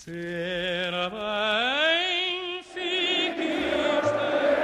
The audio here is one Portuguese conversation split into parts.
Será bem, fiquista.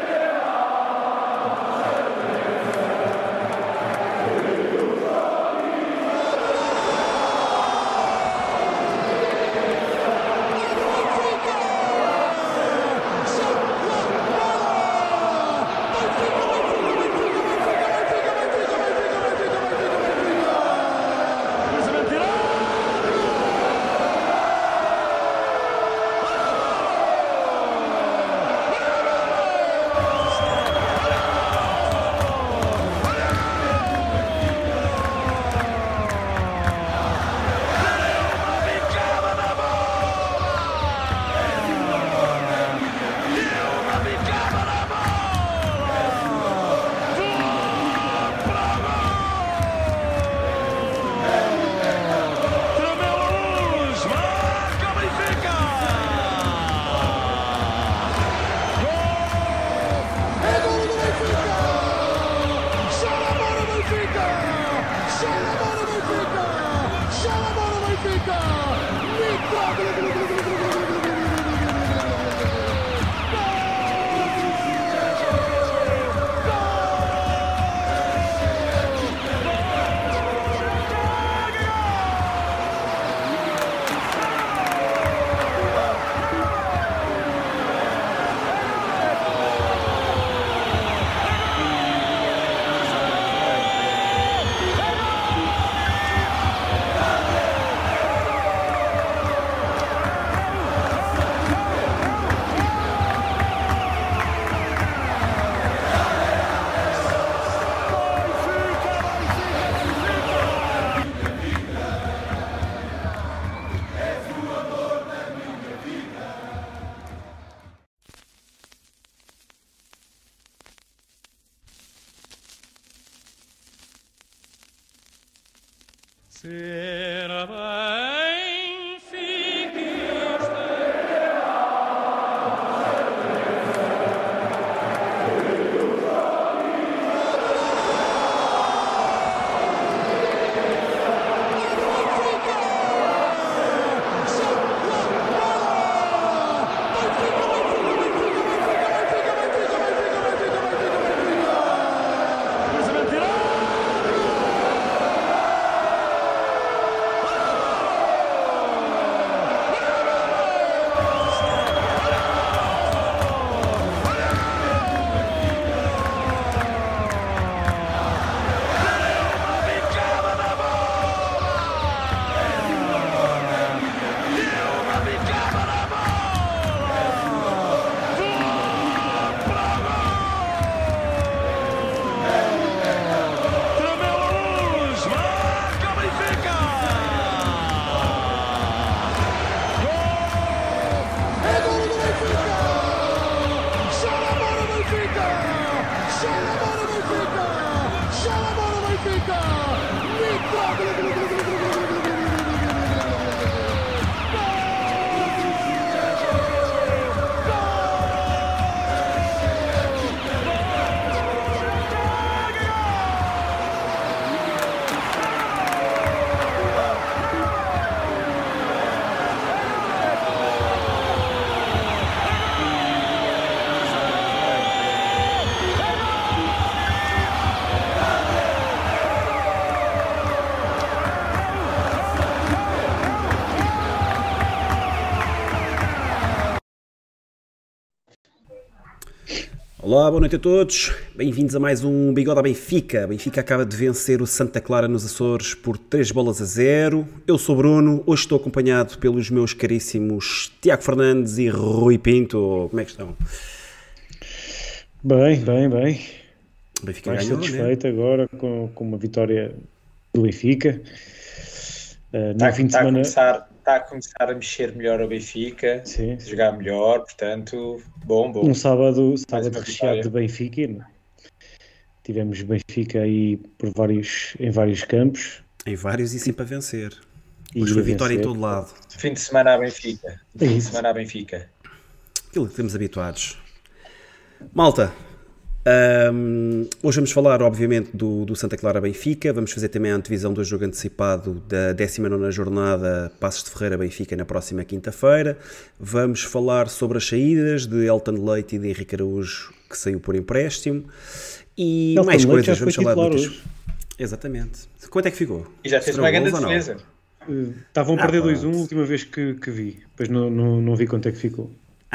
Será bem, fiquista. Olá, boa noite a todos, bem-vindos a mais um Bigode ao Benfica. Benfica acaba de vencer o Santa Clara nos Açores por 3-0. Eu sou Bruno, hoje estou acompanhado pelos meus caríssimos Tiago Fernandes e Rui Pinto. Como é que estão? Bem. Benfica Mais ganhou, satisfeito, né? Agora com uma vitória do Benfica. Está a começar a mexer melhor o Benfica, Sim. Jogar melhor, portanto, bom. Um sábado recheado vitória de Benfica, né? Tivemos Benfica aí em vários campos. Em vários e sempre a vencer. E Hoje foi vitória em todo lado. Fim de semana a Benfica. Aquilo que estamos habituados. Malta, Hoje vamos falar, obviamente, do Santa Clara Benfica. Vamos fazer também a antevisão do jogo antecipado da 19ª jornada Passos de Ferreira Benfica na próxima quinta-feira. Vamos falar sobre as saídas de Elton Leite e de Henrique Araújo, que saiu por empréstimo. E Elton mais Leite coisas. já Vamos foi falar de titular muitas... hoje. Exatamente. Quanto é que ficou? E já fez uma grande Golos ou não? defesa. Estavam a perder pronto. 2-1 a última vez que vi. Depois não vi quanto é que ficou.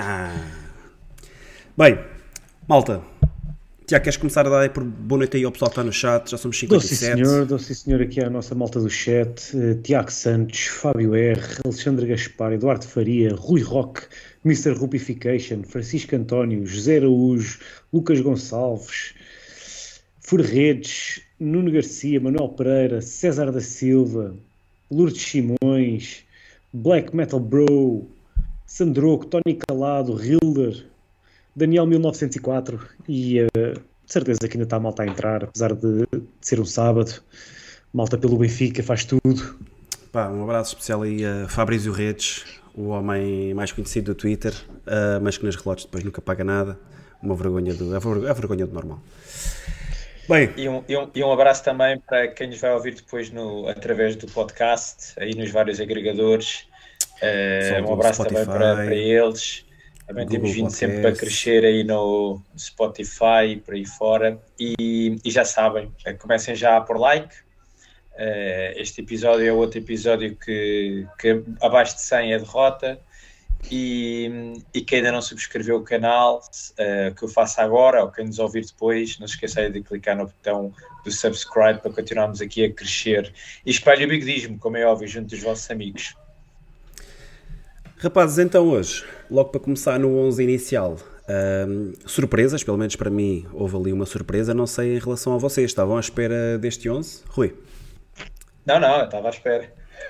Bem, malta. Tiago, queres começar a dar aí por boa noite aí ao pessoal que está no chat? Já somos 57. Dou sim senhor aqui à nossa malta do chat. Tiago Santos, Fábio R, Alexandre Gaspar, Eduardo Faria, Rui Roque, Mr. Rupification, Francisco António, José Araújo, Lucas Gonçalves, Forredes, Nuno Garcia, Manuel Pereira, César da Silva, Lourdes Simões, Black Metal Bro, Sandroco, Tony Calado, Hilder, Daniel 1904 e de certeza que ainda está a malta a entrar, apesar de ser um sábado. Malta pelo Benfica, faz tudo. Pá, um abraço especial aí a Fabrício Redes, o homem mais conhecido do Twitter, mas que nas relotes depois nunca paga nada. Uma vergonha a vergonha do normal. Bem, E um abraço também para quem nos vai ouvir depois através do podcast, aí nos vários agregadores. Um abraço Spotify, também para eles. Também Google temos vindo Podcast. sempre a crescer aí no Spotify e por aí fora. E já sabem, comecem já a pôr like. Este episódio é outro episódio que abaixo de 100 é derrota. E quem ainda não subscreveu o canal, que eu faça agora, ou quem nos ouvir depois, não se esqueçam de clicar no botão do subscribe para continuarmos aqui a crescer. E espalhe o bigodismo, como é óbvio, junto dos vossos amigos. rapazes, então hoje, logo para começar no 11 inicial, surpresas, pelo menos para mim houve ali uma surpresa, não sei em relação a vocês, estavam à espera deste 11? Rui? Não, eu estava à espera.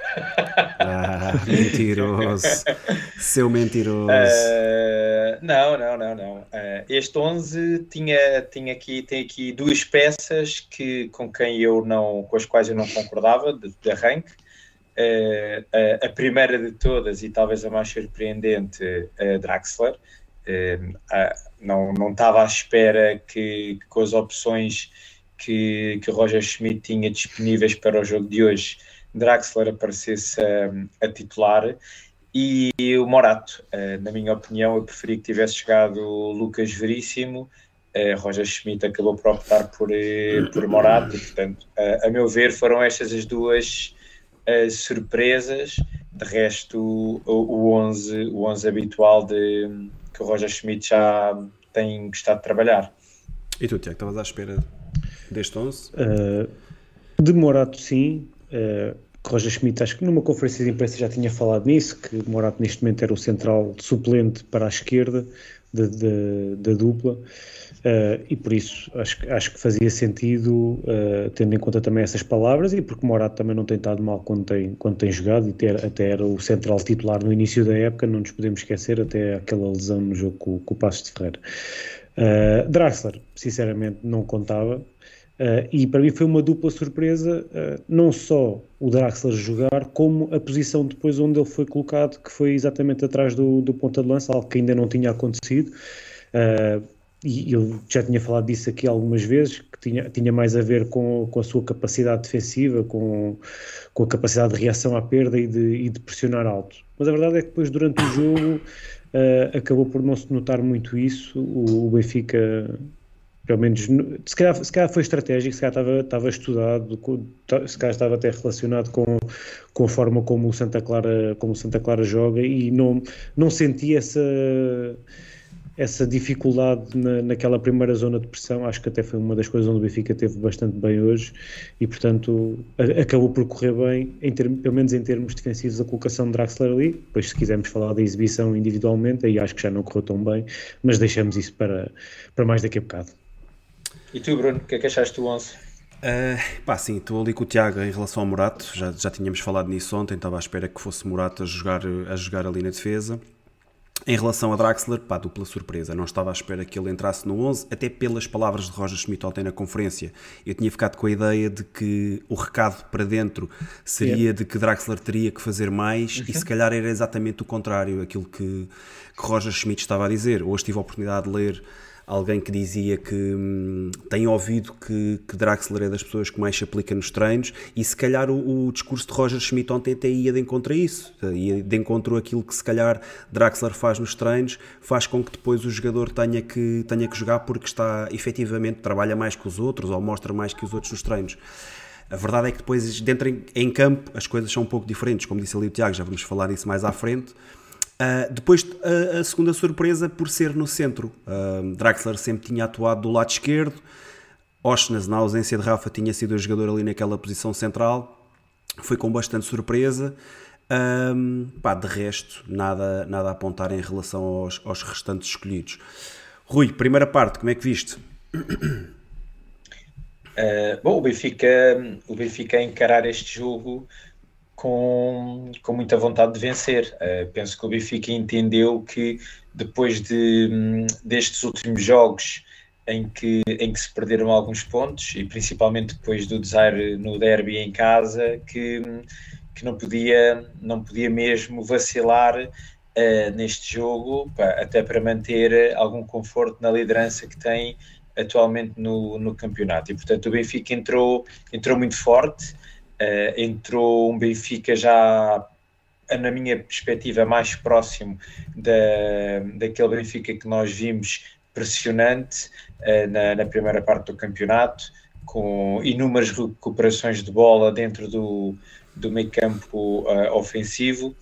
Mentiroso, seu mentiroso. Não. Este 11 tem aqui duas peças com as quais eu não concordava de arranque. A primeira de todas, e talvez a mais surpreendente, Draxler. Não estava à espera que com as opções que Roger Schmidt tinha disponíveis para o jogo de hoje, Draxler aparecesse a titular. E o Morato, na minha opinião, eu preferi que tivesse jogado o Lucas Veríssimo. Roger Schmidt acabou por optar por Morato, e portanto, a meu ver, foram estas as duas surpresas. De resto, o 11 habitual que o Roger Schmidt já tem gostado de trabalhar. E tu, Tiago, estavas à espera deste 11? De Morato, sim. Roger Schmidt, acho que numa conferência de imprensa já tinha falado nisso, que Morato neste momento era o central suplente para a esquerda da dupla, e por isso acho que fazia sentido, tendo em conta também essas palavras, e porque Morato também não tem estado mal quando tem jogado, e até era o central titular no início da época, não nos podemos esquecer, até aquela lesão no jogo com o Passos de Ferreira. Draxler, sinceramente, não contava. E para mim foi uma dupla surpresa, não só o Draxler jogar, como a posição depois onde ele foi colocado, que foi exatamente atrás do ponta de lança, algo que ainda não tinha acontecido. E eu já tinha falado disso aqui algumas vezes, que tinha mais a ver com a sua capacidade defensiva, com a capacidade de reação à perda e de pressionar alto. Mas a verdade é que depois, durante o jogo, acabou por não se notar muito isso. O Benfica, pelo menos, se calhar foi estratégico, se calhar estava estudado, se calhar estava até relacionado com a forma como o Santa Clara joga, e não senti essa dificuldade naquela primeira zona de pressão. Acho que até foi uma das coisas onde o Benfica teve bastante bem hoje, e portanto acabou por correr bem, pelo menos em termos defensivos, a colocação de Draxler ali. Depois, se quisermos falar da exibição individualmente, aí acho que já não correu tão bem, mas deixamos isso para mais daqui a bocado. E tu, Bruno, o que é que achaste do 11? Sim, estou ali com o Tiago em relação ao Morato, já tínhamos falado nisso ontem, estava à espera que fosse Morato a jogar ali na defesa. Em relação a Draxler, dupla surpresa, não estava à espera que ele entrasse no 11, até pelas palavras de Roger Schmidt ontem na conferência. Eu tinha ficado com a ideia de que o recado para dentro seria de que Draxler teria que fazer mais, e se calhar era exatamente o contrário, aquilo que Roger Schmidt estava a dizer. Hoje tive a oportunidade de ler alguém que dizia que tem ouvido que Draxler é das pessoas que mais se aplica nos treinos, e se calhar o discurso de Roger Schmidt ontem até ia de encontro a isso, ia de encontro àquilo que se calhar Draxler faz nos treinos, faz com que depois o jogador tenha que jogar porque está efetivamente, trabalha mais que os outros ou mostra mais que os outros nos treinos. A verdade é que depois dentro em campo as coisas são um pouco diferentes, como disse ali o Tiago, já vamos falar disso mais à frente. Depois a segunda surpresa por ser no centro. Draxler sempre tinha atuado do lado esquerdo, Oshnes, na ausência de Rafa, tinha sido o jogador ali naquela posição central, foi com bastante surpresa. De resto, nada a apontar em relação aos restantes escolhidos. Rui, primeira parte, como é que viste? O Benfica a encarar este jogo com muita vontade de vencer. Penso que o Benfica entendeu que depois destes últimos jogos em que se perderam alguns pontos, e principalmente depois do desaire no derby em casa, que não podia mesmo vacilar neste jogo, até para manter algum conforto na liderança que tem atualmente no campeonato. E portanto o Benfica entrou muito forte. Entrou um Benfica já, na minha perspectiva, mais próximo daquele Benfica que nós vimos pressionante na primeira parte do campeonato, com inúmeras recuperações de bola dentro do meio campo ofensivo,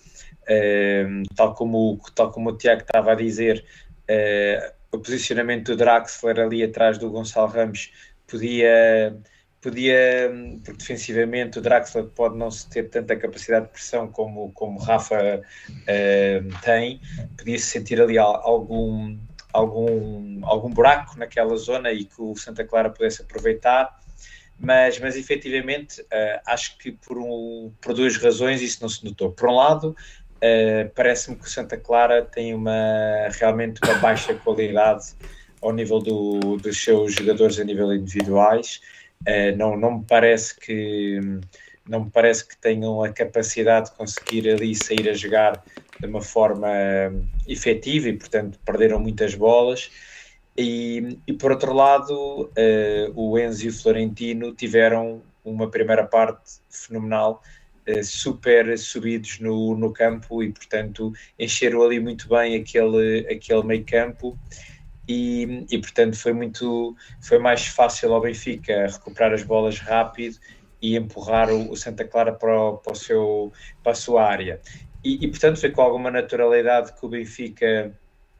tal como o Tiago estava a dizer. O posicionamento do Draxler ali atrás do Gonçalo Ramos podia, porque defensivamente o Draxler pode não ter tanta capacidade de pressão como Rafa tem, podia-se sentir ali algum buraco naquela zona e que o Santa Clara pudesse aproveitar, mas efetivamente acho que por duas razões isso não se notou. Por um lado, parece-me que o Santa Clara tem realmente uma baixa qualidade ao nível dos seus jogadores a nível individuais. Não me parece que tenham a capacidade de conseguir ali sair a jogar de uma forma efetiva e, portanto, perderam muitas bolas. E por outro lado, o Enzo e o Florentino tiveram uma primeira parte fenomenal, super subidos no campo, e, portanto, encheram ali muito bem aquele meio campo. E portanto foi mais fácil ao Benfica recuperar as bolas rápido e empurrar o Santa Clara para a sua área, e portanto foi com alguma naturalidade que o Benfica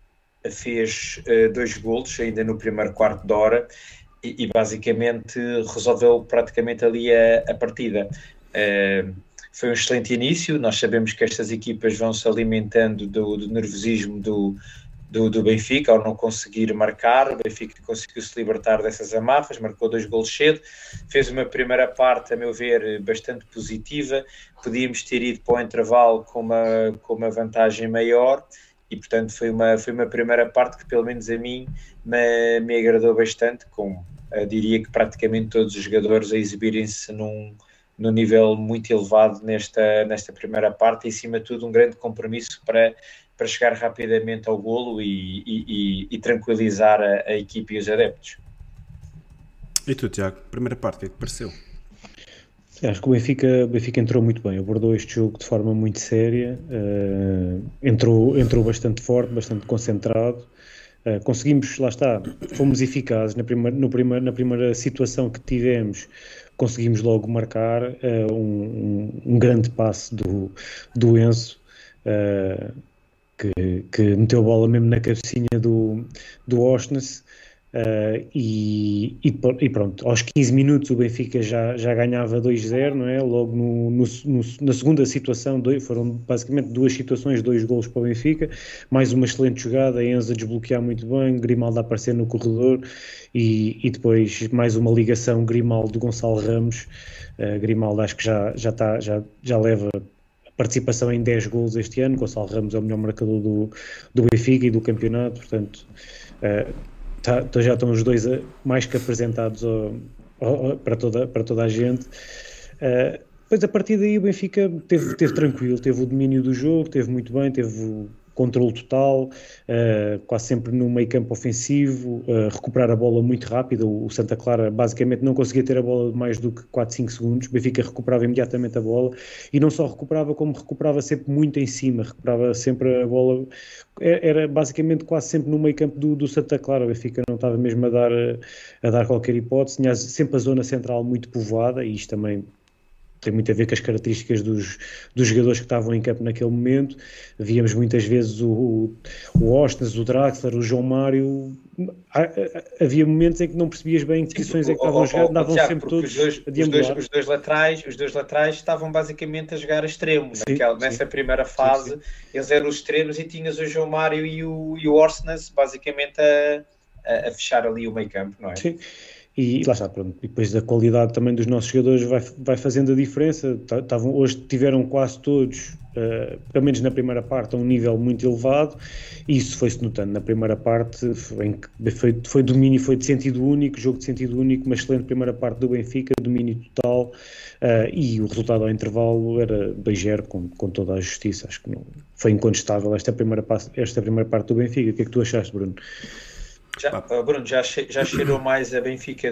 fez 2 golos ainda no primeiro quarto de hora e basicamente resolveu praticamente ali a partida. Foi um excelente início. Nós sabemos que estas equipas vão se alimentando do nervosismo do Benfica ao não conseguir marcar. O Benfica conseguiu se libertar dessas amarras, marcou 2 golos cedo, fez uma primeira parte, a meu ver, bastante positiva. Podíamos ter ido para o intervalo com uma vantagem maior, e portanto foi uma primeira parte que pelo menos a mim me agradou bastante, com diria que praticamente todos os jogadores a exibirem-se num nível muito elevado nesta primeira parte, e acima de tudo um grande compromisso para chegar rapidamente ao golo e tranquilizar a equipe e os adeptos. E tu, Tiago, primeira parte, o que é que pareceu? Acho que o Benfica entrou muito bem, abordou este jogo de forma muito séria, entrou bastante forte, bastante concentrado. Conseguimos, lá está, fomos eficazes na primeira situação que tivemos. Conseguimos logo marcar um grande passe do Enzo, que meteu a bola mesmo na cabecinha do Oshnes, e pronto, aos 15 minutos o Benfica já ganhava 2-0, não é? Logo na segunda situação, foram basicamente 2 situações, 2 golos para o Benfica, mais uma excelente jogada, Enzo a desbloquear muito bem, Grimaldo a aparecer no corredor, e depois mais uma ligação Grimaldo-Gonçalo Ramos. Grimaldo acho que já leva participação em 10 golos este ano. Gonçalo Ramos é o melhor marcador do Benfica e do campeonato, portanto já estão os dois mais que apresentados para toda a gente. Depois, a partir daí, o Benfica teve tranquilo, teve o domínio do jogo, teve muito bem, teve controle total, quase sempre no meio campo ofensivo, recuperar a bola muito rápido. O Santa Clara basicamente não conseguia ter a bola mais do que 4, 5 segundos. O Benfica recuperava imediatamente a bola e não só recuperava, como recuperava sempre muito em cima, recuperava sempre a bola, era basicamente quase sempre no meio campo do Santa Clara. O Benfica não estava mesmo a dar qualquer hipótese, tinha sempre a zona central muito povoada, e isto também tem muito a ver com as características dos jogadores que estavam em campo naquele momento. Víamos muitas vezes o Ostens, o Draxler, o João Mário. Havia momentos em que não percebias bem em que posições é que estavam a jogar, andavam sempre todos a deambular. Os dois laterais estavam basicamente a jogar a extremo. Nessa primeira fase, eles eram os extremos e tinhas o João Mário e o Orsnes basicamente a fechar ali o meio campo, não é? Sim. E lá está, pronto. E depois a qualidade também dos nossos jogadores vai fazendo a diferença. Hoje tiveram quase todos, pelo menos na primeira parte, a um nível muito elevado, e isso foi-se notando. Na primeira parte foi domínio, foi de sentido único, jogo de sentido único, uma excelente primeira parte do Benfica, domínio total, e o resultado ao intervalo era 2-0 com toda a justiça. Acho que não, foi incontestável esta primeira parte do Benfica. O que é que tu achaste, Bruno? Bruno, já cheirou mais a Benfica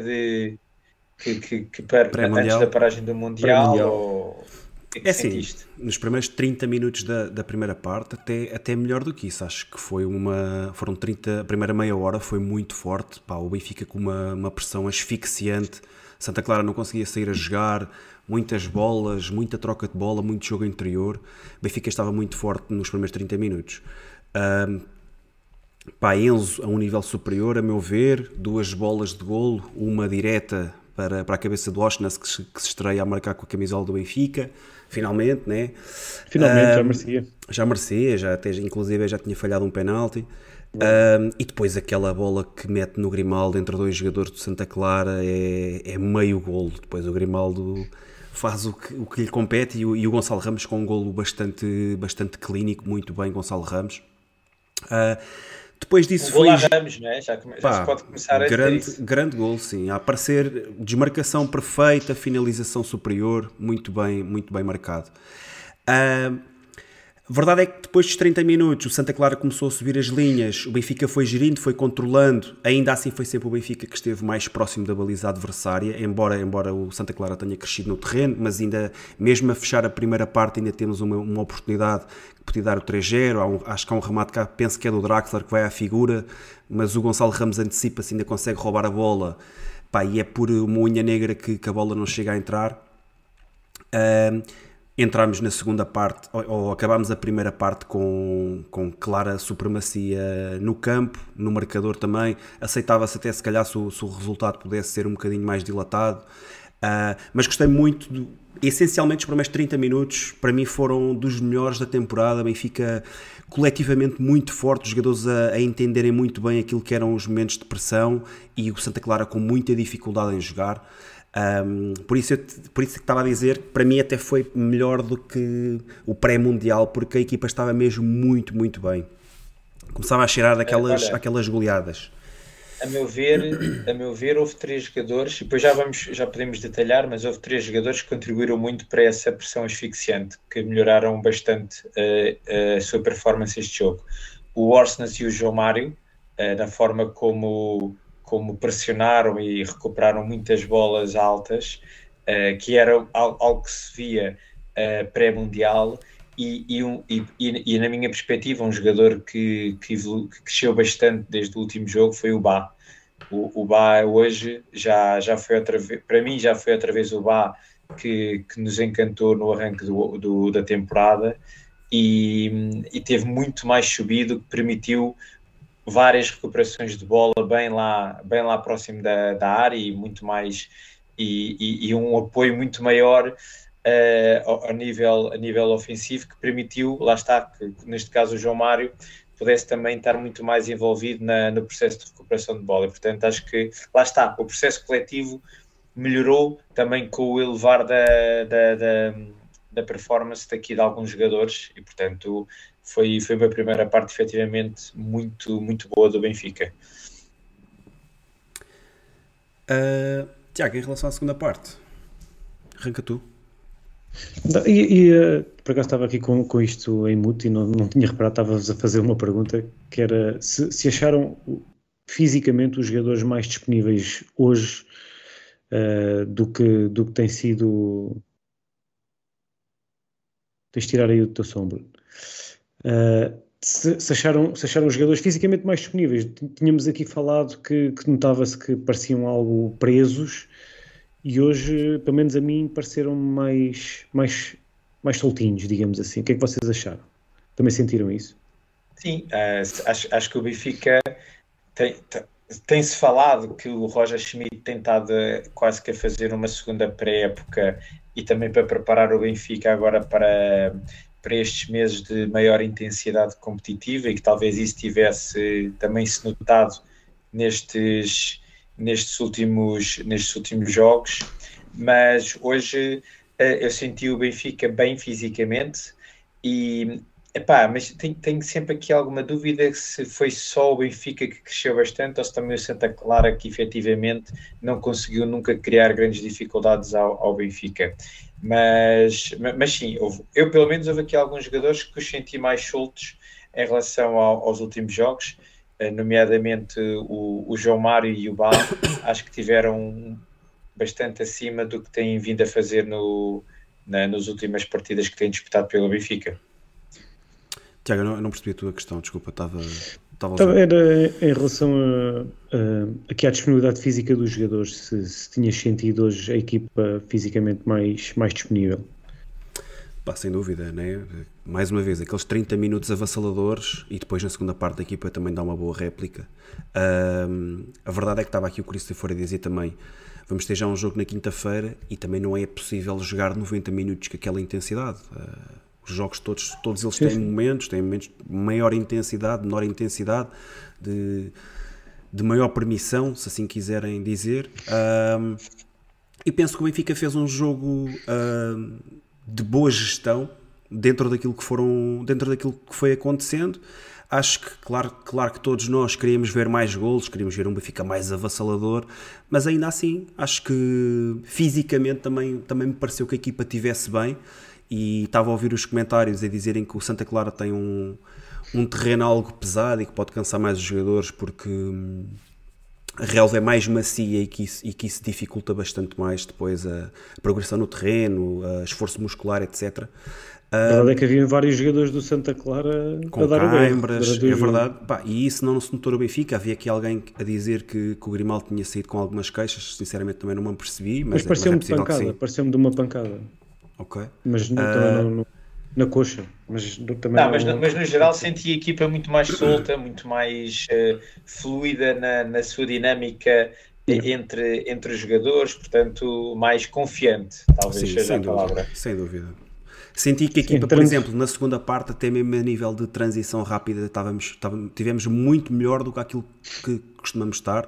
antes da paragem do Mundial? Ou que é assim, sentiste? Nos primeiros 30 minutos da primeira parte, até melhor do que isso. Acho que foram 30, a primeira meia hora foi muito forte. O Benfica com uma pressão asfixiante. Santa Clara não conseguia sair a jogar, muitas bolas, muita troca de bola, muito jogo interior. O Benfica estava muito forte nos primeiros 30 minutos. Enzo a um nível superior, a meu ver, 2 bolas de golo, uma direta para a cabeça do Osnas, que se estreia a marcar com a camisola do Benfica, finalmente, né? Finalmente, já merecia. Inclusive já tinha falhado um penalti. E depois aquela bola que mete no Grimaldo entre 2 jogadores do Santa Clara é meio golo. Depois o Grimaldo faz o que lhe compete, e o Gonçalo Ramos com um golo bastante clínico, muito bem, Gonçalo Ramos. Depois disso foi Ramos, não é? Já se pode começar a dizer isso. Grande gol, sim. A aparecer, desmarcação perfeita, finalização superior, muito bem marcado. A verdade é que depois dos 30 minutos o Santa Clara começou a subir as linhas, o Benfica foi gerindo, foi controlando, ainda assim foi sempre o Benfica que esteve mais próximo da baliza adversária, embora o Santa Clara tenha crescido no terreno, mas ainda, mesmo a fechar a primeira parte, ainda temos uma oportunidade que podia dar o 3-0, acho que há um remate que penso que é do Draxler, que vai à figura, mas o Gonçalo Ramos antecipa-se, ainda consegue roubar a bola, e é por uma unha negra que a bola não chega a entrar. Entramos na segunda parte, ou acabámos a primeira parte com clara supremacia no campo, no marcador também. Aceitava-se até se calhar se o resultado pudesse ser um bocadinho mais dilatado. Mas gostei muito, essencialmente os primeiros 30 minutos para mim foram dos melhores da temporada. Benfica coletivamente muito forte, os jogadores a entenderem muito bem aquilo que eram os momentos de pressão, e o Santa Clara com muita dificuldade em jogar. Por isso que estava a dizer que para mim até foi melhor do que o pré-mundial, porque a equipa estava mesmo muito, muito bem. Começava a cheirar aquelas goleadas. A meu ver, houve 3 jogadores, e depois já podemos detalhar, mas houve 3 jogadores que contribuíram muito para essa pressão asfixiante, que melhoraram bastante a sua performance este jogo. O Orsnes e o João Mário, na forma como pressionaram e recuperaram muitas bolas altas, que era algo que se via pré-mundial, e na minha perspectiva um jogador que cresceu bastante desde o último jogo foi o Bá. O Bá hoje já foi outra vez, para mim já foi outra vez o Bá que nos encantou no arranque da temporada, e teve muito mais subido, que permitiu várias recuperações de bola bem lá próximo da área, e muito mais, e um apoio muito maior a nível ofensivo, que permitiu, lá está, que neste caso o João Mário pudesse também estar muito mais envolvido no processo de recuperação de bola. E, portanto, acho que, lá está, o processo coletivo melhorou também com o elevar da performance daqui de alguns jogadores, e, portanto, foi uma primeira parte efetivamente muito, muito boa do Benfica. Tiago, em relação à segunda parte, arranca tu. Por acaso estava aqui com isto em mute e não tinha reparado, estava-vos a fazer uma pergunta que era se acharam fisicamente os jogadores mais disponíveis hoje do que tem sido. Tens de tirar aí o teu som, Bruno. Se acharam os jogadores fisicamente mais disponíveis. Tínhamos aqui falado que notava-se que pareciam algo presos e hoje, pelo menos a mim, pareceram mais soltinhos, digamos assim. O que é que vocês acharam? Também sentiram isso? Sim, acho que o Benfica tem-se falado que o Roger Schmidt tem estado quase que a fazer uma segunda pré-época e também para preparar o Benfica agora para estes meses de maior intensidade competitiva e que talvez isso tivesse também se notado nestes últimos jogos, mas hoje eu senti o Benfica bem fisicamente e mas tenho sempre aqui alguma dúvida se foi só o Benfica que cresceu bastante ou se também o Santa Clara que efetivamente não conseguiu nunca criar grandes dificuldades ao Benfica. Mas sim, eu pelo menos houve aqui alguns jogadores que os senti mais soltos em relação aos últimos jogos, nomeadamente o João Mário e o Bá, acho que tiveram bastante acima do que têm vindo a fazer nas últimas partidas que têm disputado pelo Benfica. Tiago, eu não percebi a tua questão, desculpa, estava era em relação aqui à disponibilidade física dos jogadores, se tinhas sentido hoje a equipa fisicamente mais disponível. Sem dúvida, né? Mais uma vez, aqueles 30 minutos avassaladores e depois na segunda parte a equipa também dá uma boa réplica. A verdade é que estava aqui o Christopher a dizer também, vamos ter já um jogo na quinta-feira e também não é possível jogar 90 minutos com aquela intensidade. Os jogos todos eles têm momentos de maior intensidade, menor intensidade, de maior permissão, se assim quiserem dizer. E penso que o Benfica fez um jogo de boa gestão dentro daquilo que foi acontecendo. Acho que, claro que todos nós queríamos ver mais golos, queríamos ver um Benfica mais avassalador, mas ainda assim, acho que fisicamente também me pareceu que a equipa estivesse bem. E estava a ouvir os comentários a dizerem que o Santa Clara tem um terreno algo pesado e que pode cansar mais os jogadores porque a relva é mais macia e que isso dificulta bastante mais depois a progressão no terreno, esforço muscular, etc. A verdade é que havia vários jogadores do Santa Clara com câimbras, é verdade. E isso não se notou no Benfica. Havia aqui alguém a dizer que o Grimaldo tinha saído com algumas queixas, sinceramente também não me percebi. Mas pareceu-me de pancada, pareceu-me de uma pancada. Okay. Mas também não na coxa. Mas no geral senti a equipa muito mais solta, muito mais fluida na sua dinâmica entre os jogadores, portanto mais confiante, talvez seja a palavra. Sem dúvida. Senti que a equipa, por exemplo, na segunda parte, até mesmo a nível de transição rápida, tivemos muito melhor do que aquilo que costumamos estar.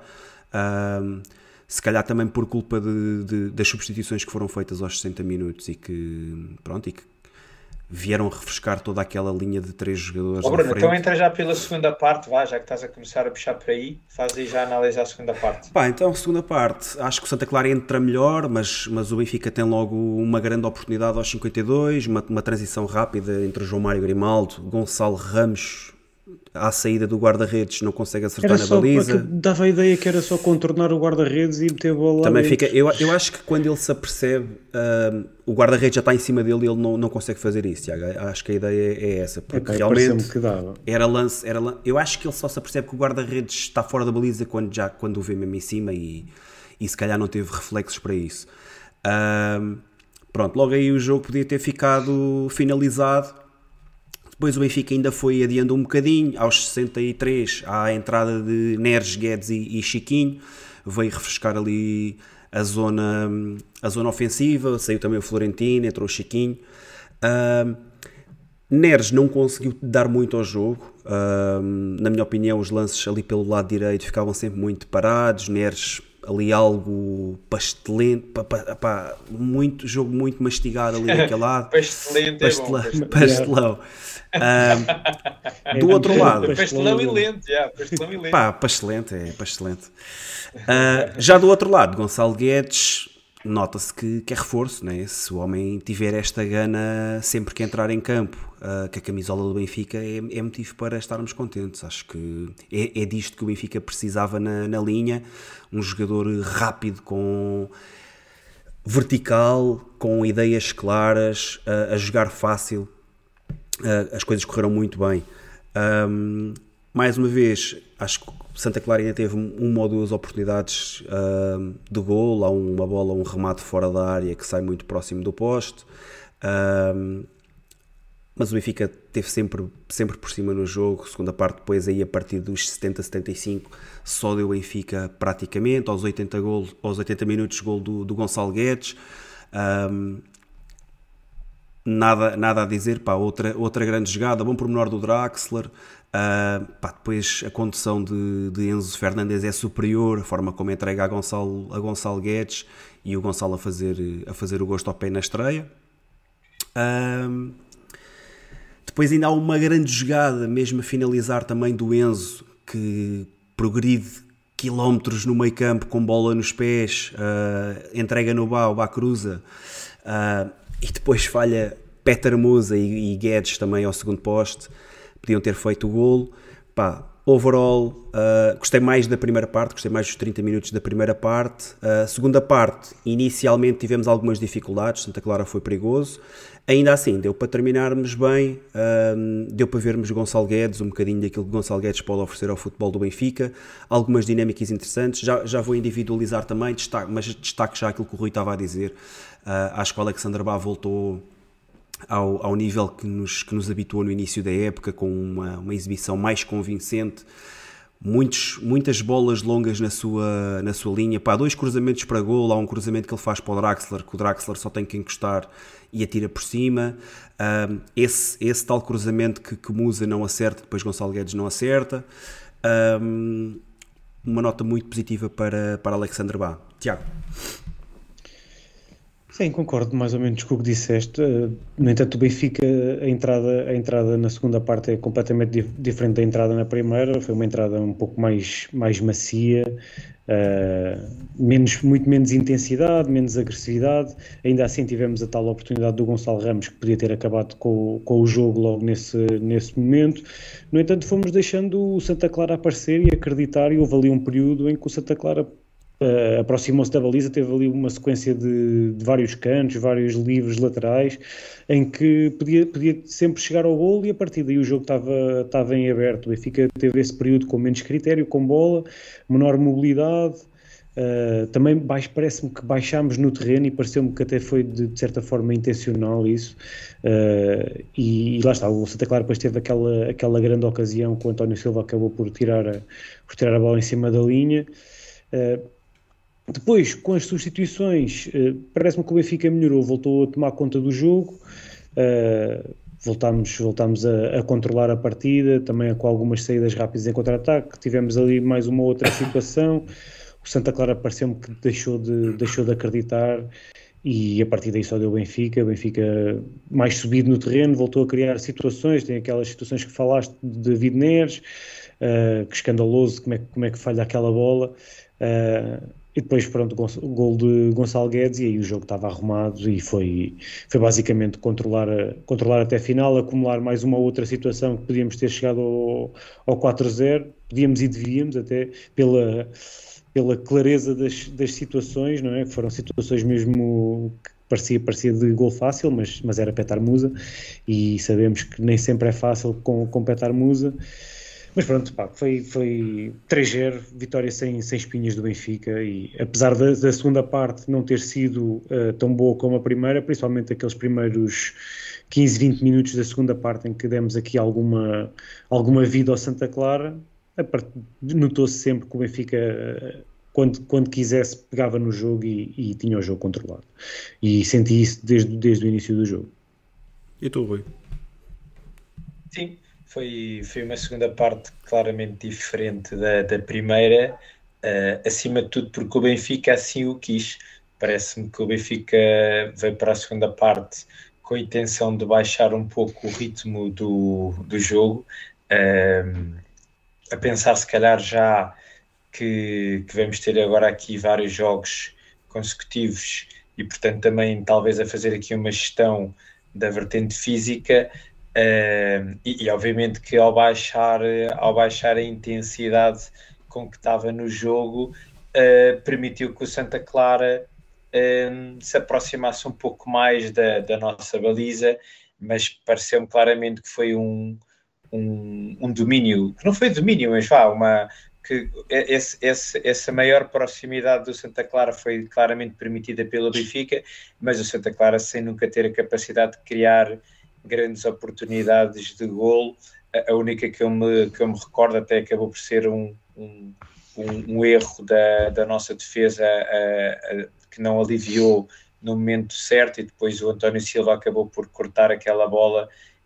Se calhar também por culpa das substituições que foram feitas aos 60 minutos e que vieram refrescar toda aquela linha de 3 jogadores. Bruno, então entra já pela segunda parte, já que estás a começar a puxar por aí, faz aí já a análise à segunda parte. Então, segunda parte, acho que o Santa Clara entra melhor, mas o Benfica tem logo uma grande oportunidade aos 52, uma transição rápida entre o João Mário e o Grimaldo, Gonçalo Ramos à saída do guarda-redes não consegue acertar na baliza. Dava a ideia que era só contornar o guarda-redes e meter a bola lá também dentro. Fica, eu acho que quando ele se apercebe, o guarda-redes já está em cima dele e ele não consegue fazer isso, Tiago. Acho que a ideia é essa, porque realmente que dava. Era lance. Eu acho que ele só se apercebe que o guarda-redes está fora da baliza quando o vê mesmo em cima e se calhar não teve reflexos para isso. Logo aí o jogo podia ter ficado finalizado. Depois o Benfica ainda foi adiando um bocadinho, aos 63, à entrada de Neres, Guedes e Chiquinho, veio refrescar ali a zona ofensiva, saiu também o Florentino, entrou o Chiquinho. Neres não conseguiu dar muito ao jogo, na minha opinião os lances ali pelo lado direito ficavam sempre muito parados, Neres ali algo pastelento, jogo muito mastigado ali daquele lado. Pastelão. Do outro lado, pastelão e lento. Pastelente. Já do outro lado, Gonçalo Guedes nota-se que é reforço, né? Se o homem tiver esta gana sempre que entrar em campo, que a camisola do Benfica é motivo para estarmos contentes. Acho que é disto que o Benfica precisava na linha, um jogador rápido, com vertical, com ideias claras, a jogar fácil. As coisas correram muito bem. Mais uma vez, acho que Santa Clara ainda teve uma ou duas oportunidades de golo. Há uma bola, um remate fora da área que sai muito próximo do poste, mas o Benfica esteve sempre por cima no jogo. Segunda parte, depois aí a partir dos 70-75 só deu Benfica praticamente. Aos 80 minutos golo do Gonçalo Guedes. Nada a dizer, pá, outra grande jogada, bom pormenor do Draxler. Depois a condução de Enzo Fernandes é superior, a forma como entrega a Gonçalo Guedes, e o Gonçalo a fazer o gosto ao pé na estreia. Depois ainda há uma grande jogada, mesmo a finalizar, também do Enzo, que progride quilómetros no meio campo com bola nos pés, entrega no Bá, o Bá cruza, e depois falha Petar Musa e Guedes também ao segundo poste. Podiam ter feito o golo. Overall, gostei mais da primeira parte, gostei mais dos 30 minutos da primeira parte. Segunda parte, inicialmente tivemos algumas dificuldades, Santa Clara foi perigoso. Ainda assim, deu para terminarmos bem, deu para vermos Gonçalo Guedes, um bocadinho daquilo que Gonçalo Guedes pode oferecer ao futebol do Benfica, algumas dinâmicas interessantes. Já vou individualizar também, mas destaque já aquilo que o Rui estava a dizer. Acho que o Alexandre Bá voltou ao nível que nos habituou no início da época, com uma exibição mais convincente, muitas bolas longas na sua linha, dois cruzamentos para golo. Há um cruzamento que ele faz para o Draxler, que o Draxler só tem que encostar e atira por cima. Esse tal cruzamento que Musa não acerta, depois Gonçalo Guedes não acerta. Uma nota muito positiva para Alexandre Bá. Tiago. Sim, concordo mais ou menos com o que disseste. No entanto, o Benfica, a entrada na segunda parte é completamente diferente da entrada na primeira. Foi uma entrada um pouco mais macia, muito menos intensidade, menos agressividade. Ainda assim tivemos a tal oportunidade do Gonçalo Ramos, que podia ter acabado com o jogo logo nesse momento. No entanto, fomos deixando o Santa Clara aparecer e acreditar, e houve ali um período em que o Santa Clara aproximou-se da baliza, teve ali uma sequência de vários cantos, vários livros laterais, em que podia sempre chegar ao golo, e a partir daí o jogo estava em aberto. O Benfica teve esse período com menos critério, com bola, menor mobilidade. Também parece-me que baixámos no terreno, e pareceu-me que até foi de certa forma intencional isso. E lá está, o Santa Clara depois teve aquela grande ocasião que o António Silva acabou por tirar a bola em cima da linha. Depois, com as substituições, parece-me que o Benfica melhorou, voltou a tomar conta do jogo, voltámos a controlar a partida, também com algumas saídas rápidas em contra-ataque. Tivemos ali mais uma outra situação. O Santa Clara pareceu-me que deixou de acreditar, e a partir daí só deu o Benfica mais subido no terreno, voltou a criar situações. Tem aquelas situações que falaste de David Neres, que escandaloso, como é que falha aquela bola. E depois, pronto, o gol de Gonçalo Guedes, e aí o jogo estava arrumado, e foi basicamente controlar até a final, acumular mais uma outra situação que podíamos ter chegado ao 4-0, podíamos e devíamos, até pela clareza das situações, não é? Foram situações mesmo que parecia de gol fácil, mas era Petar Musa, e sabemos que nem sempre é fácil com Petar Musa. Mas pronto, foi 3-0, vitória sem espinhas do Benfica, e apesar da segunda parte não ter sido tão boa como a primeira, principalmente aqueles primeiros 15, 20 minutos da segunda parte em que demos aqui alguma vida ao Santa Clara, notou-se sempre que o Benfica, quando quisesse, pegava no jogo e tinha o jogo controlado. E senti isso desde o início do jogo. E tu, Rui? Sim. Foi uma segunda parte claramente diferente da primeira, acima de tudo porque o Benfica assim o quis. Parece-me que o Benfica veio para a segunda parte com a intenção de baixar um pouco o ritmo do jogo, a pensar se calhar já que vamos ter agora aqui vários jogos consecutivos e, portanto, também talvez a fazer aqui uma gestão da vertente física. E obviamente que ao baixar a intensidade com que estava no jogo, permitiu que o Santa Clara se aproximasse um pouco mais da nossa baliza, mas pareceu-me claramente que foi um domínio, que não foi domínio, mas que essa maior proximidade do Santa Clara foi claramente permitida pelo Benfica, mas o Santa Clara sem nunca ter a capacidade de criar grandes oportunidades de golo. A única que eu me recordo até acabou por ser um erro da nossa defesa que não aliviou no momento certo, e depois o António Silva acabou por cortar aquela bola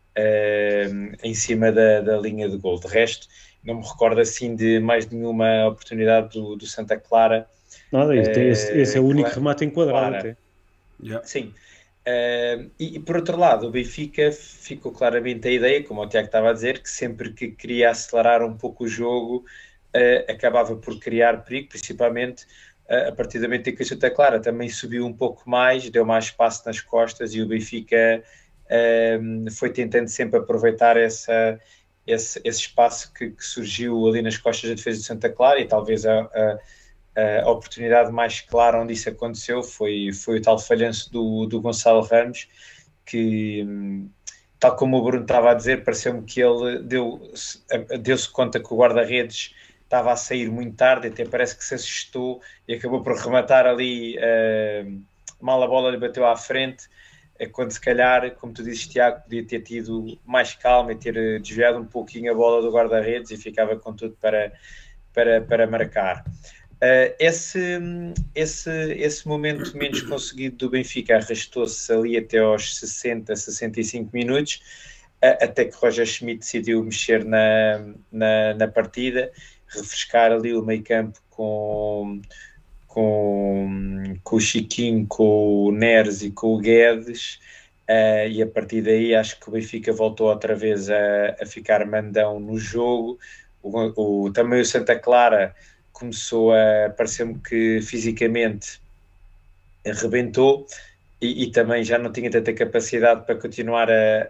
em cima da linha de golo. De resto, não me recordo assim de mais nenhuma oportunidade do Santa Clara. Nada, esse é o único remate enquadrado até. Yeah. Sim. E por outro lado, o Benfica ficou claramente a ideia, como o Tiago estava a dizer, que sempre que queria acelerar um pouco o jogo, acabava por criar perigo, principalmente a partir do momento em que o Santa Clara também subiu um pouco mais, deu mais espaço nas costas, e o Benfica foi tentando sempre aproveitar esse espaço que surgiu ali nas costas da defesa do Santa Clara, e talvez a oportunidade mais clara onde isso aconteceu foi o tal falhanço do Gonçalo Ramos, que, tal como o Bruno estava a dizer, pareceu-me que ele deu-se conta que o guarda-redes estava a sair muito tarde, até parece que se assustou e acabou por rematar ali, mal a bola lhe bateu à frente, quando se calhar, como tu dizes, Tiago, podia ter tido mais calma e ter desviado um pouquinho a bola do guarda-redes e ficava com tudo para marcar. Esse momento menos conseguido do Benfica arrastou-se ali até aos 60, 65 minutos, até que Roger Schmidt decidiu mexer na partida, refrescar ali o meio campo com o Chiquinho, com o Neres e com o Guedes, e a partir daí acho que o Benfica voltou outra vez a ficar mandão no jogo. Também o Santa Clara começou a parecer-me que fisicamente arrebentou, e também já não tinha tanta capacidade para continuar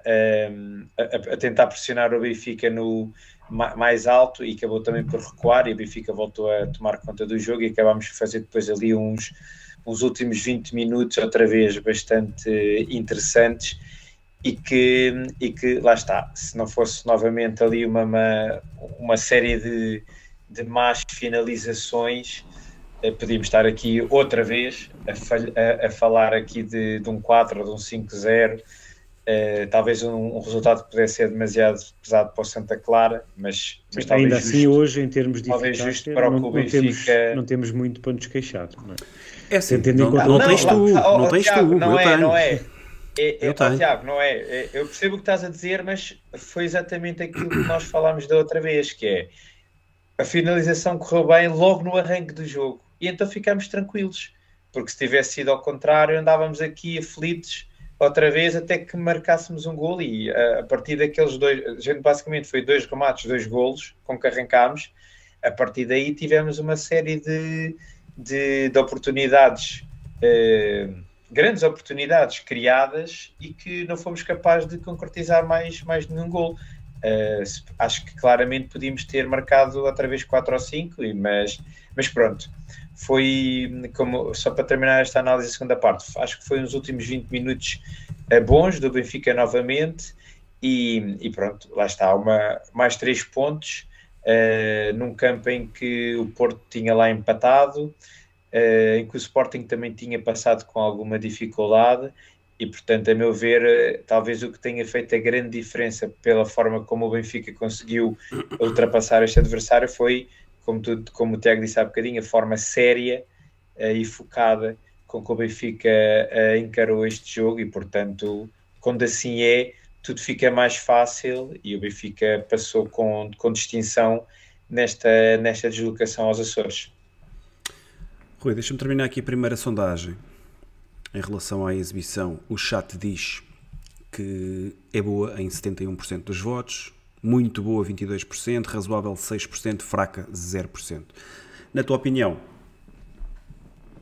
a tentar pressionar o Benfica no mais alto, e acabou também por recuar, e o Benfica voltou a tomar conta do jogo, e acabámos de fazer depois ali uns últimos 20 minutos outra vez bastante interessantes, e que lá está, se não fosse novamente ali uma série de más finalizações, podíamos estar aqui outra vez a falar aqui de um 4 ou de um 5-0. Talvez um resultado que pudesse ser demasiado pesado para o Santa Clara, mas talvez ainda justo, assim hoje, em termos de talvez eficácia, justo para o Benfica. não temos muito para nos queixar, não é? É assim, não tens tu, não tens Tiago, tu, não é. Eu tenho. Tiago, não é. Eu percebo o que estás a dizer, mas foi exatamente aquilo que nós falámos da outra vez, que é a finalização correu bem logo no arranque do jogo, e então ficámos tranquilos, porque se tivesse sido ao contrário, andávamos aqui aflitos outra vez até que marcássemos um golo, e a partir daqueles dois, a gente basicamente foi 2 remates, 2 golos com que arrancámos. A partir daí tivemos uma série de oportunidades, grandes oportunidades criadas, e que não fomos capazes de concretizar mais nenhum golo. Acho que claramente podíamos ter marcado outra vez 4 ou 5, mas pronto, foi como, só para terminar esta análise da segunda parte, acho que foi uns últimos 20 minutos bons do Benfica novamente, e pronto, lá está, mais 3 pontos num campo em que o Porto tinha lá empatado, em que o Sporting também tinha passado com alguma dificuldade. E, portanto, a meu ver, talvez o que tenha feito a grande diferença pela forma como o Benfica conseguiu ultrapassar este adversário foi, como o Tiago disse há bocadinho, a forma séria e focada com que o Benfica encarou este jogo, e, portanto, quando assim é, tudo fica mais fácil, e o Benfica passou com distinção nesta deslocação aos Açores. Rui, deixa-me terminar aqui a primeira sondagem. Em relação à exibição, o chat diz que é boa em 71% dos votos, muito boa 22%, razoável 6%, fraca 0%. Na tua opinião,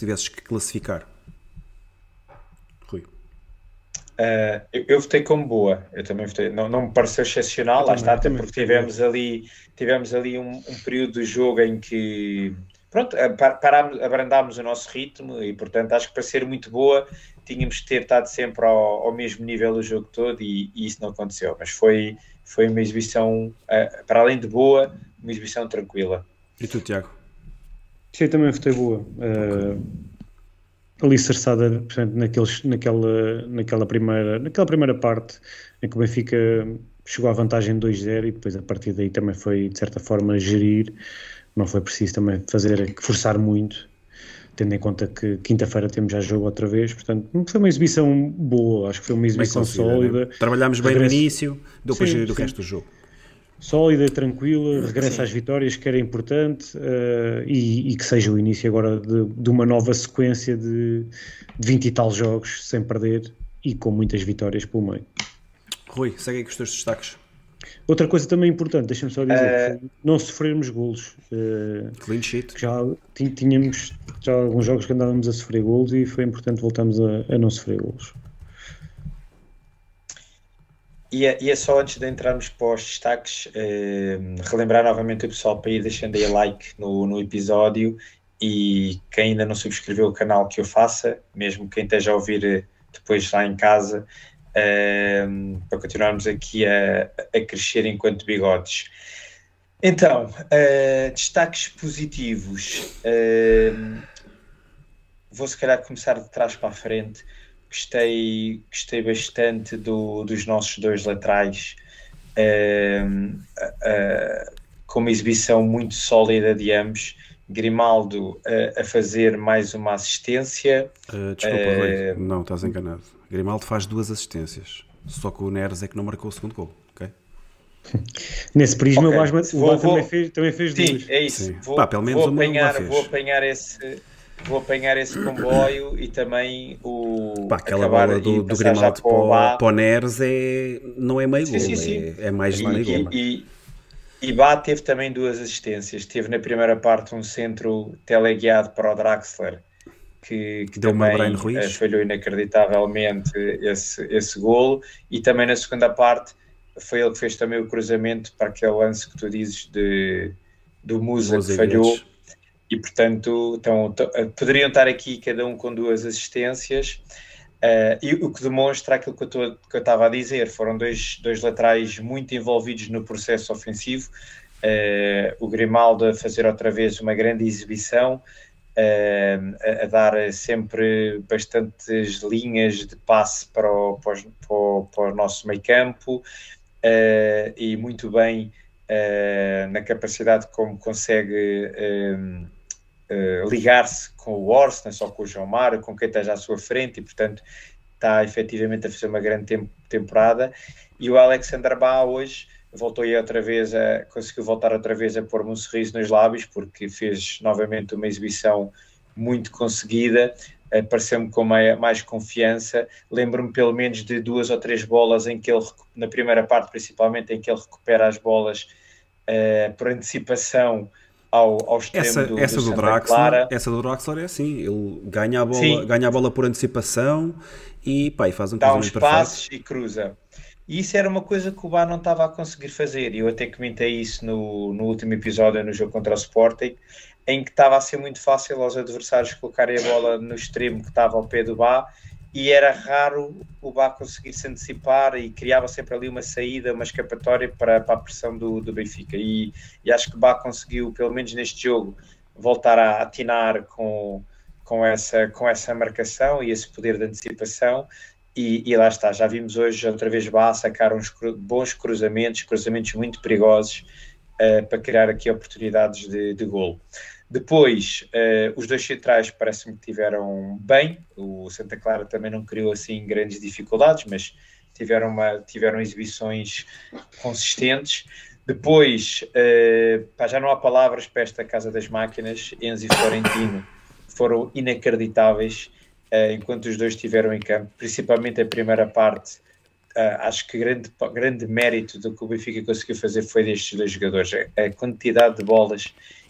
tivesses que classificar? Rui. Eu votei como boa, eu também votei, não me pareceu excepcional, lá está, até porque tivemos ali um período do jogo em que, pronto, abrandámos o nosso ritmo e, portanto, acho que para ser muito boa tínhamos que ter estado sempre ao mesmo nível o jogo todo e isso não aconteceu, mas foi uma exibição, para além de boa, uma exibição tranquila. E tu, Tiago? Sim, também votei boa. Alicerçada, portanto, naquela primeira parte em que o Benfica chegou à vantagem 2-0 e depois a partir daí também foi, de certa forma, gerir. Não foi preciso também forçar muito, tendo em conta que quinta-feira temos já jogo outra vez. Portanto, foi uma exibição boa, acho que foi uma exibição sólida. Né? Trabalhámos bem no início, deu para gerir o resto do jogo. Sólida, tranquila, regressa às vitórias, que era importante, e que seja o início agora de uma nova sequência de 20 e tal jogos sem perder e com muitas vitórias pelo meio. Rui, segue aí com os teus destaques. Outra coisa também importante, deixa-me só dizer, não sofrermos golos. Clean sheet. Já tínhamos já alguns jogos que andávamos a sofrer golos e foi importante voltarmos a não sofrer golos. E é só antes de entrarmos para os destaques, relembrar novamente o pessoal para ir deixando aí like no episódio e quem ainda não subscreveu o canal que o faça, mesmo quem esteja a ouvir depois lá em casa, para continuarmos aqui a crescer enquanto bigodes. Então, destaques positivos. Vou se calhar começar de trás para a frente. Gostei bastante dos nossos dois laterais, com uma exibição muito sólida de ambos. Grimaldo a fazer mais uma assistência. Desculpa, Rui, não, estás enganado. Grimaldo faz 2 assistências, só que o Neres é que não marcou o segundo gol, ok? Nesse prisma o Bas também fez 2. Sim, é isso. Sim. Pelo menos Vou apanhar esse comboio e também aquela bola do Grimaldo para o Neres não é meio gol, é mais de meio gol. E Bá teve também 2 assistências. Teve na primeira parte um centro teleguiado para o Draxler, que também falhou inacreditavelmente esse golo, e também na segunda parte foi ele que fez também o cruzamento para aquele lance que tu dizes do Musa que falhou. E, portanto, poderiam estar aqui cada um com 2 assistências, e o que demonstra aquilo que eu estava a dizer. Foram dois laterais muito envolvidos no processo ofensivo. O Grimaldo a fazer outra vez uma grande exibição, a dar sempre bastantes linhas de passe para o nosso meio campo, e muito bem na capacidade como consegue ligar-se com o Orsnes ou com o João Mário, com quem esteja à sua frente, e portanto está efetivamente a fazer uma grande temporada. E o Alexander Bá hoje conseguiu voltar outra vez a pôr-me um sorriso nos lábios, porque fez novamente uma exibição muito conseguida. Pareceu-me com mais confiança. Lembro-me pelo menos de 2 ou 3 bolas em que ele, na primeira parte principalmente, em que ele recupera as bolas por antecipação ao extremo do Santa Clara. Essa do Draxler é assim, ele ganha a bola por antecipação e faz um dá uns passes e cruza. E isso era uma coisa que o Bá não estava a conseguir fazer, e eu até comentei isso no último episódio, no jogo contra o Sporting, em que estava a ser muito fácil aos adversários colocarem a bola no extremo que estava ao pé do Bá, e era raro o Bá conseguir se antecipar, e criava sempre ali uma saída, uma escapatória para a pressão do Benfica, e acho que o Bá conseguiu, pelo menos neste jogo, voltar a atinar com essa marcação e esse poder de antecipação, e lá está, já vimos hoje outra vez Bá sacar uns bons cruzamentos muito perigosos, para criar aqui oportunidades de golo. Depois, os 2 centrais parece-me que tiveram bem. O Santa Clara também não criou assim grandes dificuldades, mas tiveram exibições consistentes. Depois, já não há palavras para esta Casa das Máquinas. Enzo e Florentino foram inacreditáveis enquanto os dois estiveram em campo, principalmente a primeira parte. Acho que grande mérito do que o Benfica conseguiu fazer foi destes 2 jogadores. A quantidade de bolas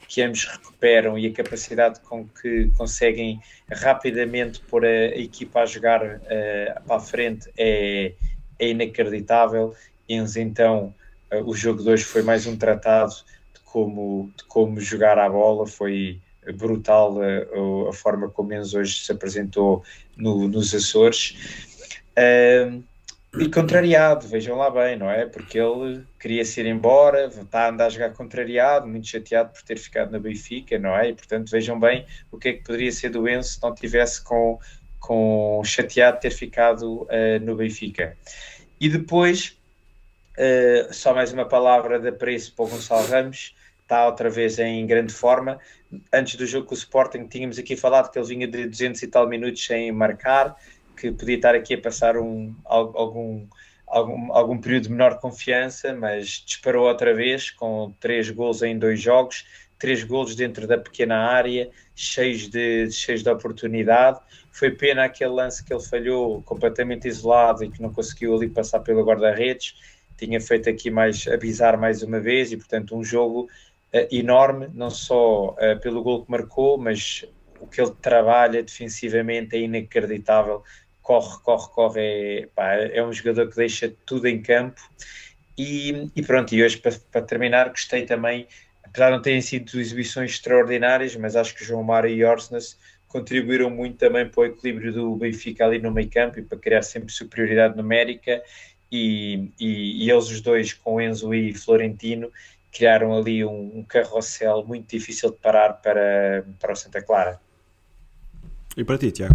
que ambos recuperam e a capacidade com que conseguem rapidamente pôr a equipa a jogar para a frente é inacreditável. Enzo, então, o jogo de hoje foi mais um tratado de como jogar a bola. Foi brutal a forma como Enzo hoje se apresentou nos Açores. E contrariado, vejam lá bem, não é? Porque ele queria se ir embora, está a andar a jogar contrariado, muito chateado por ter ficado na Benfica, não é? E portanto vejam bem o que é que poderia ser do Enzo se não tivesse com chateado de ter ficado no Benfica. E depois, só mais uma palavra de apreço para o Gonçalo Ramos, está outra vez em grande forma. Antes do jogo com o Sporting tínhamos aqui falado que ele vinha de 200 e tal minutos sem marcar, que podia estar aqui a passar algum período de menor confiança, mas disparou outra vez com 3 golos em 2 jogos, 3 golos dentro da pequena área, cheios de oportunidade. Foi pena aquele lance que ele falhou completamente isolado e que não conseguiu ali passar pelo guarda-redes. Tinha feito aqui avisar mais uma vez, e portanto um jogo enorme, não só pelo gol que marcou, mas o que ele trabalha defensivamente é inacreditável. Corre, é um jogador que deixa tudo em campo. E pronto, e hoje para terminar, gostei também, apesar de não terem sido exibições extraordinárias, mas acho que João Mário e Orsnes contribuíram muito também para o equilíbrio do Benfica ali no meio campo e para criar sempre superioridade numérica, e eles os dois, com Enzo e Florentino, criaram ali um carrossel muito difícil de parar para o Santa Clara. E para ti, Tiago?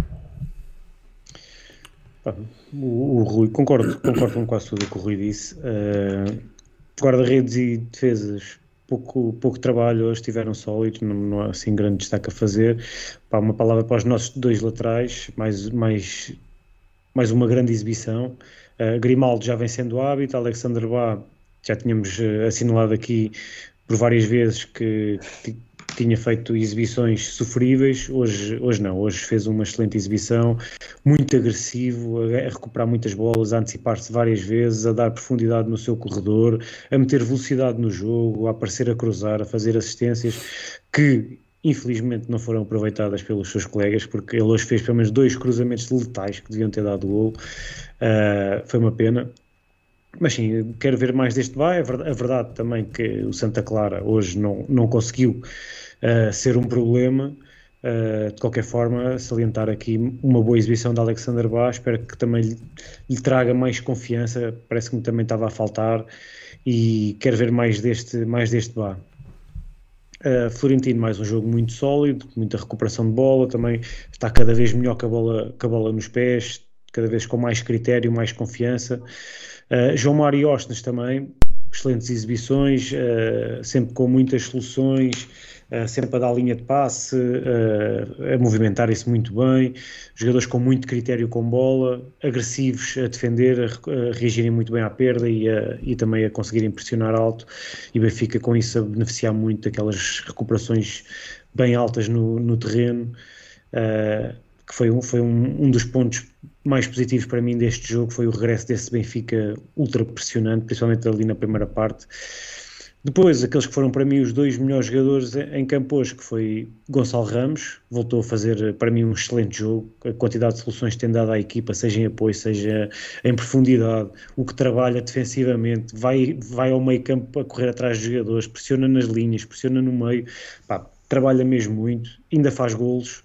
O Rui, concordo com quase tudo o que o Rui disse. Guarda-redes e defesas, pouco trabalho, hoje estiveram sólidos, não há assim grande destaque a fazer. Uma palavra para os nossos 2 laterais, mais uma grande exibição. Grimaldo já vem sendo hábito, Alexander Bá já tínhamos assinalado aqui por várias vezes que tinha feito exibições sofríveis. Hoje não, hoje fez uma excelente exibição, muito agressivo, a recuperar muitas bolas, a antecipar-se várias vezes, a dar profundidade no seu corredor, a meter velocidade no jogo, a aparecer a cruzar, a fazer assistências que infelizmente não foram aproveitadas pelos seus colegas, porque ele hoje fez pelo menos 2 cruzamentos letais que deviam ter dado gol. Foi uma pena. Mas sim, quero ver mais deste vai. A verdade também que o Santa Clara hoje não conseguiu ser um problema. De qualquer forma, salientar aqui uma boa exibição de Alexander Bá. Espero que também lhe traga mais confiança. Parece que me também estava a faltar, e quero ver mais deste Bá. Florentino, mais um jogo muito sólido, muita recuperação de bola, também está cada vez melhor com a bola nos pés, cada vez com mais critério, mais confiança. João Mário e Orsnes também, excelentes exibições, sempre com muitas soluções, sempre a dar linha de passe, a movimentarem-se muito bem, jogadores com muito critério com bola, agressivos a defender, a reagirem muito bem à perda e também a conseguirem pressionar alto, e Benfica com isso a beneficiar muito daquelas recuperações bem altas no terreno, que foi um dos pontos mais positivos para mim deste jogo. Foi o regresso desse Benfica ultra pressionante, principalmente ali na primeira parte. Depois, aqueles que foram para mim os 2 melhores jogadores em campo hoje, que foi Gonçalo Ramos, voltou a fazer para mim um excelente jogo, a quantidade de soluções que tem dado à equipa, seja em apoio, seja em profundidade, o que trabalha defensivamente, vai ao meio campo a correr atrás dos jogadores, pressiona nas linhas, pressiona no meio, trabalha mesmo muito, ainda faz golos.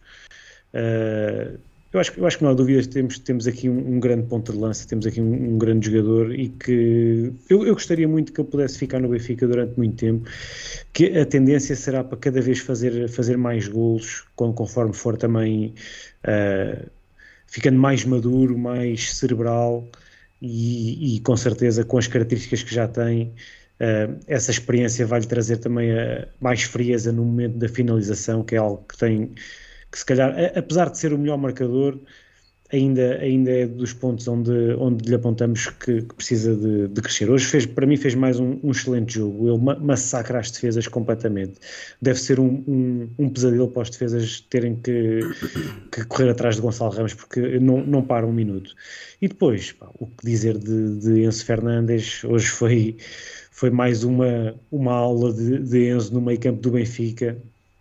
Eu acho que não há dúvidas, temos aqui um grande ponto de lança, temos aqui um grande jogador, e que eu gostaria muito que ele pudesse ficar no Benfica durante muito tempo, que a tendência será para cada vez fazer mais golos, conforme for também ficando mais maduro, mais cerebral, e com certeza com as características que já tem, essa experiência vai-lhe trazer também mais frieza no momento da finalização, que é algo que se calhar, apesar de ser o melhor marcador, ainda é dos pontos onde lhe apontamos que precisa de crescer. Hoje para mim fez mais um excelente jogo, ele massacra as defesas completamente. Deve ser um pesadelo para os defesas terem que correr atrás de Gonçalo Ramos, porque não para um minuto. E depois, o que dizer de Enzo Fernandes? Hoje foi mais uma aula de Enzo no meio campo do Benfica.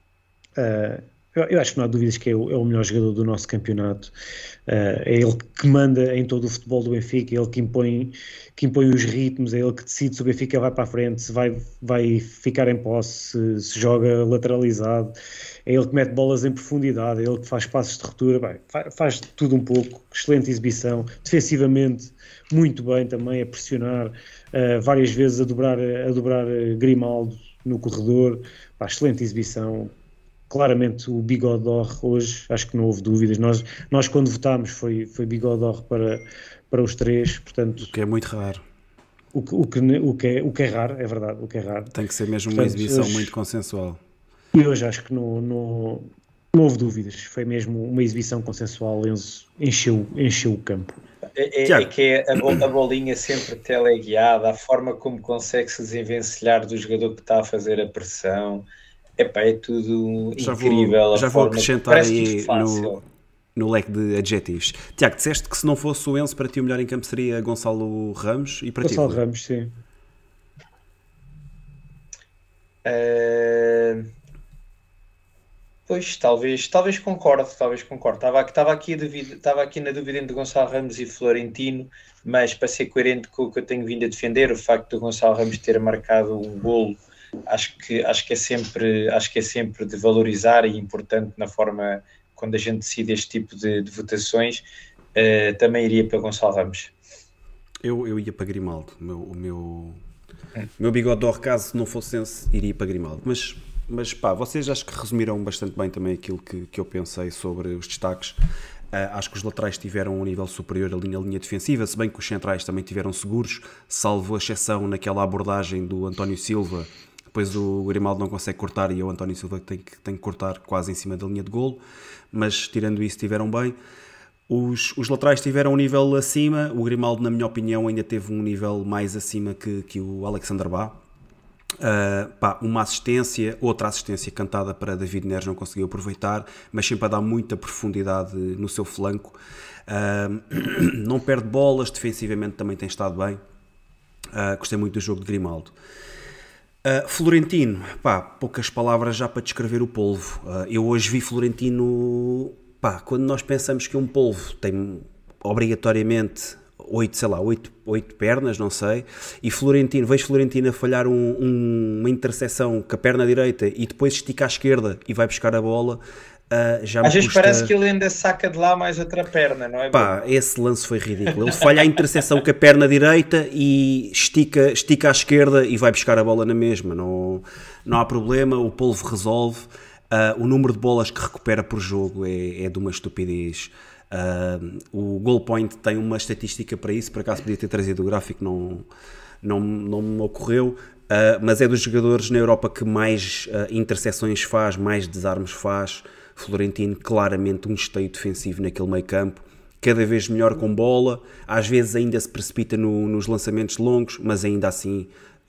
Eu acho que não há dúvidas que é o melhor jogador do nosso campeonato. É ele que manda em todo o futebol do Benfica, é ele que impõe os ritmos, é ele que decide se o Benfica vai para a frente, se vai ficar em posse, se joga lateralizado, é ele que mete bolas em profundidade, é ele que faz passos de ruptura, faz tudo um pouco, excelente exibição, defensivamente muito bem também, a pressionar, várias vezes a dobrar Grimaldo no corredor, excelente exibição. Claramente o Bigode d'Or hoje, acho que não houve dúvidas. Nós quando votámos foi Bigode d'Or para os três, portanto... O que é muito raro. O que é raro, é verdade, o que é raro. Tem que ser mesmo uma exibição muito consensual. E hoje acho que não houve dúvidas. Foi mesmo uma exibição consensual, encheu o campo. É que a bolinha sempre teleguiada, a forma como consegue se desenvencilhar do jogador que está a fazer a pressão... é tudo incrível. Já vou acrescentar aí no leque de adjetivos. Tiago, disseste que se não fosse o Enzo, para ti o melhor em campo seria Gonçalo Ramos e para Gonçalo ti? Ramos, sim. Pois, talvez concorde. Estava aqui na dúvida entre Gonçalo Ramos e Florentino, mas para ser coerente com o que eu tenho vindo a defender, o facto de Gonçalo Ramos ter marcado um golo, acho que é sempre de valorizar e importante na forma quando a gente decide este tipo de votações. Também iria para Gonçalo Ramos. Eu ia para Grimaldo. O meu Bigode d'Or, caso não fosse Enzo, iria para Grimaldo. Mas pá, vocês acho que resumiram bastante bem também aquilo que eu pensei sobre os destaques. Acho que os laterais tiveram um nível superior ali na linha defensiva, se bem que os centrais também tiveram seguros, salvo a exceção naquela abordagem do António Silva. Depois o Grimaldo não consegue cortar e o António Silva tem que cortar quase em cima da linha de golo, mas tirando isso tiveram bem. Os laterais tiveram um nível acima, o Grimaldo na minha opinião ainda teve um nível mais acima que o Alexander Bá. Uma assistência, outra assistência cantada para David Neres não conseguiu aproveitar, mas sempre a dar muita profundidade no seu flanco. Não perde bolas, defensivamente também tem estado bem. Gostei muito do jogo de Grimaldo. Florentino, poucas palavras já para descrever o polvo. Eu hoje vi Florentino, quando nós pensamos que um polvo tem obrigatoriamente 8 pernas, não sei, e vejo Florentino a falhar uma interseção com a perna direita e depois estica à esquerda e vai buscar a bola. Às vezes parece que ele ainda saca de lá mais outra perna, não é? Esse lance foi ridículo. Ele falha a interseção com a perna direita e estica à esquerda e vai buscar a bola na mesma. Não há problema, o polvo resolve. O número de bolas que recupera por jogo é de uma estupidez. O Goal Point tem uma estatística para isso, por acaso podia ter trazido o gráfico, não me ocorreu. Mas é dos jogadores na Europa que mais interseções faz, mais desarmes faz. Florentino, claramente um esteio defensivo naquele meio campo, cada vez melhor com bola, às vezes ainda se precipita nos lançamentos longos, mas ainda assim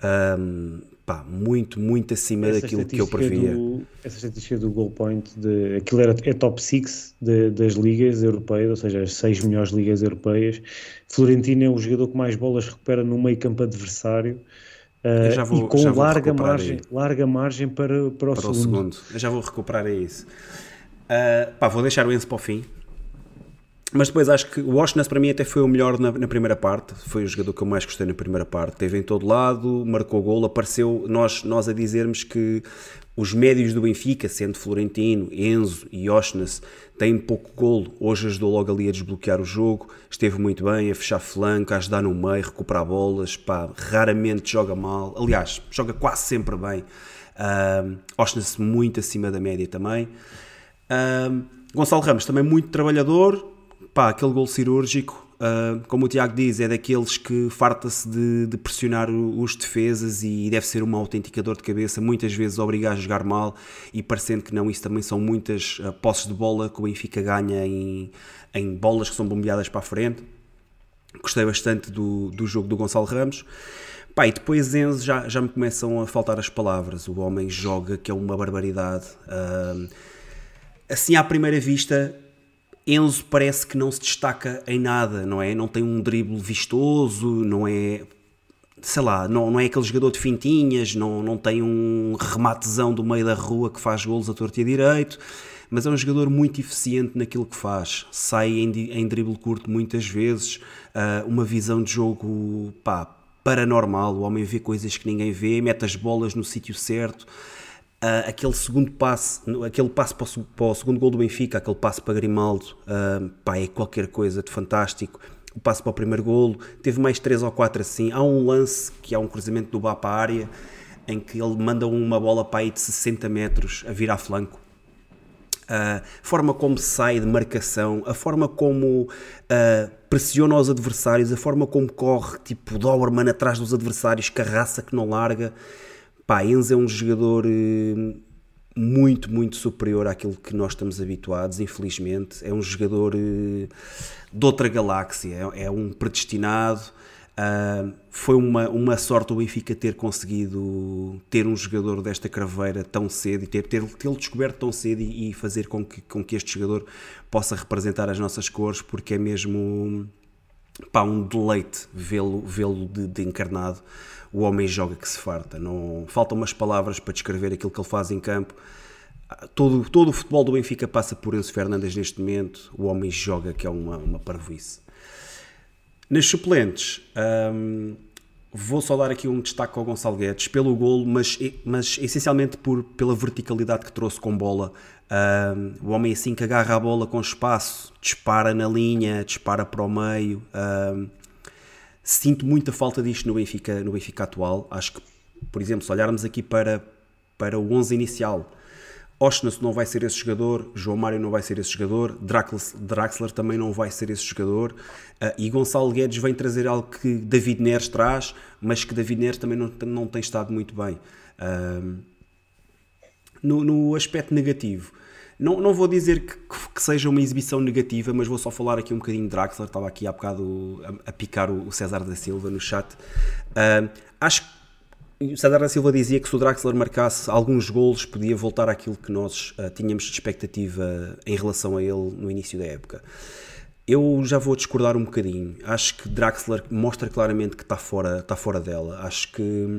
muito acima daquilo que eu previa. Essa estatística do Goal Point, aquilo é top 6 das ligas europeias, ou seja, as 6 melhores ligas europeias. Florentino é o jogador que mais bolas recupera no meio campo adversário. E com larga margem para o segundo. Eu já vou recuperar isso. Vou deixar o Enzo para o fim. Mas depois acho que o Oshness para mim até foi o melhor na primeira parte. Foi o jogador que eu mais gostei na primeira parte. Esteve em todo lado, marcou golo, apareceu nós a dizermos que os médios do Benfica, sendo Florentino, Enzo e Oshness, têm pouco golo. Hoje ajudou logo ali a desbloquear o jogo. Esteve muito bem, a fechar flanco, a ajudar no meio, recuperar bolas. Raramente joga mal. Aliás, joga quase sempre bem. Oshness muito acima da média também. Gonçalo Ramos também muito trabalhador. Aquele golo cirúrgico, como o Tiago diz, é daqueles que farta-se de pressionar os defesas e deve ser um autêntica dor de cabeça, muitas vezes obriga a jogar mal e parecendo que não, isso também são muitas posses de bola que o Benfica ganha em bolas que são bombeadas para a frente. Gostei bastante do jogo do Gonçalo Ramos. E depois Enzo já me começam a faltar as palavras, o homem joga que é uma barbaridade. Assim à primeira vista, Enzo parece que não se destaca em nada, não é? Não tem um drible vistoso, não é... sei lá, não é aquele jogador de fintinhas, não tem um rematezão do meio da rua que faz golos a torto e a direito, mas é um jogador muito eficiente naquilo que faz, sai em drible curto muitas vezes, uma visão de jogo, paranormal, o homem vê coisas que ninguém vê, mete as bolas no sítio certo, aquele segundo passe, aquele passe para o segundo gol do Benfica, aquele passe para Grimaldo, é qualquer coisa de fantástico. O passe para o primeiro golo, teve mais 3 ou 4 assim, há um lance que é um cruzamento do Bá para a área, em que ele manda uma bola para aí de 60 metros a virar flanco. A forma como sai de marcação, a forma como pressiona os adversários, a forma como corre, tipo Doberman atrás dos adversários, carraça que não larga. Enzo é um jogador muito, muito superior àquilo que nós estamos habituados, infelizmente. É um jogador de outra galáxia, é um predestinado. Foi uma sorte o Benfica ter conseguido ter um jogador desta craveira tê-lo descoberto tão cedo e fazer com que este jogador possa representar as nossas cores, porque é mesmo um deleite vê-lo de encarnado. O homem joga que se farta, não faltam umas palavras para descrever aquilo que ele faz em campo. Todo o futebol do Benfica passa por Enzo Fernandes neste momento. O homem joga que é uma parvoíce. Nas suplentes, vou só dar aqui um destaque ao Gonçalo Guedes pelo golo, mas essencialmente pela verticalidade que trouxe com bola. O homem assim que agarra a bola com espaço, dispara na linha, dispara para o meio. Sinto muita falta disto no Benfica atual. Acho que, por exemplo, se olharmos aqui para o 11 inicial, Oshness não vai ser esse jogador, João Mário não vai ser esse jogador, Draxler também não vai ser esse jogador, e Gonçalo Guedes vem trazer algo que David Neres traz, mas que David Neres também não tem estado muito bem. No aspecto negativo, não vou dizer que seja uma exibição negativa, mas vou só falar aqui um bocadinho de Draxler. Estava aqui há bocado a picar o César da Silva no chat. Acho que o César da Silva dizia que se o Draxler marcasse alguns golos podia voltar àquilo que nós tínhamos de expectativa em relação a ele no início da época. Eu já vou discordar um bocadinho. Acho que Draxler mostra claramente que está fora dela. Acho que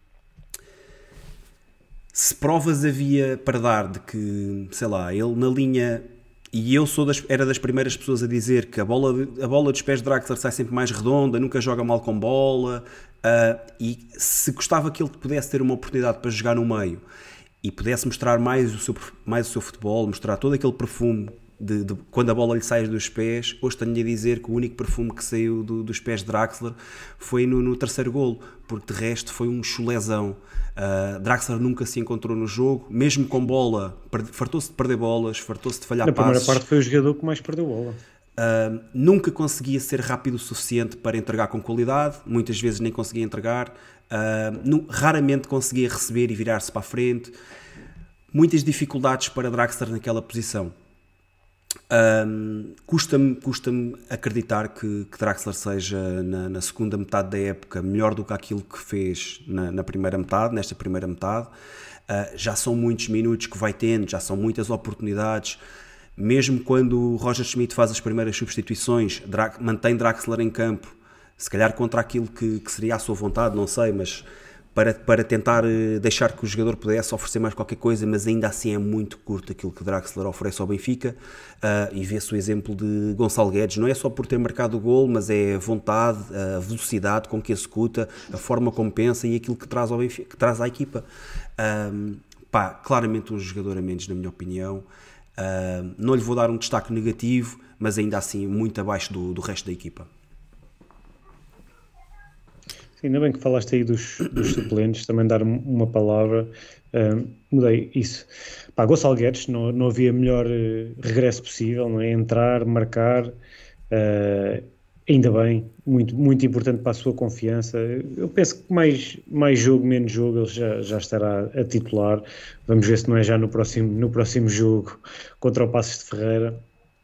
se provas havia para dar de que, sei lá, ele na linha, e eu era das primeiras pessoas a dizer que a bola dos pés de Draxler sai sempre mais redonda, nunca joga mal com bola, e se gostava que ele pudesse ter uma oportunidade para jogar no meio e pudesse mostrar mais o seu futebol, mostrar todo aquele perfume de quando a bola lhe sai dos pés, hoje tenho-lhe a dizer que o único perfume que saiu dos pés de Draxler foi no terceiro golo, porque de resto foi um chulezão. Draxler nunca se encontrou no jogo, mesmo com bola, fartou-se de perder bolas, fartou-se de falhar passes. Na primeira parte foi o jogador que mais perdeu bola. Nunca conseguia ser rápido o suficiente para entregar com qualidade, muitas vezes nem conseguia entregar, raramente conseguia receber e virar-se para a frente. Muitas dificuldades para Draxler naquela posição. Custa-me acreditar que Draxler seja na segunda metade da época melhor do que aquilo que fez na primeira metade, nesta primeira metade. Já são muitos minutos que vai tendo, já são muitas oportunidades. Mesmo quando o Roger Schmidt faz as primeiras substituições, mantém Draxler em campo, se calhar contra aquilo que seria a sua vontade, não sei, mas para tentar deixar que o jogador pudesse oferecer mais qualquer coisa, mas ainda assim é muito curto aquilo que Draxler oferece ao Benfica. E vê-se o exemplo de Gonçalo Guedes, não é só por ter marcado o gol, mas é a vontade, a velocidade com que executa, a forma como pensa e aquilo que traz ao Benfica, que traz à equipa. Claramente um jogador a menos, na minha opinião. Não lhe vou dar um destaque negativo, mas ainda assim muito abaixo do resto da equipa. Sim, ainda bem que falaste aí dos suplentes, também dar uma palavra, mudei isso. Gonçalo Guedes, não havia melhor regresso possível, não é? Entrar, marcar, ainda bem, muito, muito importante para a sua confiança. Eu penso que mais jogo, menos jogo, ele já estará a titular. Vamos ver se não é já no próximo jogo contra o Paços de Ferreira.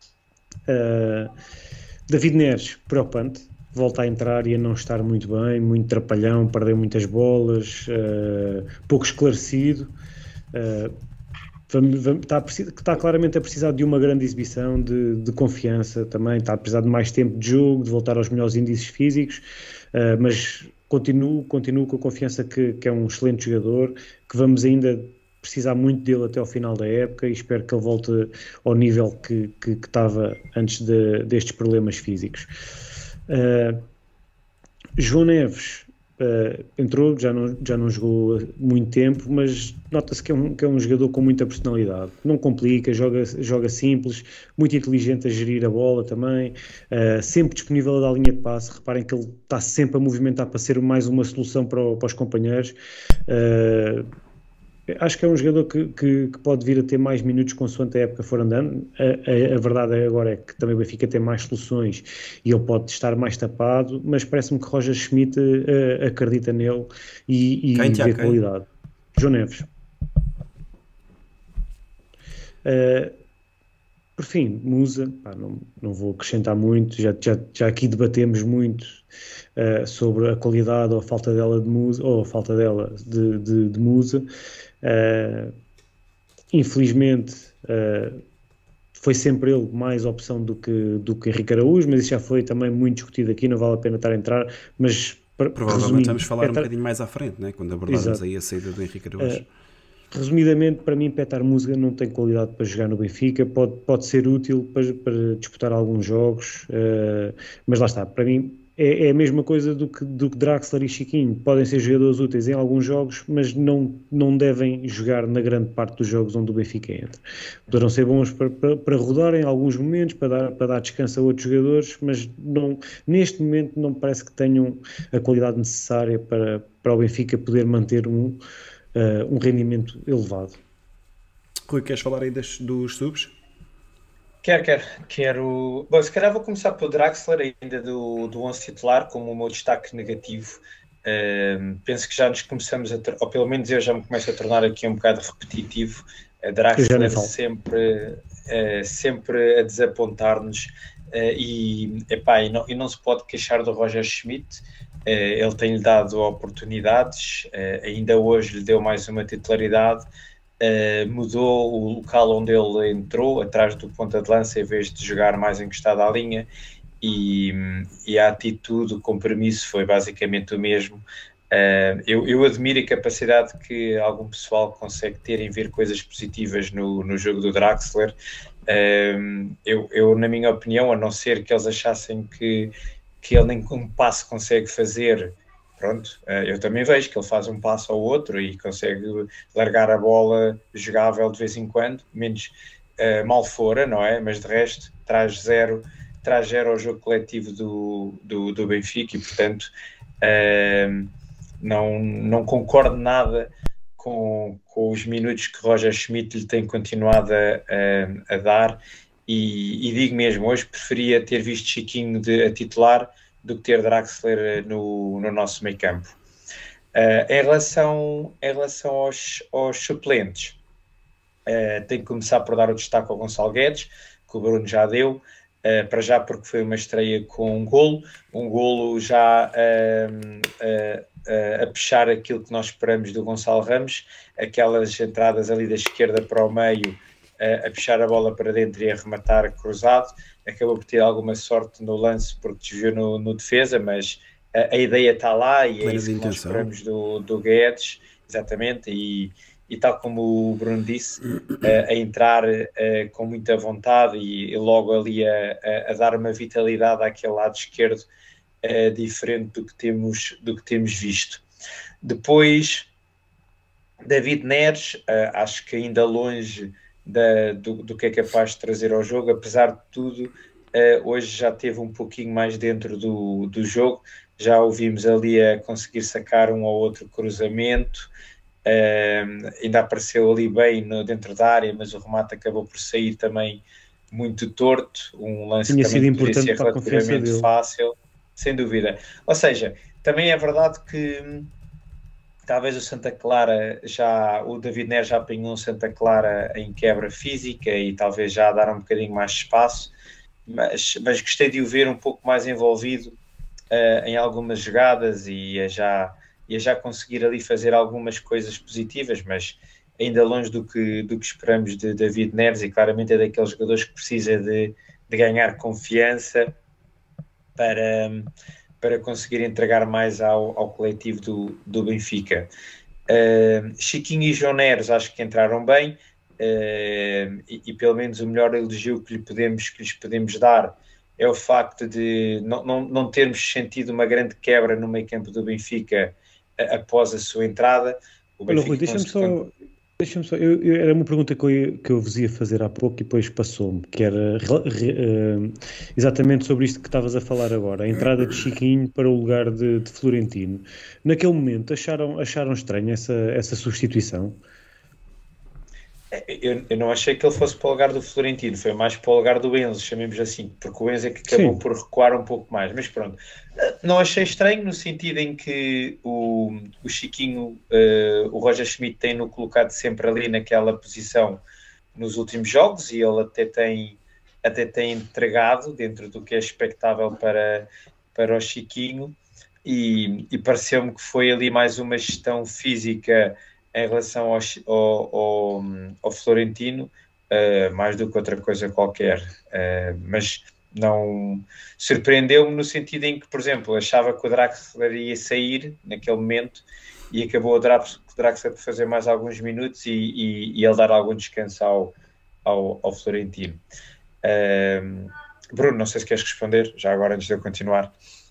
David Neres, preocupante. Volta a entrar e a não estar muito bem, muito trapalhão, perdeu muitas bolas, pouco esclarecido. Está claramente a precisar de uma grande exibição, de confiança também, está a precisar de mais tempo de jogo, de voltar aos melhores índices físicos, mas continuo com a confiança que é um excelente jogador, que vamos ainda precisar muito dele até ao final da época e espero que ele volte ao nível que estava antes destes problemas físicos. João Neves entrou, já não jogou muito tempo, mas nota-se que é um jogador com muita personalidade, não complica, joga simples, muito inteligente a gerir a bola também, sempre disponível a dar linha de passe. Reparem que ele está sempre a movimentar para ser mais uma solução para os companheiros. Acho que é um jogador que pode vir a ter mais minutos consoante a época for andando. A verdade agora é que também o Benfica tem mais soluções e ele pode estar mais tapado, mas parece-me que Roger Schmidt acredita nele e vê qualidade. João Neves. Por fim, Musa, não vou acrescentar muito, já aqui debatemos muito sobre a qualidade ou a falta dela de Musa, ou a falta dela de Musa. Infelizmente foi sempre ele mais opção do que Henrique Araújo, mas isso já foi também muito discutido aqui, não vale a pena estar a entrar, mas provavelmente vamos falar um bocadinho mais à frente, né? Quando abordarmos aí a saída do Henrique Araújo. Resumidamente, para mim, Petar Musa não tem qualidade para jogar no Benfica, pode ser útil para disputar alguns jogos, mas lá está, para mim é a mesma coisa do que Draxler e Chiquinho. Podem ser jogadores úteis em alguns jogos, mas não devem jogar na grande parte dos jogos onde o Benfica entra. Poderão ser bons para rodar em alguns momentos, para dar descanso a outros jogadores, mas neste momento não parece que tenham a qualidade necessária para o Benfica poder manter um rendimento elevado. Rui, queres falar aí dos subs? Quero. Bom, se calhar vou começar pelo Draxler, ainda do 11 titular, como o meu destaque negativo. Penso que já nos começamos ou pelo menos eu já me começo a tornar aqui um bocado repetitivo. Draxler sempre a desapontar-nos e não se pode queixar do Roger Schmidt. Ele tem-lhe dado oportunidades, ainda hoje lhe deu mais uma titularidade. Mudou o local onde ele entrou, atrás do ponta de lança, em vez de jogar mais encostado à linha, e a atitude, o compromisso foi basicamente o mesmo. Eu admiro a capacidade que algum pessoal consegue ter em ver coisas positivas no jogo do Draxler. Eu, na minha opinião, a não ser que eles achassem que ele nem um passo consegue fazer, pronto, eu também vejo que ele faz um passo ao outro e consegue largar a bola jogável de vez em quando, menos mal fora, não é? Mas de resto traz zero ao jogo coletivo do Benfica e, portanto, não concordo nada com os minutos que Roger Schmidt lhe tem continuado a dar. E digo mesmo, hoje preferia ter visto Chiquinho a titular do que ter Draxler no nosso meio campo. Em relação aos suplentes, tenho que começar por dar o destaque ao Gonçalo Guedes, que o Bruno já deu, para já porque foi uma estreia com um golo já a puxar aquilo que nós esperamos do Gonçalo Ramos, aquelas entradas ali da esquerda para o meio, a puxar a bola para dentro e a rematar cruzado. Acabou por ter alguma sorte no lance porque desviou no defesa, mas a ideia está lá e é isso que nós esperamos do Guedes, exatamente, e tal como o Bruno disse, a entrar com muita vontade e logo ali a dar uma vitalidade àquele lado esquerdo, diferente do que temos visto. Depois, David Neres, acho que ainda longe do que é capaz de trazer ao jogo, apesar de tudo, hoje já esteve um pouquinho mais dentro do jogo, já o vimos ali a conseguir sacar um ou outro cruzamento, ainda apareceu ali bem dentro da área, mas o remate acabou por sair também muito torto, um lance que também poderia ser relativamente fácil, sem dúvida. Ou seja, também é verdade que talvez o Santa Clara o David Neres já apanhou um Santa Clara em quebra física e talvez já dar um bocadinho mais de espaço, mas gostei de o ver um pouco mais envolvido em algumas jogadas e a já conseguir ali fazer algumas coisas positivas, mas ainda longe do que esperamos de David Neres, e claramente é daqueles jogadores que precisa de ganhar confiança para para conseguir entregar mais ao coletivo do Benfica. Chiquinho e João Neves acho que entraram bem, e pelo menos o melhor elogio que lhes podemos dar é o facto de não termos sentido uma grande quebra no meio campo do Benfica após a sua entrada. Olha, Rui, deixa-me só, era uma pergunta que eu vos ia fazer há pouco e depois passou-me, que era exatamente sobre isto que estavas a falar agora, a entrada de Chiquinho para o lugar de Florentino. Naquele momento acharam estranho essa substituição? Eu não achei que ele fosse para o lugar do Florentino, foi mais para o lugar do Enzo, chamemos assim, porque o Enzo é que acabou por recuar um pouco mais, mas pronto. Não achei estranho no sentido em que o Chiquinho, o Roger Schmidt tem-no colocado sempre ali naquela posição nos últimos jogos, e ele até tem entregado dentro do que é expectável para o Chiquinho, e pareceu-me que foi ali mais uma gestão física em relação ao Florentino, mais do que outra coisa qualquer. Mas não surpreendeu-me no sentido em que, por exemplo, achava que o Draxler ia sair naquele momento e acabou o Draxler por fazer mais alguns minutos e ele dar algum descanso ao Florentino. Bruno, não sei se queres responder já agora antes de eu continuar.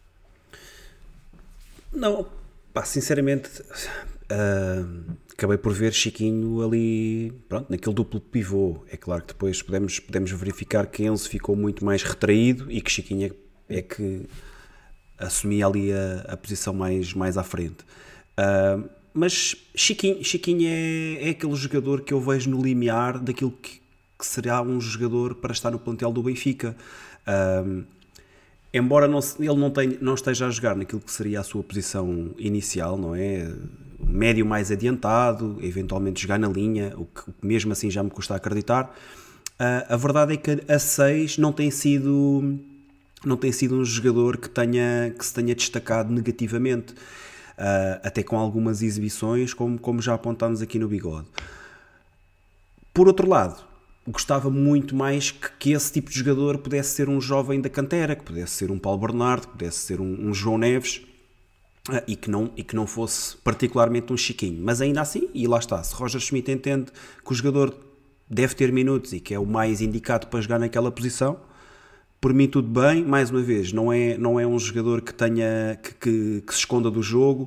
Não, pá, sinceramente... acabei por ver Chiquinho ali, pronto, naquele duplo pivô. É claro que depois podemos verificar que Enzo ficou muito mais retraído e que Chiquinho é que assumia ali a posição mais à frente. Mas Chiquinho é aquele jogador que eu vejo no limiar daquilo que será um jogador para estar no plantel do Benfica. Embora ele não esteja a jogar naquilo que seria a sua posição inicial, não é? Médio mais adiantado, eventualmente jogar na linha, o que mesmo assim já me custa acreditar. A verdade é que a 6 não tem sido um jogador que se tenha destacado negativamente, até com algumas exibições, como já apontámos aqui no Bigode. Por outro lado, gostava muito mais que esse tipo de jogador pudesse ser um jovem da cantera, que pudesse ser um Paulo Bernardo, que pudesse ser um João Neves, e que não fosse particularmente um Chiquinho. Mas ainda assim, e lá está, se Roger Schmidt entende que o jogador deve ter minutos e que é o mais indicado para jogar naquela posição, por mim tudo bem. Mais uma vez, não é um jogador que se esconda do jogo,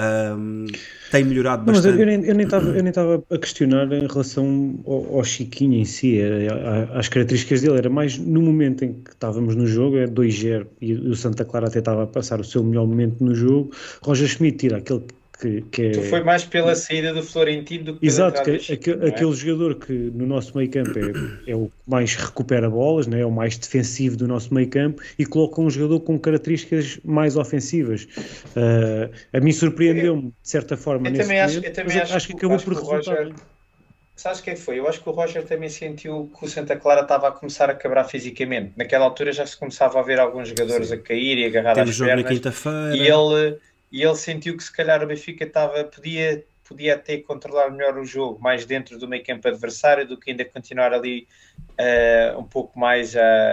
tem melhorado bastante. Mas eu nem estava a questionar em relação ao Chiquinho em si, às características dele, era mais no momento em que estávamos no jogo, 2-0, e o Santa Clara até estava a passar o seu melhor momento no jogo. Roger Schmidt tira aquele que é... Tu foi mais pela saída do Florentino do que pela Exato, entrada do Chiquinho, não é? aquele jogador que no nosso meio campo é o que mais recupera bolas, né? É o mais defensivo do nosso meio campo, e coloca um jogador com características mais ofensivas. A mim surpreendeu-me de certa forma nesse momento, mas acho que acabou por resultar bem. Sabes o que é que foi? Eu acho que o Roger também sentiu que o Santa Clara estava a começar a quebrar fisicamente. Naquela altura já se começava a ver alguns jogadores a cair e agarrar às pernas. Na quinta-feira. E ele sentiu que se calhar o Benfica podia até controlar melhor o jogo, mais dentro do meio campo adversário, do que ainda continuar ali um pouco mais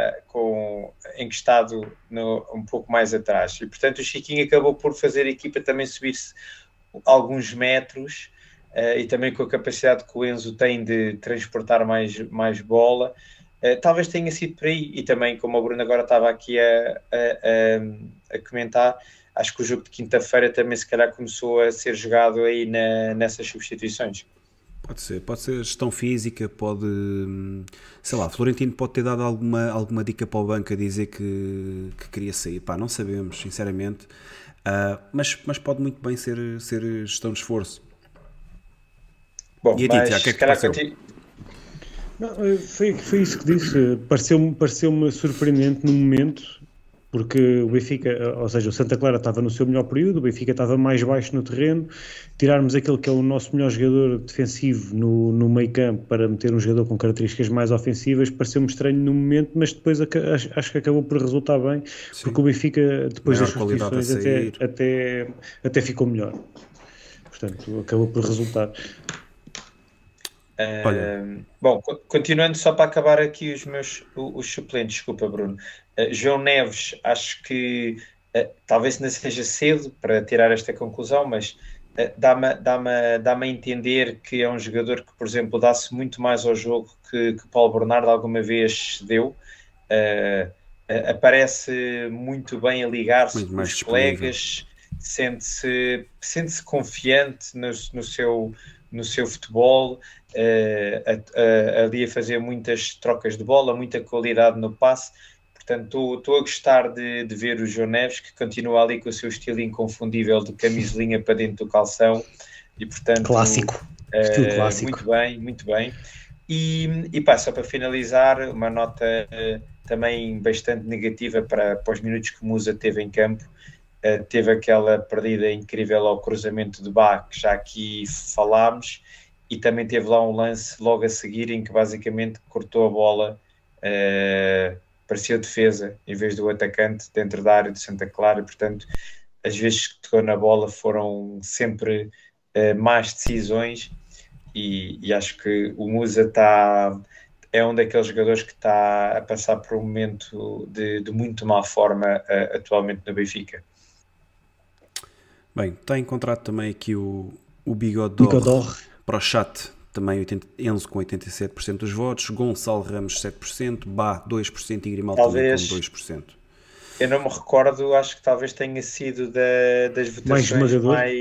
encostado um pouco mais atrás. E portanto o Chiquinho acabou por fazer a equipa também subir-se alguns metros, e também com a capacidade que o Enzo tem de transportar mais bola. Talvez tenha sido por aí, e também como o Bruno agora estava aqui a comentar, acho que o jogo de quinta-feira também se calhar começou a ser jogado aí nessas substituições. Pode ser gestão física, sei lá, Florentino pode ter dado alguma dica para o banco a dizer que queria sair, pá, não sabemos, sinceramente, mas pode muito bem ser gestão de esforço. Bom, e a Tite, o que é que te Não, foi isso que disse, pareceu-me surpreendente no momento, porque o Benfica, ou seja, o Santa Clara estava no seu melhor período, o Benfica estava mais baixo no terreno, tirarmos aquele que é o nosso melhor jogador defensivo no meio campo para meter um jogador com características mais ofensivas, pareceu-me estranho no momento, mas depois acho que acabou por resultar bem. Sim. Porque o Benfica, depois das substituições, até ficou melhor. Portanto, acabou por resultar. Bom, continuando só para acabar aqui os suplentes, desculpa Bruno. João Neves, acho que talvez ainda seja cedo para tirar esta conclusão, mas dá-me a entender que é um jogador que, por exemplo, dá-se muito mais ao jogo que Paulo Bernardo alguma vez deu. Aparece muito bem a ligar-se com os colegas, sente-se confiante no seu futebol, ali a fazer muitas trocas de bola, muita qualidade no passe. Portanto, estou a gostar de ver o João Neves, que continua ali com o seu estilo inconfundível de camisolinha para dentro do calção. E, portanto, clássico. Estilo clássico. Muito bem, muito bem. E só para finalizar, uma nota também bastante negativa para os minutos que o Musa teve em campo. Teve aquela perdida incrível ao cruzamento de Bá, que já aqui falámos, e também teve lá um lance logo a seguir em que basicamente cortou a bola, parecia defesa em vez do atacante dentro da área de Santa Clara. Portanto, as vezes que tocou na bola foram sempre más decisões, e acho que o Musa é um daqueles jogadores que está a passar por um momento de muito má forma atualmente no Benfica. Bem, está encontrado também aqui o Bigodor para o chat, também Enzo com 87% dos votos, Gonçalo Ramos 7%, Bá 2% e Grimaldo também com 2%. Eu não me recordo, acho que talvez tenha sido das votações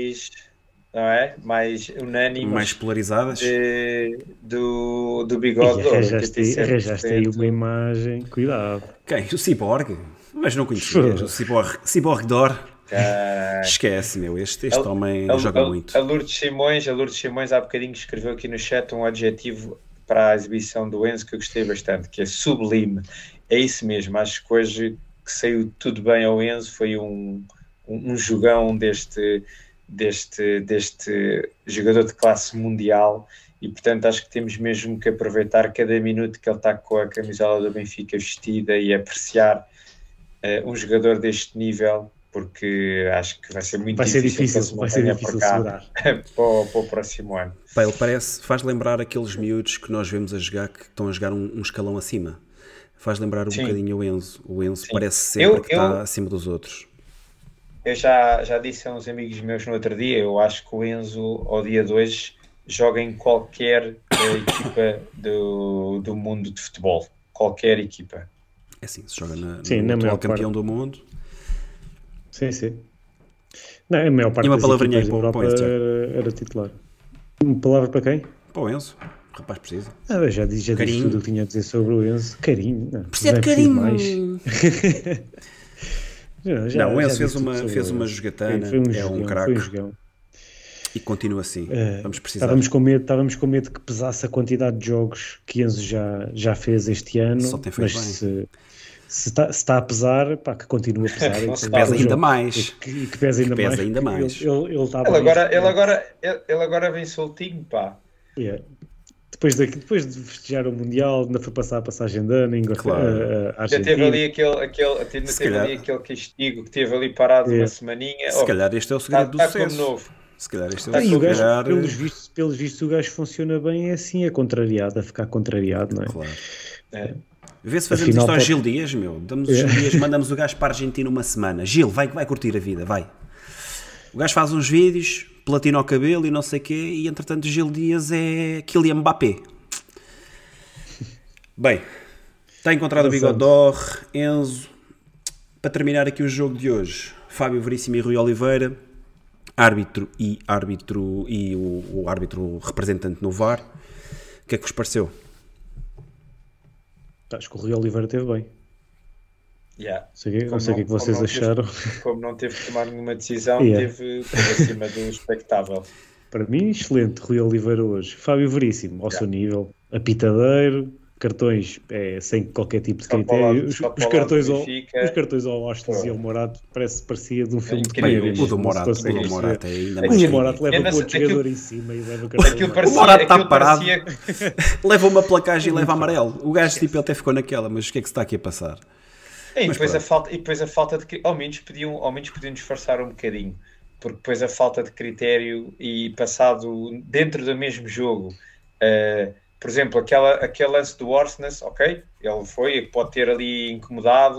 mais unânimes, mais polarizadas do Bigodor. Arranjaste aí uma imagem, cuidado. Quem? O Cyborg? Mas não conhecias, o Cyborg Dor. Esquece, meu, este homem joga muito. A Lourdes Simões há bocadinho escreveu aqui no chat um adjetivo para a exibição do Enzo que eu gostei bastante, que é sublime. É isso mesmo, acho que hoje que saiu tudo bem ao Enzo, foi um jogão deste jogador de classe mundial, e portanto acho que temos mesmo que aproveitar cada minuto que ele está com a camisola do Benfica vestida e apreciar um jogador deste nível, porque acho que vai ser muito difícil segurar para o próximo ano. Pá, ele faz lembrar aqueles miúdos que nós vemos a jogar, que estão a jogar um escalão acima. Faz lembrar um bocadinho o Enzo. O Enzo parece sempre que está acima dos outros. Eu já disse a uns amigos meus no outro dia, eu acho que o Enzo, ao dia de hoje, joga em qualquer equipa do mundo de futebol. Qualquer equipa. É assim, se joga no atual campeão do mundo. Sim. Não, a maior parte e uma das palavrinha aí para o Enzo era titular. Uma palavra para quem? Para o Enzo. O rapaz precisa. Já disse tudo o que tinha a dizer sobre o Enzo. Carinho. Precisa de carinho. Mais. O Enzo fez uma jogatana, é um craque. E continua assim. Vamos precisar. Estávamos com medo que pesasse a quantidade de jogos que Enzo já fez este ano. Só tem feito bem. Se está a pesar, pá, que continue a pesar. Que pesa ainda mais. Que pesa ainda mais. Ele agora vem soltinho, pá. Yeah. Depois de festejar o Mundial, ainda foi passar a passagem de ano, claro. Já teve ali aquele castigo que teve ali parado uma semaninha. Se calhar este é o segredo do sucesso. Como novo. Se calhar este é o segredo. Pelos vistos o gajo funciona bem, é assim, a ficar contrariado, não é? Claro. Vê se fazemos isto aos Gil Dias, meu. Damos os Gil Dias, mandamos o gajo para a Argentina uma semana. Gil, vai curtir a vida, vai. O gajo faz uns vídeos, platina ao cabelo e não sei o quê, e entretanto Gil Dias é Kylian Mbappé. Bem, está encontrado o Bigodor, Enzo. Para terminar aqui o jogo de hoje, Fábio Veríssimo e Rui Oliveira, árbitro e o árbitro representante no VAR. O que é que vos pareceu? Acho que o Rui Oliveira esteve bem. Não sei o que vocês acharam. Como não teve que tomar nenhuma decisão, teve acima do expectável. Para mim, excelente Rui Oliveira hoje. Fábio Veríssimo, ao seu nível, apitadeiro, cartões sem qualquer tipo de critério. Os cartões ao Hostes e ao Morato parecia de um filme de comédia. O do Morato é ainda mais. O Morato leva com outro jogador em cima e leva o cartão. O Morato está parado, leva uma placagem e leva amarelo. O gajo ele até ficou naquela, mas o que é que se está aqui a passar? E depois a falta de... Ao menos podiam disfarçar um bocadinho, porque depois a falta de critério e passado dentro do mesmo jogo, por exemplo, aquele lance do Orsnes, ok, ele pode ter ali incomodado,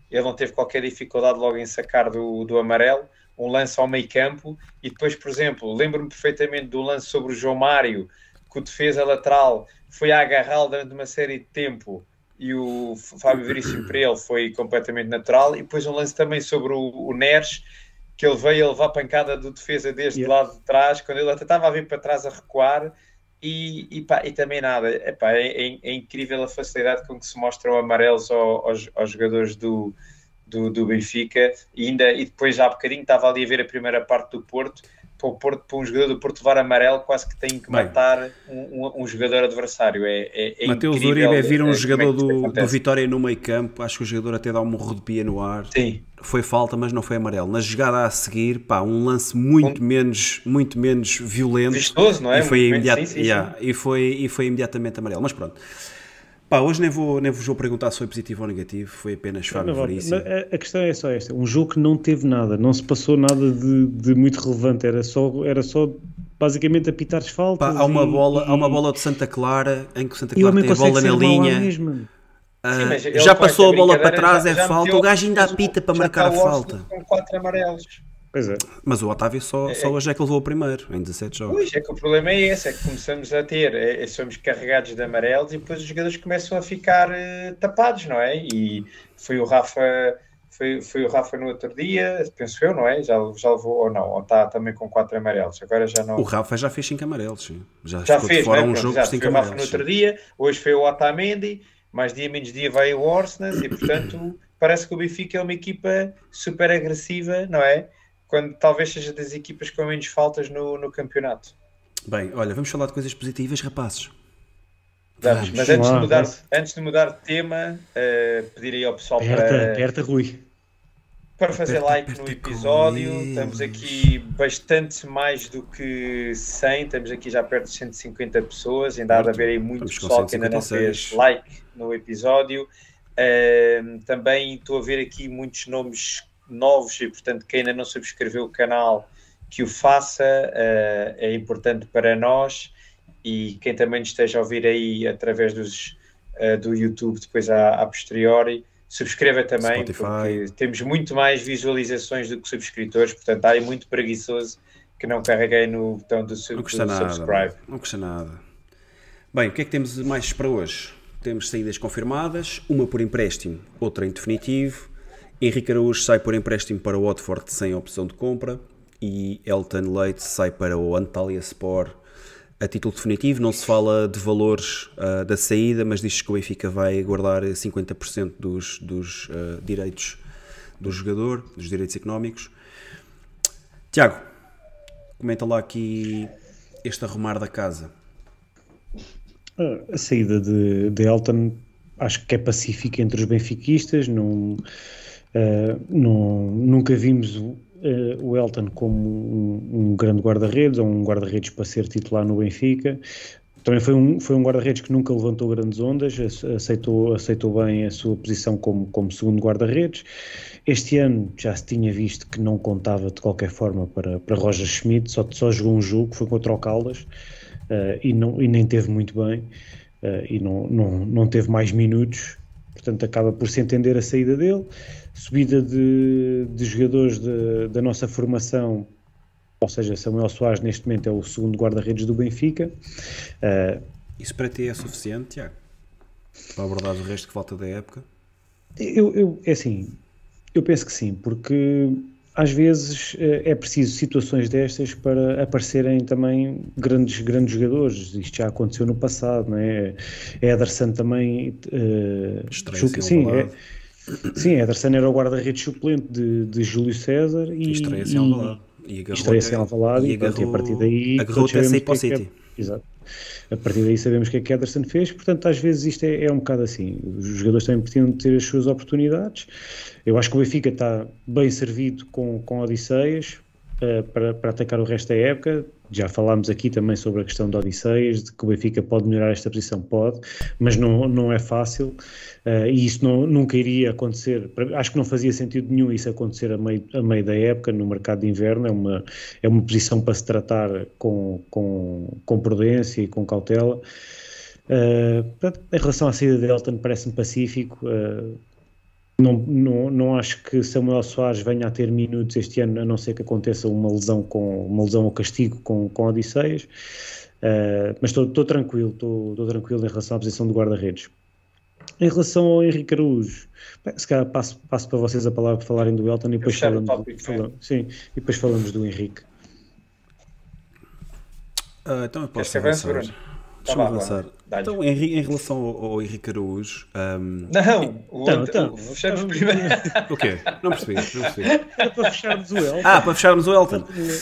ele não teve qualquer dificuldade logo em sacar do amarelo, um lance ao meio campo, e depois, por exemplo, lembro-me perfeitamente do lance sobre o João Mário, que o defesa lateral foi a agarrá-lo durante uma série de tempo, e o Fábio Veríssimo para ele foi completamente natural, e depois um lance também sobre o Neres, que ele veio a levar pancada do defesa desde lado de trás, quando ele até estava a vir para trás a recuar, e também nada. É incrível a facilidade com que se mostram amarelos aos jogadores do Benfica, e depois já há bocadinho estava ali a ver a primeira parte do Porto, para um jogador do Porto levar amarelo quase que tem que matar um jogador adversário. Mateus Uribe vira um jogador do Vitória no meio campo, acho que o jogador até dá um rodopia no ar. Sim. Foi falta, mas não foi amarelo. Na jogada a seguir, um lance muito menos violento. Vistoso, não é? E foi imediatamente amarelo. Mas pronto. Hoje nem vos vou perguntar se foi positivo ou negativo, foi apenas Fábio Veríssimo. A questão é só esta, um jogo que não teve nada, não se passou nada de muito relevante, era só basicamente apitar faltas. Há uma bola de Santa Clara, em que o Santa Clara tem a bola na linha, já passou a bola para trás, é falta, o gajo ainda apita para marcar a falta. Com 4 amarelos. Pois é. Mas o Otávio só hoje é que levou o primeiro, em 17 jogos. Pois, é que o problema é esse, é que começamos a ter, somos carregados de amarelos e depois os jogadores começam a ficar tapados, não é? E foi o Rafa no outro dia, penso eu, não é? Já levou ou não? Ou está também com 4 amarelos? Agora já não. O Rafa já fez 5 amarelos, sim. Já fez, fora né? um jogo por 5 amarelos. O Rafa no outro dia, hoje foi o Otamendi, mais dia menos dia vai o Orsnes e portanto parece que o Benfica é uma equipa super agressiva, não é? Quando talvez seja das equipas com menos faltas no campeonato. Bem, olha, vamos falar de coisas positivas, rapazes. Vamos. Mas antes de mudar de tema, pedir aí ao pessoal aperta, Rui. Para fazer like no episódio. Estamos aqui bastante mais do que 100, estamos aqui já perto de 150 pessoas, ainda há de haver aí muito pessoal que ainda não fez like no episódio. Também estou a ver aqui muitos nomes novos e, portanto, quem ainda não subscreveu o canal, que o faça, é importante para nós, e quem também esteja a ouvir aí através do YouTube depois a posteriori, subscreva também, Spotify, porque temos muito mais visualizações do que subscritores, portanto há aí muito preguiçoso que não carreguei no botão do subscribe. Não custa nada. Bem, o que é que temos mais para hoje? Temos saídas confirmadas, uma por empréstimo, outra em definitivo. Henrique Araújo sai por empréstimo para o Watford sem opção de compra, e Elton Leite sai para o Antalyaspor a título definitivo. Não se fala de valores da saída, mas diz-se que o Benfica vai guardar 50% dos direitos do jogador, dos direitos económicos. Tiago, comenta lá aqui este arrumar da casa. A saída de Elton acho que é pacífica entre os benfiquistas. Nunca vimos o Elton como um grande guarda-redes, ou um guarda-redes para ser titular no Benfica. Também foi um guarda-redes que nunca levantou grandes ondas, aceitou bem a sua posição como segundo guarda-redes. Este ano já se tinha visto que não contava de qualquer forma para Roger Schmidt, só jogou um jogo, que foi contra o Caldas, e nem teve muito bem, e não teve mais minutos. Portanto, acaba por se entender a saída dele. Subida de jogadores da nossa formação, ou seja, Samuel Soares neste momento é o segundo guarda-redes do Benfica. Isso para ti é suficiente, Tiago? Para abordar o resto que falta da época? Eu penso que sim, porque às vezes é preciso situações destas para aparecerem também grandes jogadores. Isto já aconteceu no passado, não é? Ederson também... Sim, Ederson era o guarda-redes suplente de Júlio César e estreia-se em Alvalade e a partir daí agarrou-te a sair para o City. Exato. A partir daí sabemos o que é que Ederson fez, portanto às vezes isto é um bocado assim, os jogadores também precisam ter as suas oportunidades. Eu acho que o Benfica está bem servido com Odisseias para atacar o resto da época. Já falámos aqui também sobre a questão de Odisseias, de que o Benfica pode melhorar esta posição, pode, mas não é fácil, e isso nunca iria acontecer. Acho que não fazia sentido nenhum isso acontecer a meio da época, no mercado de inverno. É uma posição para se tratar com prudência e com cautela. Em relação à saída de Elton, parece-me pacífico. Não acho que Samuel Soares venha a ter minutos este ano, a não ser que aconteça uma lesão ou castigo com Odisseias. Mas estou tranquilo, estou tranquilo em relação à posição do guarda-redes. Em relação ao Henrique Araújo, se calhar passo para vocês a palavra para falarem do Elton e depois falamos do Henrique. Então eu posso avançar. Deixa-me avançar. Então, em relação ao Henrique Araújo... fechamos primeiro. O quê? Não percebi. Era para fecharmos o Elton. Para fecharmos o Elton.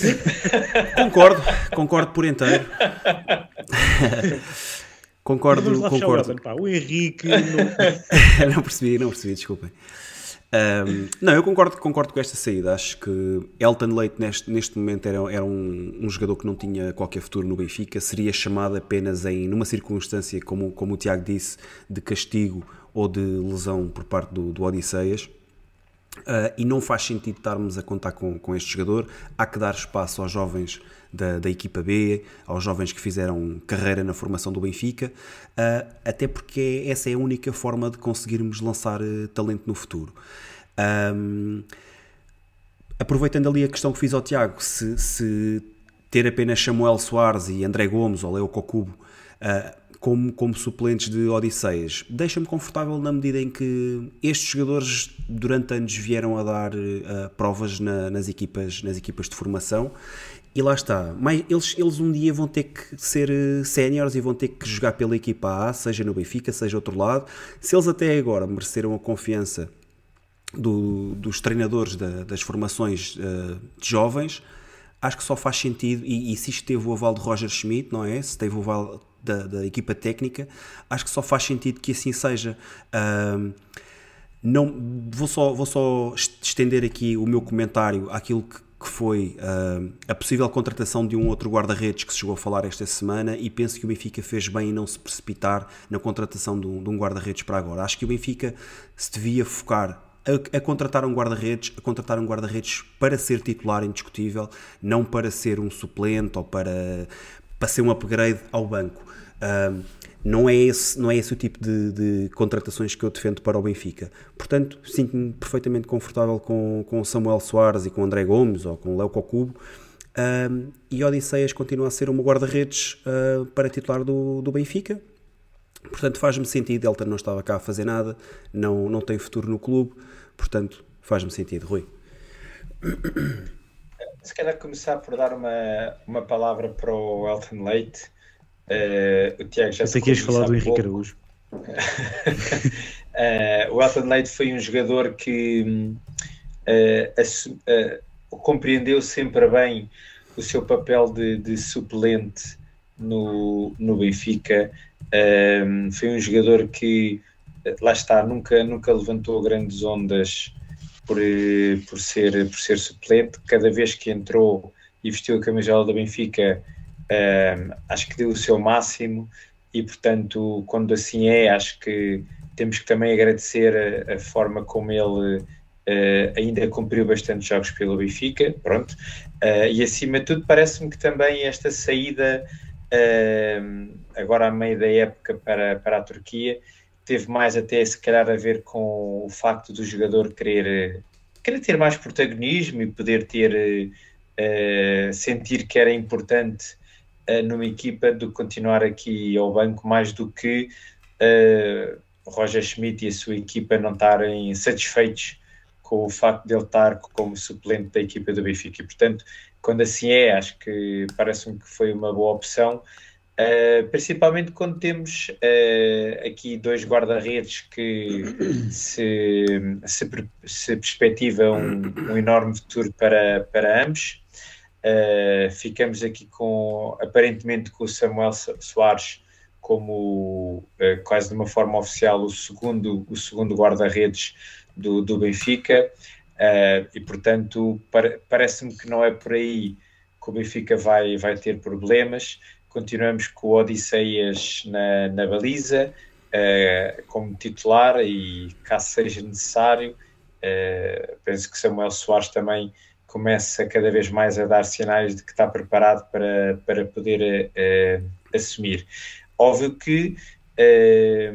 Concordo por inteiro. Concordo. O Henrique... Não percebi, desculpem. Eu concordo com esta saída. Acho que Elton Leite neste momento era um jogador que não tinha qualquer futuro no Benfica, seria chamado apenas numa circunstância, como o Tiago disse, de castigo ou de lesão por parte do Odisseias. E não faz sentido estarmos a contar com este jogador. Há que dar espaço aos jovens da equipa B, aos jovens que fizeram carreira na formação do Benfica, até porque essa é a única forma de conseguirmos lançar talento no futuro. Aproveitando ali a questão que fiz ao Tiago, se ter apenas Samuel Soares e André Gomes ou Leo Kokubo como suplentes de Odisseias, deixa-me confortável na medida em que estes jogadores durante anos vieram a dar provas nas equipas de formação. E lá está, eles um dia vão ter que ser séniores e vão ter que jogar pela equipa A, seja no Benfica, seja outro lado. Se eles até agora mereceram a confiança dos treinadores das formações de jovens, acho que só faz sentido, e se isto teve o aval de Roger Schmidt, não é? Se teve o aval da equipa técnica, acho que só faz sentido que assim seja. Vou só estender aqui o meu comentário àquilo que foi a possível contratação de um outro guarda-redes que se chegou a falar esta semana, e penso que o Benfica fez bem em não se precipitar na contratação de um guarda-redes para agora. Acho que o Benfica se devia focar a contratar um guarda-redes para ser titular indiscutível, não para ser um suplente ou para ser um upgrade ao banco. Não é esse o tipo de contratações que eu defendo para o Benfica. Portanto, sinto-me perfeitamente confortável com o Samuel Soares e com o André Gomes ou com o Leo Kokubo, e Odisseias continua a ser uma guarda-redes para titular do Benfica. Portanto, faz-me sentido. Elton não estava cá a fazer nada, não tem futuro no clube, portanto, faz-me sentido. Rui? Se calhar começar por dar uma palavra para o Elton Leite. O Tiago já sei que ias falar do Henrique Araújo. O Elton Leite foi um jogador que compreendeu sempre bem o seu papel de suplente no Benfica. Foi um jogador que, lá está, nunca levantou grandes ondas por ser suplente. Cada vez que entrou e vestiu a camisola do Benfica, acho que deu o seu máximo, e portanto, quando assim acho que temos que também agradecer a forma como ele ainda cumpriu bastante jogos pelo Benfica, pronto. E acima de tudo, parece-me que também esta saída agora a meio da época para a Turquia teve mais até se calhar a ver com o facto do jogador querer ter mais protagonismo e poder sentir que era importante numa equipa, do que continuar aqui ao banco, mais do que Roger Schmidt e a sua equipa não estarem satisfeitos com o facto de ele estar como suplente da equipa do Benfica. E, portanto, quando assim acho que parece-me que foi uma boa opção, principalmente quando temos aqui dois guarda-redes que se perspectiva um enorme futuro para ambos. Ficamos aqui aparentemente com o Samuel Soares como quase de uma forma oficial o segundo guarda-redes do Benfica, e portanto parece-me que não é por aí que o Benfica vai ter problemas. Continuamos com o Odisseias na baliza como titular, e caso seja necessário, penso que Samuel Soares também começa cada vez mais a dar sinais de que está preparado para poder assumir. Óbvio que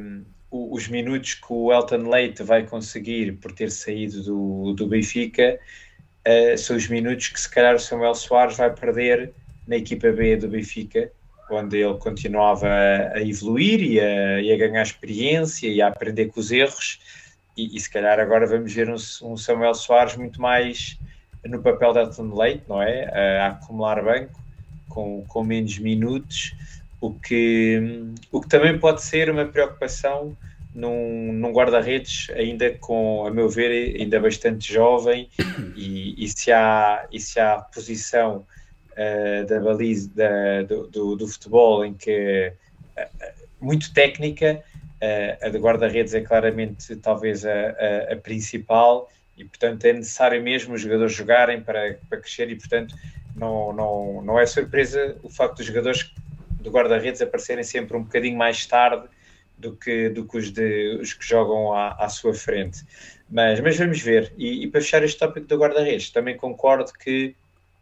os minutos que o Elton Leite vai conseguir por ter saído do Benfica são os minutos que se calhar o Samuel Soares vai perder na equipa B do Benfica, onde ele continuava a evoluir e a ganhar experiência e a aprender com os erros, e se calhar agora vamos ver um Samuel Soares muito mais no papel de Elton Leite, não é? A acumular banco, com menos minutos, o que também pode ser uma preocupação num guarda-redes ainda com, a meu ver, ainda bastante jovem, e se há posição da baliza do futebol em que muito técnica, a de guarda-redes é claramente talvez a principal, e portanto é necessário mesmo os jogadores jogarem para crescer, e portanto não é surpresa o facto dos jogadores do guarda-redes aparecerem sempre um bocadinho mais tarde do que os que jogam à sua frente, mas vamos ver. E para fechar este tópico do guarda-redes, também concordo que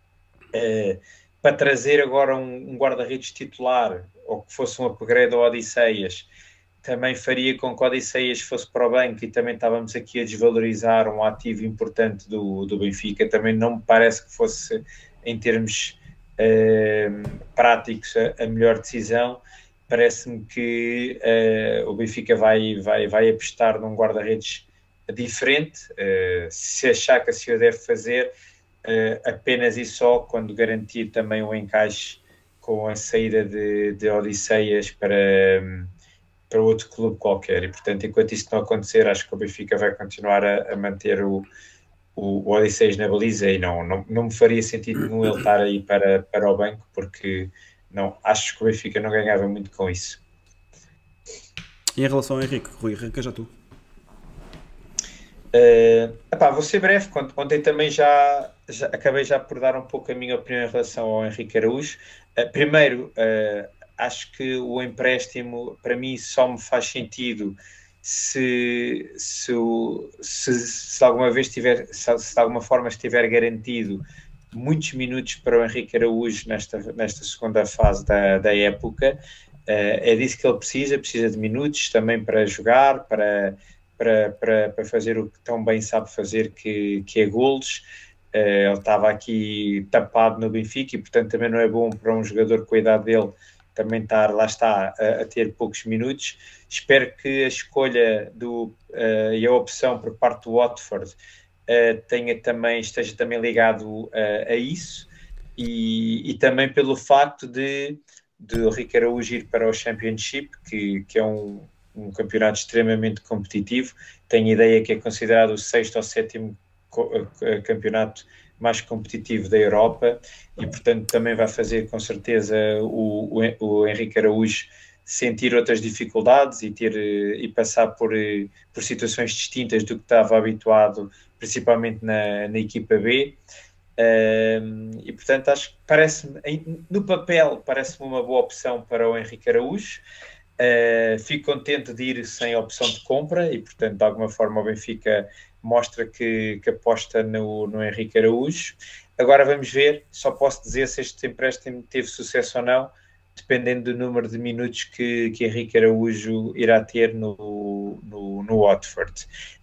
para trazer agora um guarda-redes titular, ou que fosse um upgrade ao Odisseias, também faria com que o Odisseias fosse para o banco, e também estávamos aqui a desvalorizar um ativo importante do Benfica. Também não me parece que fosse, em termos práticos, a melhor decisão. Parece-me que o Benfica vai apostar num guarda-redes diferente, se achar que assim o deve fazer, apenas e só quando garantir também o encaixe com a saída de Odisseias para outro clube qualquer. E portanto, enquanto isso não acontecer, acho que o Benfica vai continuar a manter o Odisseias na baliza, e não me faria sentido nenhum ele estar aí para o banco, porque não, acho que o Benfica não ganhava muito com isso. E em relação ao Henrique, Rui, arranca já tu. Vou ser breve. Ontem também já acabei por dar um pouco a minha opinião em relação ao Henrique Araújo. Primeiro, acho que o empréstimo para mim só me faz sentido se alguma vez se de alguma forma estiver garantido muitos minutos para o Henrique Araújo nesta segunda fase da época. É disso que ele precisa de minutos também para jogar, para fazer o que tão bem sabe fazer, que é golos. Ele estava aqui tapado no Benfica, e portanto também não é bom para um jogador com a idade dele também estar, lá está, a ter poucos minutos. Espero que a escolha e a opção por parte do Watford esteja também ligado a isso, e também pelo facto de o Henrique Araújo ir para o Championship, que é um campeonato extremamente competitivo. Tenho a ideia que é considerado o 6º ou 7º campeonato mais competitivo da Europa, e portanto também vai fazer com certeza o Henrique Araújo sentir outras dificuldades e passar por situações distintas do que estava habituado, principalmente na equipa B. E portanto acho que no papel parece-me uma boa opção para o Henrique Araújo. Fico contente de ir sem opção de compra, e portanto de alguma forma o Benfica mostra que aposta no Henrique Araújo. Agora vamos ver, só posso dizer se este empréstimo teve sucesso ou não, dependendo do número de minutos que Henrique Araújo irá ter no Watford.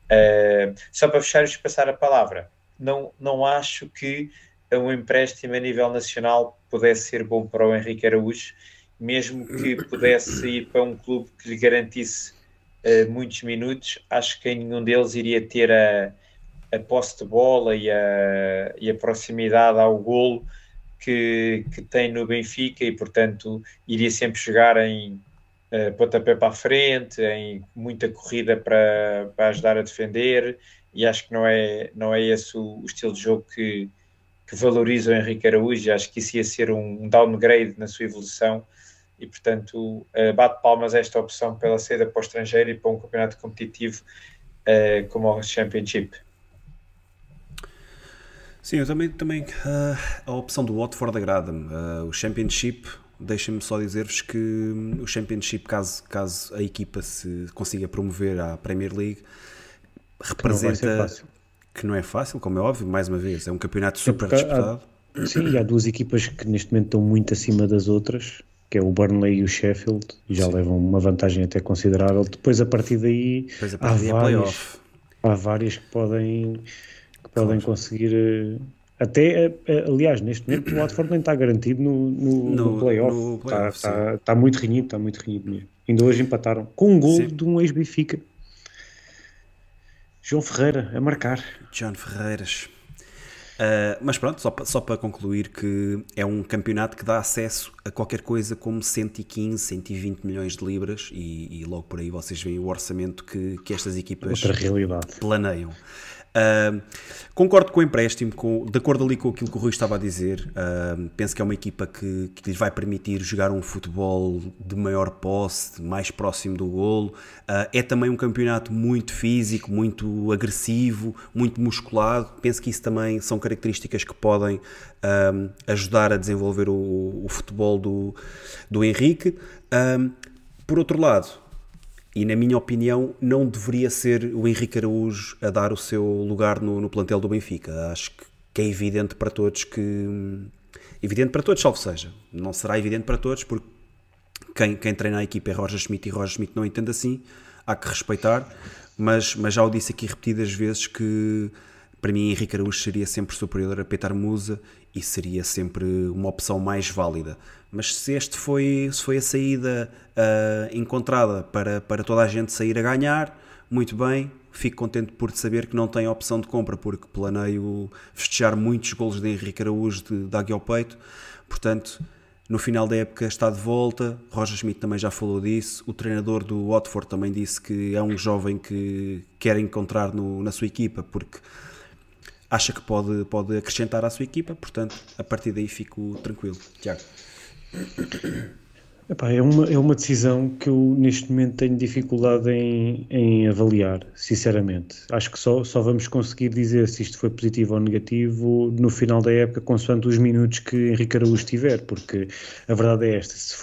Só para fechar e passar a palavra, não acho que um empréstimo a nível nacional pudesse ser bom para o Henrique Araújo, mesmo que pudesse ir para um clube que lhe garantisse muitos minutos. Acho que em nenhum deles iria ter a posse de bola e a proximidade ao golo que tem no Benfica, e portanto iria sempre jogar em pontapé para a frente, em muita corrida para ajudar a defender, e acho que não é esse o estilo de jogo que valoriza o Henrique Araújo. Acho que isso ia ser um downgrade na sua evolução, e portanto bate palmas a esta opção pela saída para o estrangeiro e para um campeonato competitivo como o Championship. Sim, eu também a opção do Watford agrada-me. O Championship, deixem-me só dizer-vos que o Championship, caso a equipa se consiga promover à Premier League, representa que não é fácil, como é óbvio, mais uma vez, é um campeonato super disputado. Sim, e há duas equipas que neste momento estão muito acima das outras, que é o Burnley e o Sheffield, e já levam uma vantagem até considerável. Depois, a partir daí, há várias que podem conseguir. Aliás, neste momento o Watford nem está garantido no play-off. Está muito renhido mesmo. Ainda hoje empataram com um gol de um ex-Benfica. João Ferreira a marcar. João Ferreiras. Mas pronto, só para concluir que é um campeonato que dá acesso a qualquer coisa como 115, 120 milhões de libras e logo por aí vocês veem o orçamento que estas equipas planeiam. Concordo com o empréstimo, de acordo ali com aquilo que o Rui estava a dizer. Penso que é uma equipa que lhes vai permitir jogar um futebol de maior posse, mais próximo do golo. É também um campeonato muito físico, muito agressivo, muito musculado. Penso que isso também são características que podem ajudar a desenvolver o futebol do Henrique. Por outro lado, e na minha opinião, não deveria ser o Henrique Araújo a dar o seu lugar no plantel do Benfica. Acho que é evidente para todos Evidente para todos, salvo seja. Não será evidente para todos, porque quem treina a equipa é Roger Schmidt e Roger Schmidt não entende assim. Há que respeitar, mas já o disse aqui repetidas vezes que para mim Henrique Araújo seria sempre superior a Petar Musa e seria sempre uma opção mais válida. Mas se foi a saída encontrada para toda a gente sair a ganhar, muito bem, fico contente por saber que não tem opção de compra, porque planeio festejar muitos golos de Henrique Araújo de águia ao peito. Portanto, no final da época está de volta. Roger Schmidt também já falou disso. O treinador do Watford também disse que é um jovem que quer encontrar na sua equipa, porque acha que pode acrescentar à sua equipa. Portanto, a partir daí fico tranquilo. Tiago. É uma decisão que eu neste momento tenho dificuldade em avaliar, sinceramente. Acho que só vamos conseguir dizer se isto foi positivo ou negativo no final da época, consoante os minutos que Henrique Araújo tiver, porque a verdade é esta: se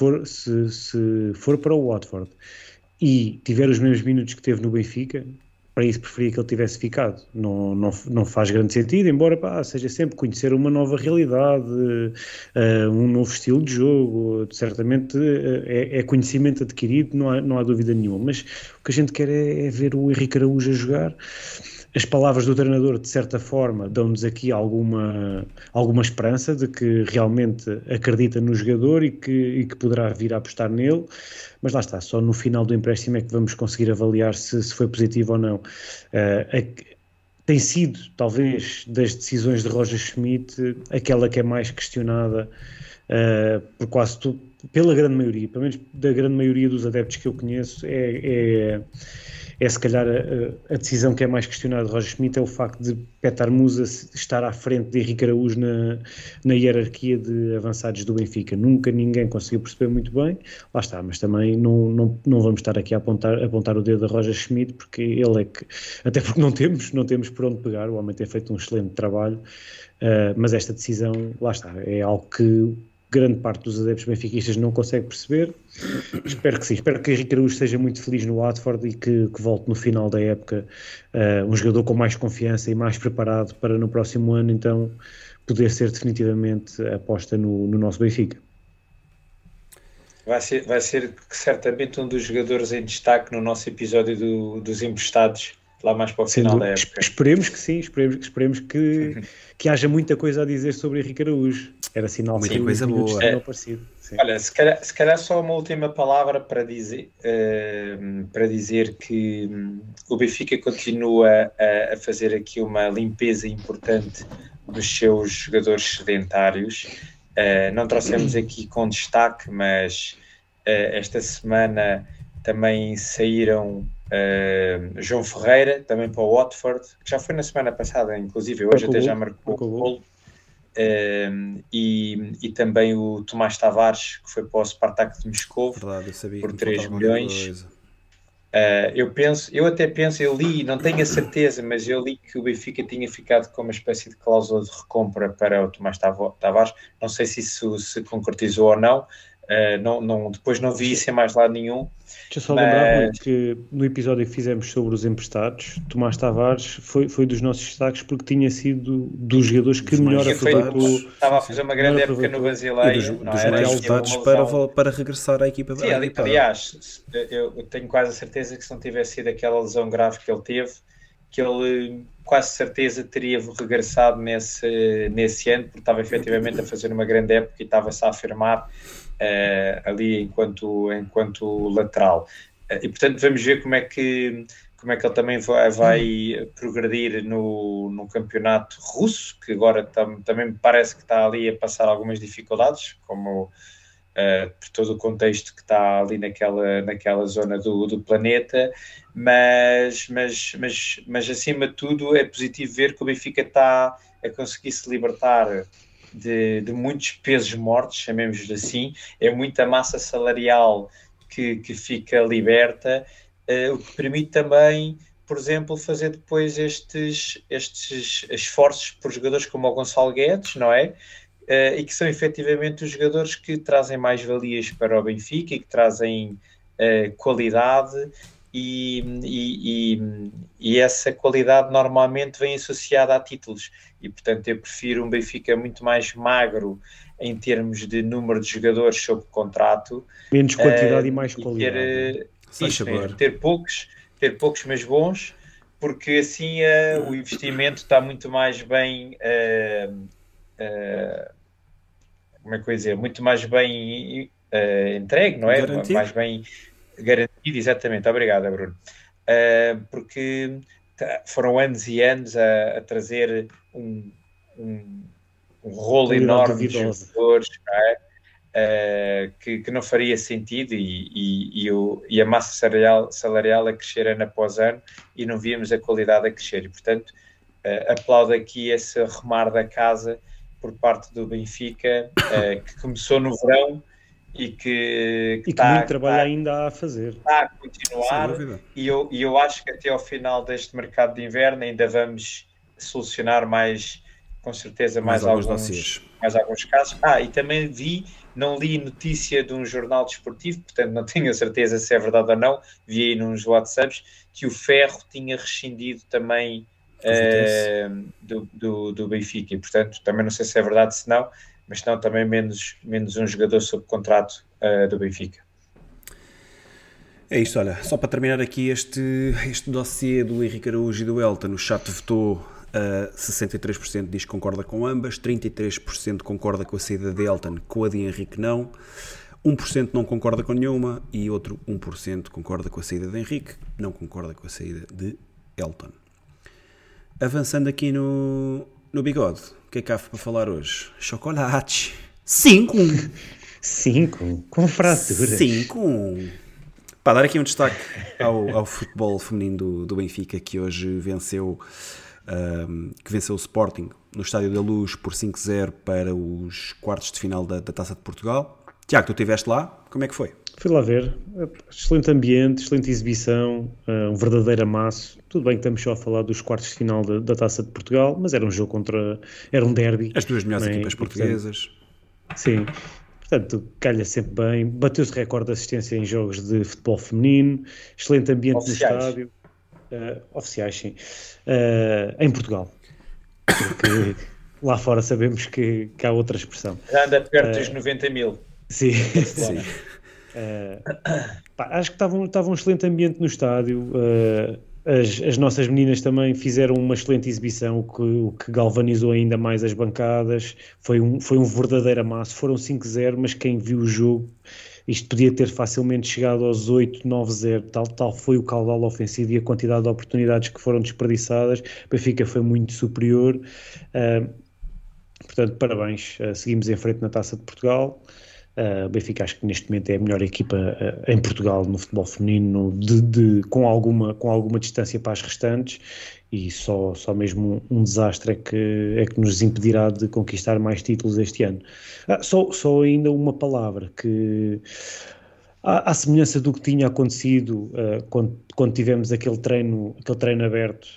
for para o Watford e tiver os mesmos minutos que teve no Benfica, para isso preferia que ele tivesse ficado. Não faz grande sentido, embora seja sempre conhecer uma nova realidade, um novo estilo de jogo. Certamente é conhecimento adquirido, não há dúvida nenhuma, mas o que a gente quer é ver o Henrique Araújo a jogar. As palavras do treinador, de certa forma, dão-nos aqui alguma esperança de que realmente acredita no jogador e que poderá vir a apostar nele, mas lá está, só no final do empréstimo é que vamos conseguir avaliar se foi positivo ou não. Tem sido, talvez, das decisões de Roger Schmidt, aquela que é mais questionada por quase tudo, pela grande maioria, pelo menos da grande maioria dos adeptos que eu conheço. É se calhar a decisão que é mais questionada de Roger Schmidt, é o facto de Petar Musa estar à frente de Henrique Araújo na hierarquia de avançados do Benfica. Nunca ninguém conseguiu perceber muito bem, lá está, mas também não vamos estar aqui a apontar o dedo a Roger Schmidt, porque ele é que, até porque não temos por onde pegar. O homem tem feito um excelente trabalho, mas esta decisão, lá está, é algo que grande parte dos adeptos benfiquistas não consegue perceber. Espero que sim, espero que Henrique Araújo seja muito feliz no Watford e que volte no final da época um jogador com mais confiança e mais preparado para no próximo ano então poder ser definitivamente aposta no nosso Benfica. Vai ser certamente um dos jogadores em destaque no nosso episódio dos emprestados, lá mais para o final da época. Esperemos que sim, esperemos que haja muita coisa a dizer sobre Henrique Araújo. Era sinal muita coisa boa. Olha, se calhar só uma última palavra para dizer que o Benfica continua a fazer aqui uma limpeza importante dos seus jogadores sedentários. Não trouxemos aqui com destaque, mas esta semana também saíram João Ferreira, também para o Watford, que já foi na semana passada, inclusive hoje até já marcou o golo. E também o Tomás Tavares, que foi para o Spartak de Moscovo por 3 milhões. Eu li, não tenho a certeza, mas eu li que o Benfica tinha ficado com uma espécie de cláusula de recompra para o Tomás Tavares. Não sei se isso se concretizou ou não, Depois não vi isso em mais lado nenhum. Deixa eu só lembrar, Rui, que no episódio que fizemos sobre os emprestados, Tomás Tavares foi dos nossos destaques porque tinha sido dos jogadores que melhor aproveitou. Estava a fazer uma grande época no Basileia. Dos mais votados para regressar à equipa. Sim, aliás, eu tenho quase a certeza que se não tivesse sido aquela lesão grave que ele teve, que ele quase certeza teria regressado nesse ano, porque estava efetivamente a fazer uma grande época e estava-se a afirmar ali enquanto lateral. E portanto vamos ver como é que ele também vai progredir no campeonato russo, que agora também me parece que está ali a passar algumas dificuldades, como por todo o contexto que está ali naquela zona do planeta, mas acima de tudo é positivo ver que o Benfica está a conseguir se libertar de muitos pesos mortos, chamemos-lhe assim. É muita massa salarial que fica liberta, o que permite também, por exemplo, fazer depois estes esforços por jogadores como o Gonçalo Guedes, não é? E que são efetivamente os jogadores que trazem mais valias para o Benfica e que trazem qualidade, e essa qualidade normalmente vem associada a títulos, e portanto eu prefiro um Benfica muito mais magro em termos de número de jogadores sob contrato, menos quantidade e mais qualidade, ter poucos mas bons, porque assim o investimento está muito mais bem como é que eu ia dizer, muito mais bem entregue, não é? Garantido. Mais bem garantido, exatamente. Obrigado, Bruno. Porque foram anos e anos a trazer um rolo enorme de jogadores, não é? Que não faria sentido, e a massa salarial a crescer ano após ano, e não víamos a qualidade a crescer. E, portanto, aplaudo aqui esse remar da casa por parte do Benfica, que começou no verão e que muito trabalho ainda há a fazer. Está a continuar, e eu acho que até ao final deste mercado de inverno ainda vamos solucionar com certeza mais alguns casos. E também não li notícia de um jornal desportivo, portanto não tenho a certeza se é verdade ou não, vi aí nos WhatsApps que o Ferro tinha rescindido também do Benfica, e portanto também não sei se é verdade, se não, mas não, também menos um jogador sob contrato do Benfica. É isto, olha, só para terminar aqui este dossiê do Henrique Araújo e do Elton, no chat votou 63% diz que concorda com ambas, 33% concorda com a saída de Elton, com a de Henrique não, 1% não concorda com nenhuma e outro 1% concorda com a saída de Henrique, não concorda com a saída de Elton. Avançando aqui no bigode, o que é que há para falar hoje? Chocolate. 5 com fraturas. 5 Para dar aqui um destaque ao futebol feminino do Benfica, que hoje venceu o Sporting no Estádio da Luz por 5-0 para os quartos de final da Taça de Portugal. Tiago, tu estiveste lá, como é que foi? Fui lá ver, excelente ambiente, excelente exibição, um verdadeiro amasso. Tudo bem que estamos só a falar dos quartos de final da Taça de Portugal, mas era um jogo era um derby. As duas melhores equipas portuguesas. Sim, portanto, calha sempre bem. Bateu-se recorde de assistência em jogos de futebol feminino, excelente ambiente oficiais. No estádio. Oficiais, sim. Em Portugal. Porque lá fora sabemos que há outra expressão. Já anda perto dos 90 mil. Sim. Acho que estava um excelente ambiente no estádio. As nossas meninas também fizeram uma excelente exibição, o que galvanizou ainda mais as bancadas. Foi um verdadeiro amasso. Foram 5-0, mas quem viu o jogo, isto podia ter facilmente chegado aos 8-9-0. Tal foi o caudal ofensivo e a quantidade de oportunidades que foram desperdiçadas. O Benfica foi muito superior. Portanto, parabéns. Seguimos em frente na Taça de Portugal. O Benfica acho que neste momento é a melhor equipa em Portugal no futebol feminino, com alguma distância para as restantes, e só mesmo um desastre é que nos impedirá de conquistar mais títulos este ano. Só ainda uma palavra, que à semelhança do que tinha acontecido quando tivemos aquele treino aberto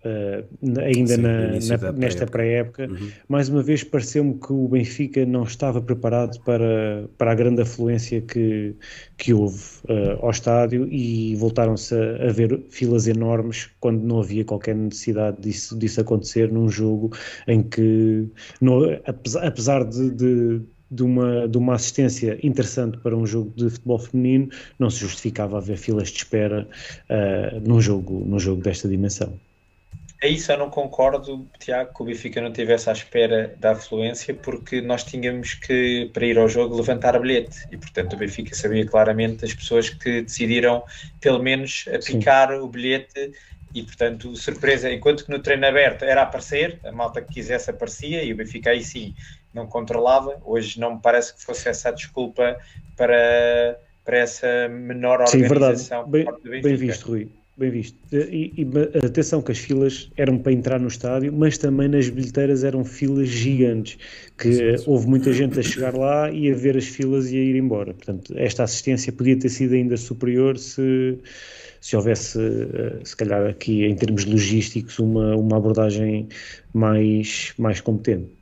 ainda Sim, no início da nesta pré-época. pré-época. Mais uma vez pareceu-me que o Benfica não estava preparado para a grande afluência que houve ao estádio, e voltaram-se a ver filas enormes quando não havia qualquer necessidade disso acontecer num jogo em que, apesar de uma assistência interessante para um jogo de futebol feminino, não se justificava haver filas de espera num jogo desta dimensão. É isso, eu não concordo, Tiago, que o Benfica não estivesse à espera da afluência, porque nós tínhamos que, para ir ao jogo, levantar bilhete. E, portanto, o Benfica sabia claramente as pessoas que decidiram, pelo menos, picar o bilhete. E, portanto, surpresa, enquanto que no treino aberto era aparecer, a malta que quisesse aparecia, e o Benfica aí sim não controlava. Hoje não me parece que fosse essa a desculpa para essa menor organização. Sim, verdade. Bem visto, Rui. Bem visto. E atenção que as filas eram para entrar no estádio, mas também nas bilheteiras eram filas gigantes, que houve muita gente a chegar lá e a ver as filas e a ir embora. Portanto, esta assistência podia ter sido ainda superior se houvesse, se calhar aqui em termos logísticos, uma abordagem mais competente.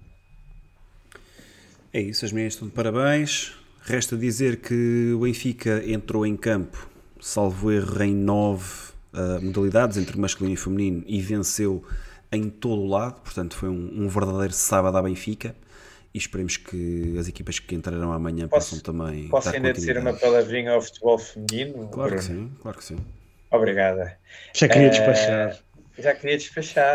É isso, as meninas estão de parabéns. Resta dizer que o Benfica entrou em campo, salvo erro, em 9 modalidades, entre masculino e feminino, e venceu em todo o lado. Portanto, foi um verdadeiro sábado à Benfica, e esperemos que as equipas que entrarão amanhã possam também Posso ainda dizer uma palavrinha ao futebol feminino? Claro que sim, claro que sim. Obrigada. Já queria despachar. Já queria despachar.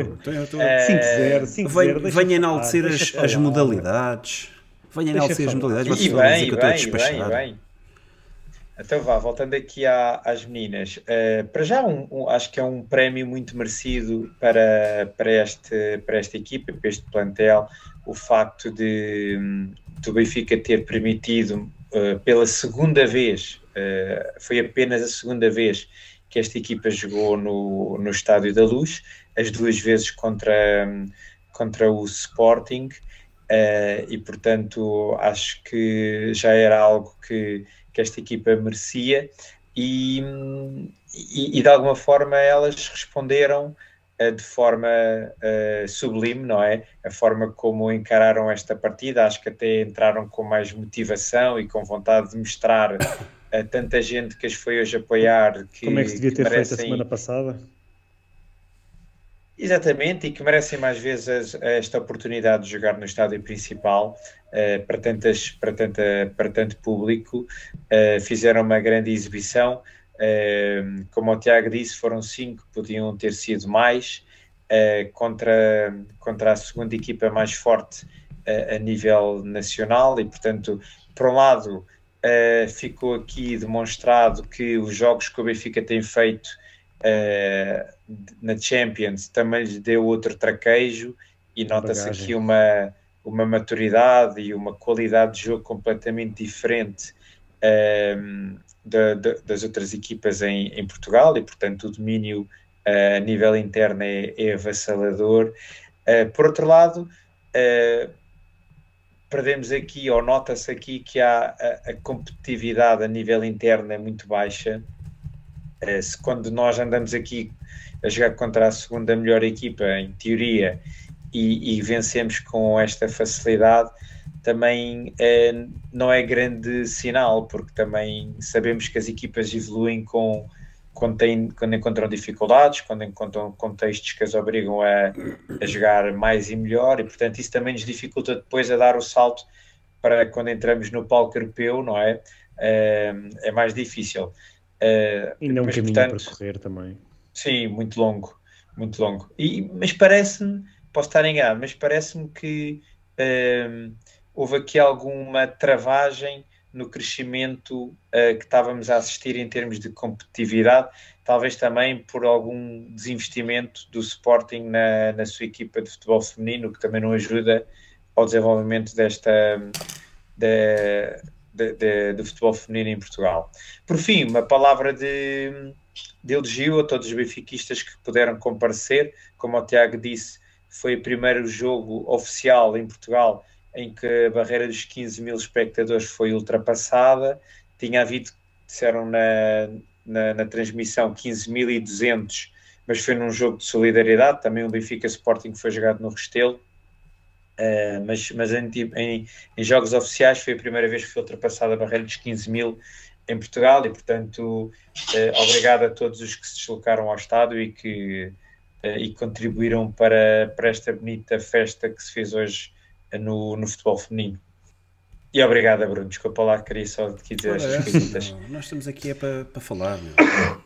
5-0. Venha enaltecer as modalidades. Venha enaltecer as modalidades. E bem. Então vá, voltando aqui às meninas. Para já, acho que é um prémio muito merecido para esta equipa, para este plantel, o facto do Benfica ter permitido pela segunda vez, foi apenas a segunda vez que esta equipa jogou no Estádio da Luz, as duas vezes contra o Sporting, e portanto acho que já era algo que esta equipa merecia, e de alguma forma elas responderam de forma sublime, não é? A forma como encararam esta partida, acho que até entraram com mais motivação e com vontade de mostrar a tanta gente que as foi hoje apoiar. Como é que se devia ter feito a semana passada? Exatamente, e que merecem mais vezes esta oportunidade de jogar no estádio principal, para tanto público. Fizeram uma grande exibição, como o Tiago disse, foram 5, podiam ter sido mais, contra a segunda equipa mais forte a nível nacional, e portanto, por um lado, ficou aqui demonstrado que os jogos que o Benfica tem feito na Champions também lhe deu outro traquejo, e nota-se aqui uma maturidade e uma qualidade de jogo completamente diferente das outras equipas em Portugal, e portanto o domínio a nível interno é avassalador. Por outro lado, perdemos aqui, ou nota-se aqui que a competitividade a nível interno é muito baixa. Quando nós andamos aqui a jogar contra a segunda melhor equipa, em teoria, e vencemos com esta facilidade, também não é grande sinal, porque também sabemos que as equipas evoluem quando encontram dificuldades, quando encontram contextos que as obrigam a jogar mais e melhor, e portanto isso também nos dificulta depois a dar o salto para quando entramos no palco europeu, não é? É mais difícil. Ainda é um caminho para correr também. Sim, muito longo. Mas parece-me, posso estar enganado, mas parece-me que houve aqui alguma travagem no crescimento que estávamos a assistir em termos de competitividade, talvez também por algum desinvestimento do Sporting na sua equipa de futebol feminino, que também não ajuda ao desenvolvimento do futebol feminino em Portugal. Por fim, uma palavra de elogio a todos os benfiquistas que puderam comparecer. Como o Tiago disse, foi o primeiro jogo oficial em Portugal em que a barreira dos 15 mil espectadores foi ultrapassada. Tinha havido, disseram na transmissão, 15.200 mas foi num jogo de solidariedade. Também o Benfica Sporting foi jogado no Restelo. Mas em jogos oficiais foi a primeira vez que foi ultrapassada a barreira dos 15 mil em Portugal e, portanto, obrigado a todos os que se deslocaram ao estádio e que contribuíram para esta bonita festa que se fez hoje no futebol feminino. E obrigado, Bruno. Desculpa lá, queria só te dizer estas coisitas. Nós estamos aqui para falar, meu.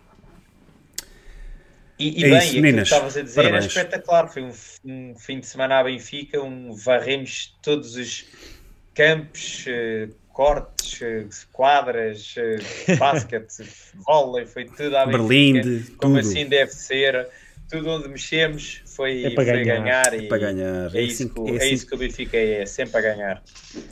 E É bem, isso, aquilo que meninas. estavas a dizer Parabéns. era espetacular. Foi um fim de semana à Benfica, varremos todos os campos, cortes, quadras, basquete, vôlei, foi tudo à Benfica, Berlinde, como tudo. assim deve ser. Tudo onde mexemos foi para foi ganhar. ganhar. É para ganhar. É isso que o Benfica é sempre a ganhar.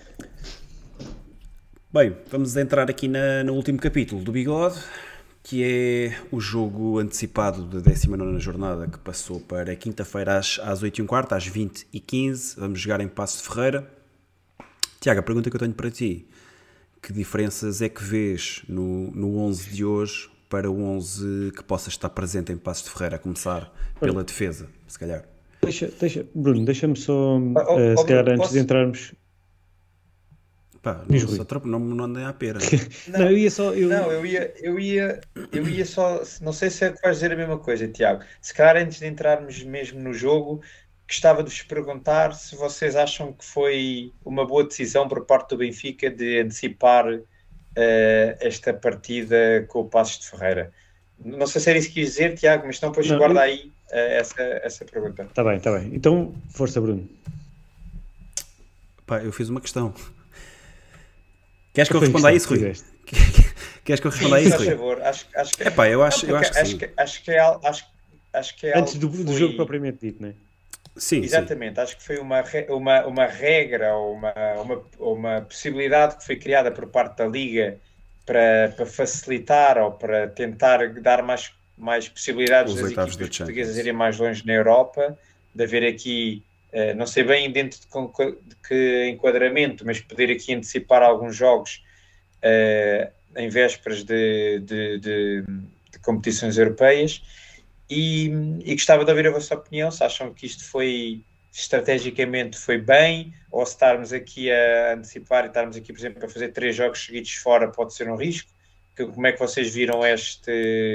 Bem, vamos entrar aqui no último capítulo do Bigode, que é o jogo antecipado da 19ª jornada, que passou para quinta-feira às 8h15, às 20h15. Vamos jogar em Paços de Ferreira. Tiago, a pergunta que eu tenho para ti: que diferenças é que vês no 11 de hoje para o 11 que possa estar presente em Paços de Ferreira, a começar pela defesa, se calhar? Bruno, deixa-me só, se calhar Bruno, antes de entrarmos... Pá, Diz, Rui. não andem à pera. Não, eu ia só... Não, eu ia só, não sei se é que vais dizer a mesma coisa, Tiago. Se calhar antes de entrarmos mesmo no jogo, gostava de vos perguntar se vocês acham que foi uma boa decisão por parte do Benfica de antecipar esta partida com o Paços de Ferreira. Não sei se era isso que quis dizer, Tiago, mas então depois guarda aí essa pergunta. Está bem. Então, força, Bruno. Pá, eu fiz uma questão. Queres que eu responda a isso, Rui? Queres que eu responda a isso, Faz Rui? favor, acho que... Epá, eu acho que sim. Acho que é algo Antes que do foi- jogo propriamente dito, não é? Sim, Exatamente, acho que foi uma regra ou uma possibilidade que foi criada por parte da Liga para facilitar ou para tentar dar mais possibilidades Os das oitavos da equipas Champions. portuguesas irem mais longe na Europa, de haver aqui, não sei bem dentro de que enquadramento, mas poder aqui antecipar alguns jogos em vésperas de competições europeias. E gostava de ouvir a vossa opinião, se acham que isto estrategicamente foi bem, ou se estarmos aqui a antecipar e estarmos aqui, por exemplo, a fazer 3 jogos seguidos fora pode ser um risco. Como é que vocês viram esta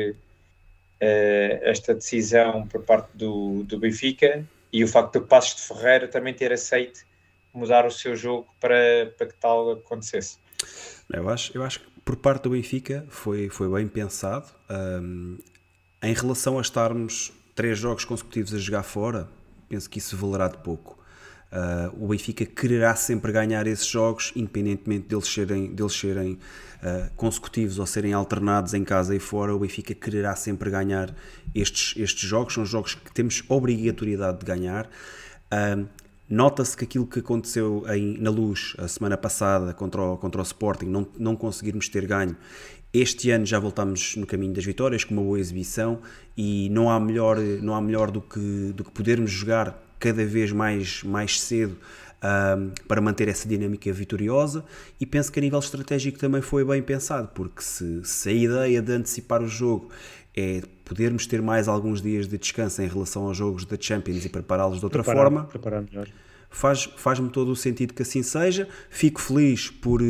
decisão por parte do Benfica e o facto do Paços de Ferreira também ter aceito mudar o seu jogo para que tal acontecesse? Eu acho que por parte do Benfica foi bem pensado. Em relação a estarmos 3 jogos consecutivos a jogar fora, penso que isso valerá de pouco. O Benfica quererá sempre ganhar esses jogos, independentemente deles serem consecutivos ou serem alternados em casa e fora. O Benfica quererá sempre ganhar estes jogos, são jogos que temos obrigatoriedade de ganhar. Nota-se que aquilo que aconteceu na Luz a semana passada contra o Sporting, não conseguirmos ter ganho. Este ano já voltamos no caminho das vitórias com uma boa exibição e não há melhor do que podermos jogar cada vez mais cedo para manter essa dinâmica vitoriosa, e penso que a nível estratégico também foi bem pensado, porque se a ideia de antecipar o jogo é podermos ter mais alguns dias de descanso em relação aos jogos da Champions e prepará-los de outra forma, Preparar melhor. faz-me todo o sentido que assim seja. Fico feliz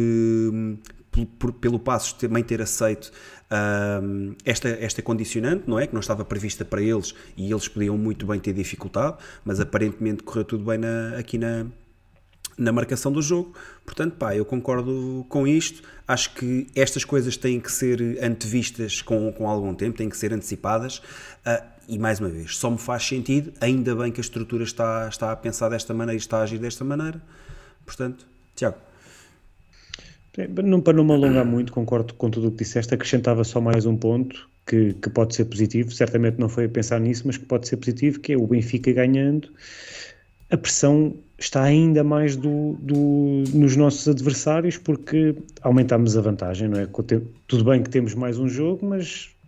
pelo Paços também ter aceito esta condicionante, não é? Que não estava prevista para eles e eles podiam muito bem ter dificultado, mas aparentemente correu tudo bem aqui na marcação do jogo. Portanto, pá, eu concordo com isto. Acho que estas coisas têm que ser antevistas com algum tempo, têm que ser antecipadas. E mais uma vez, só me faz sentido, ainda bem que a estrutura está a pensar desta maneira e está a agir desta maneira. Portanto, Tiago. Para não me alongar muito, concordo com tudo o que disseste, acrescentava só mais um ponto que pode ser positivo, certamente não foi a pensar nisso, mas que pode ser positivo, que é o Benfica ganhando. A pressão está ainda mais nos nossos adversários, porque aumentamos a vantagem, não é? Tudo bem que temos mais um jogo, mas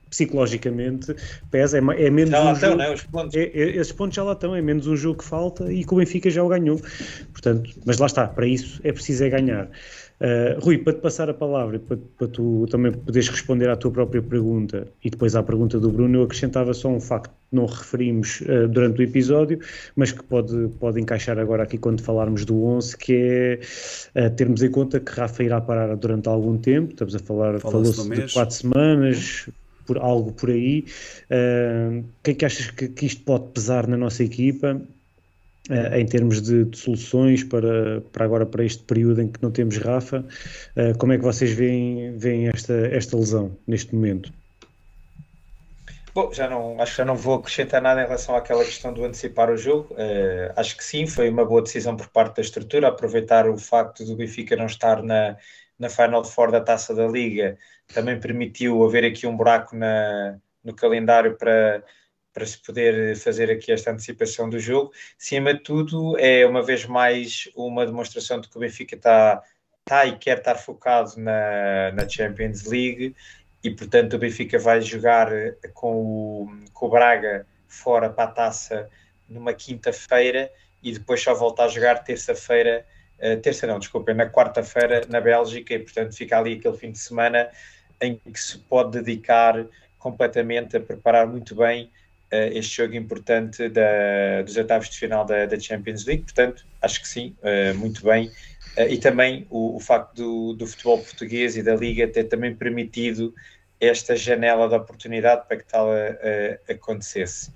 psicologicamente pesa, é menos Já lá um estão, jogo. não é? Os pontos. Esses pontos já lá estão, é menos um jogo que falta e que o Benfica já o ganhou. Portanto, mas lá está, para isso é preciso é ganhar. Rui, para te passar a palavra, para tu também poderes responder à tua própria pergunta e depois à pergunta do Bruno, eu acrescentava só um facto que não referimos durante o episódio, mas que pode encaixar agora aqui quando falarmos do 11, que é termos em conta que Rafa irá parar durante algum tempo, estamos a falar, falou-se de 4 semanas, por algo por aí. O que é que achas que isto pode pesar na nossa equipa? Em termos de soluções para agora, para este período em que não temos Rafa, como é que vocês veem esta lesão neste momento? Bom, acho que já não vou acrescentar nada em relação àquela questão do antecipar o jogo. Acho que sim, foi uma boa decisão por parte da estrutura, aproveitar o facto do Benfica não estar na Final Four da Taça da Liga, também permitiu haver aqui um buraco no calendário para se poder fazer aqui esta antecipação do jogo. Acima de tudo, é uma vez mais uma demonstração de que o Benfica está e quer estar focado na Champions League e, portanto, o Benfica vai jogar com o Braga fora para a Taça numa quinta-feira e depois só volta a jogar terça-feira, na quarta-feira na Bélgica e, portanto, fica ali aquele fim de semana em que se pode dedicar completamente a preparar muito bem este jogo importante dos oitavos de final da Champions League, portanto, acho que sim, muito bem. E também o facto do futebol português e da Liga ter também permitido esta janela de oportunidade para que tal acontecesse.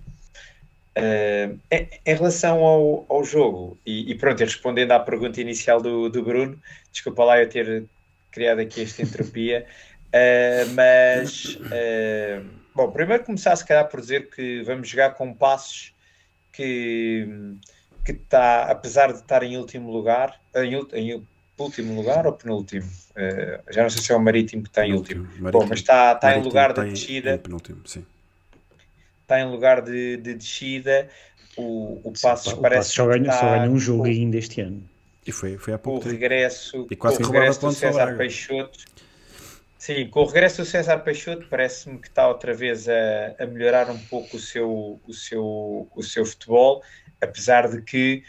Em relação ao jogo, e pronto, e respondendo à pergunta inicial do Bruno, desculpa lá eu ter criado aqui esta entropia, bom, primeiro começar se calhar por dizer que vamos jogar com Passos que está, apesar de estar em último lugar, em último lugar ou penúltimo? Já não sei se é o Marítimo que está em último. Bom, mas está em lugar de descida. Penúltimo, sim. Está em lugar de descida. O Passos parece só ganha um jogo ainda este ano. E foi há pouco tempo. O regresso do César Peixoto. Sim, com o regresso do César Peixoto parece-me que está outra vez a melhorar um pouco o seu futebol, apesar de que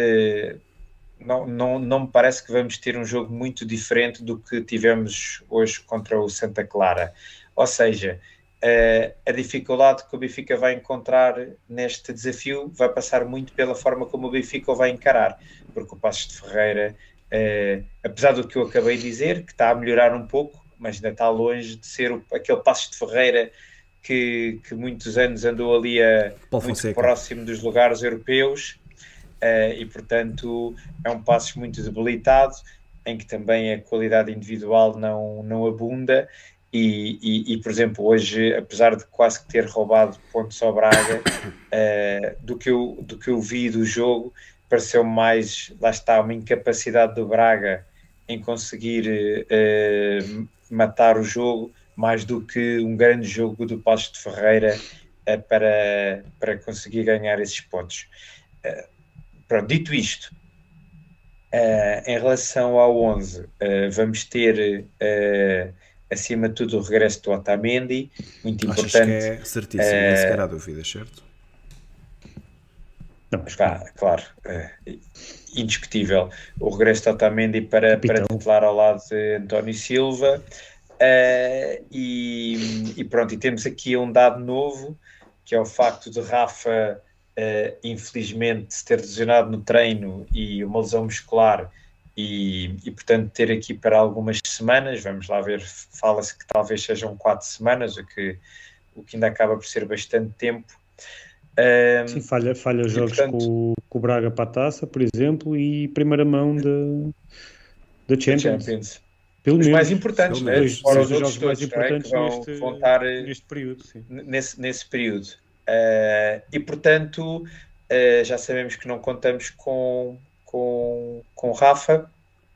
não me parece que vamos ter um jogo muito diferente do que tivemos hoje contra o Santa Clara. Ou seja, a dificuldade que o Benfica vai encontrar neste desafio vai passar muito pela forma como o Benfica o vai encarar, porque o Passos de Ferreira, apesar do que eu acabei de dizer, que está a melhorar um pouco, mas ainda está longe de ser aquele Passos de Ferreira que muitos anos andou ali muito próximo dos lugares europeus e, portanto, é um Passos muito debilitado, em que também a qualidade individual não abunda e, por exemplo, hoje, apesar de quase ter roubado pontos ao Braga, do que eu vi do jogo, pareceu mais, lá está, uma incapacidade do Braga em conseguir matar o jogo, mais do que um grande jogo do Passos de Ferreira para conseguir ganhar esses pontos. Pronto, dito isto, em relação ao 11, vamos ter acima de tudo o regresso do Otamendi, muito importante. Acho que é certíssimo, não sequer há dúvidas, certo? Não, claro, indiscutível o regresso de Otamendi para titular ao lado de António Silva. E pronto, e temos aqui um dado novo, que é o facto de Rafa infelizmente se ter lesionado no treino e uma lesão muscular e portanto ter aqui para algumas semanas, vamos lá ver, fala-se que talvez sejam 4 semanas, o que ainda acaba por ser bastante tempo. Sim, falha jogos, portanto, com o Braga para a Taça, por exemplo, e primeira mão da Champions. Pelo menos. Mais importantes, né? Fora os jogos mais importantes que vão estar neste período. Sim. Nesse período. E, portanto, já sabemos que não contamos com Rafa.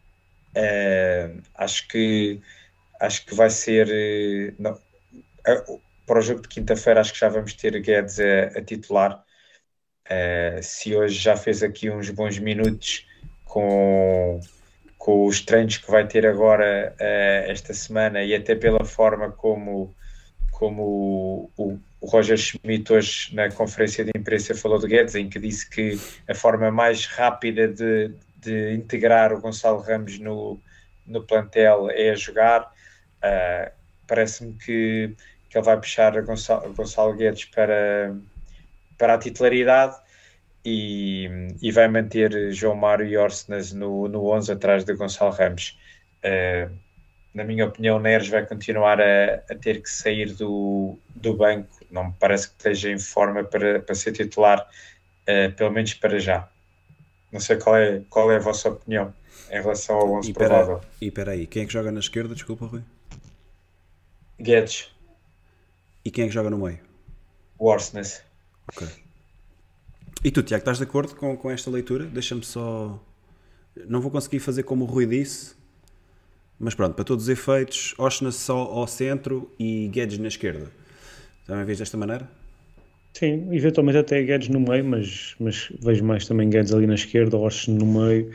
Acho que vai ser... não, para o jogo de quinta-feira acho que já vamos ter Guedes a titular. Se hoje já fez aqui uns bons minutos com os treinos que vai ter agora esta semana e até pela forma como como o Roger Schmidt hoje na conferência de imprensa falou de Guedes, em que disse que a forma mais rápida de integrar o Gonçalo Ramos no plantel é a jogar. Parece-me que ele vai puxar Gonçalo Guedes para a titularidade e vai manter João Mário e Orsnes no 11 atrás de Gonçalo Ramos. Na minha opinião, Neres vai continuar a ter que sair do banco. Não me parece que esteja em forma para ser titular, pelo menos para já. Não sei qual é a vossa opinião em relação ao 11 provável. E espera aí, quem é que joga na esquerda? Desculpa, Rui. Guedes. E quem é que joga no meio? O Orsnes. Ok. E tu, Tiago, estás de acordo com esta leitura? Deixa-me só... Não vou conseguir fazer como o Rui disse, mas pronto, para todos os efeitos, Orsnes só ao centro e Guedes na esquerda. Também vês desta maneira? Sim, eventualmente até Guedes no meio, mas vejo mais também Guedes ali na esquerda, Orsnes no meio,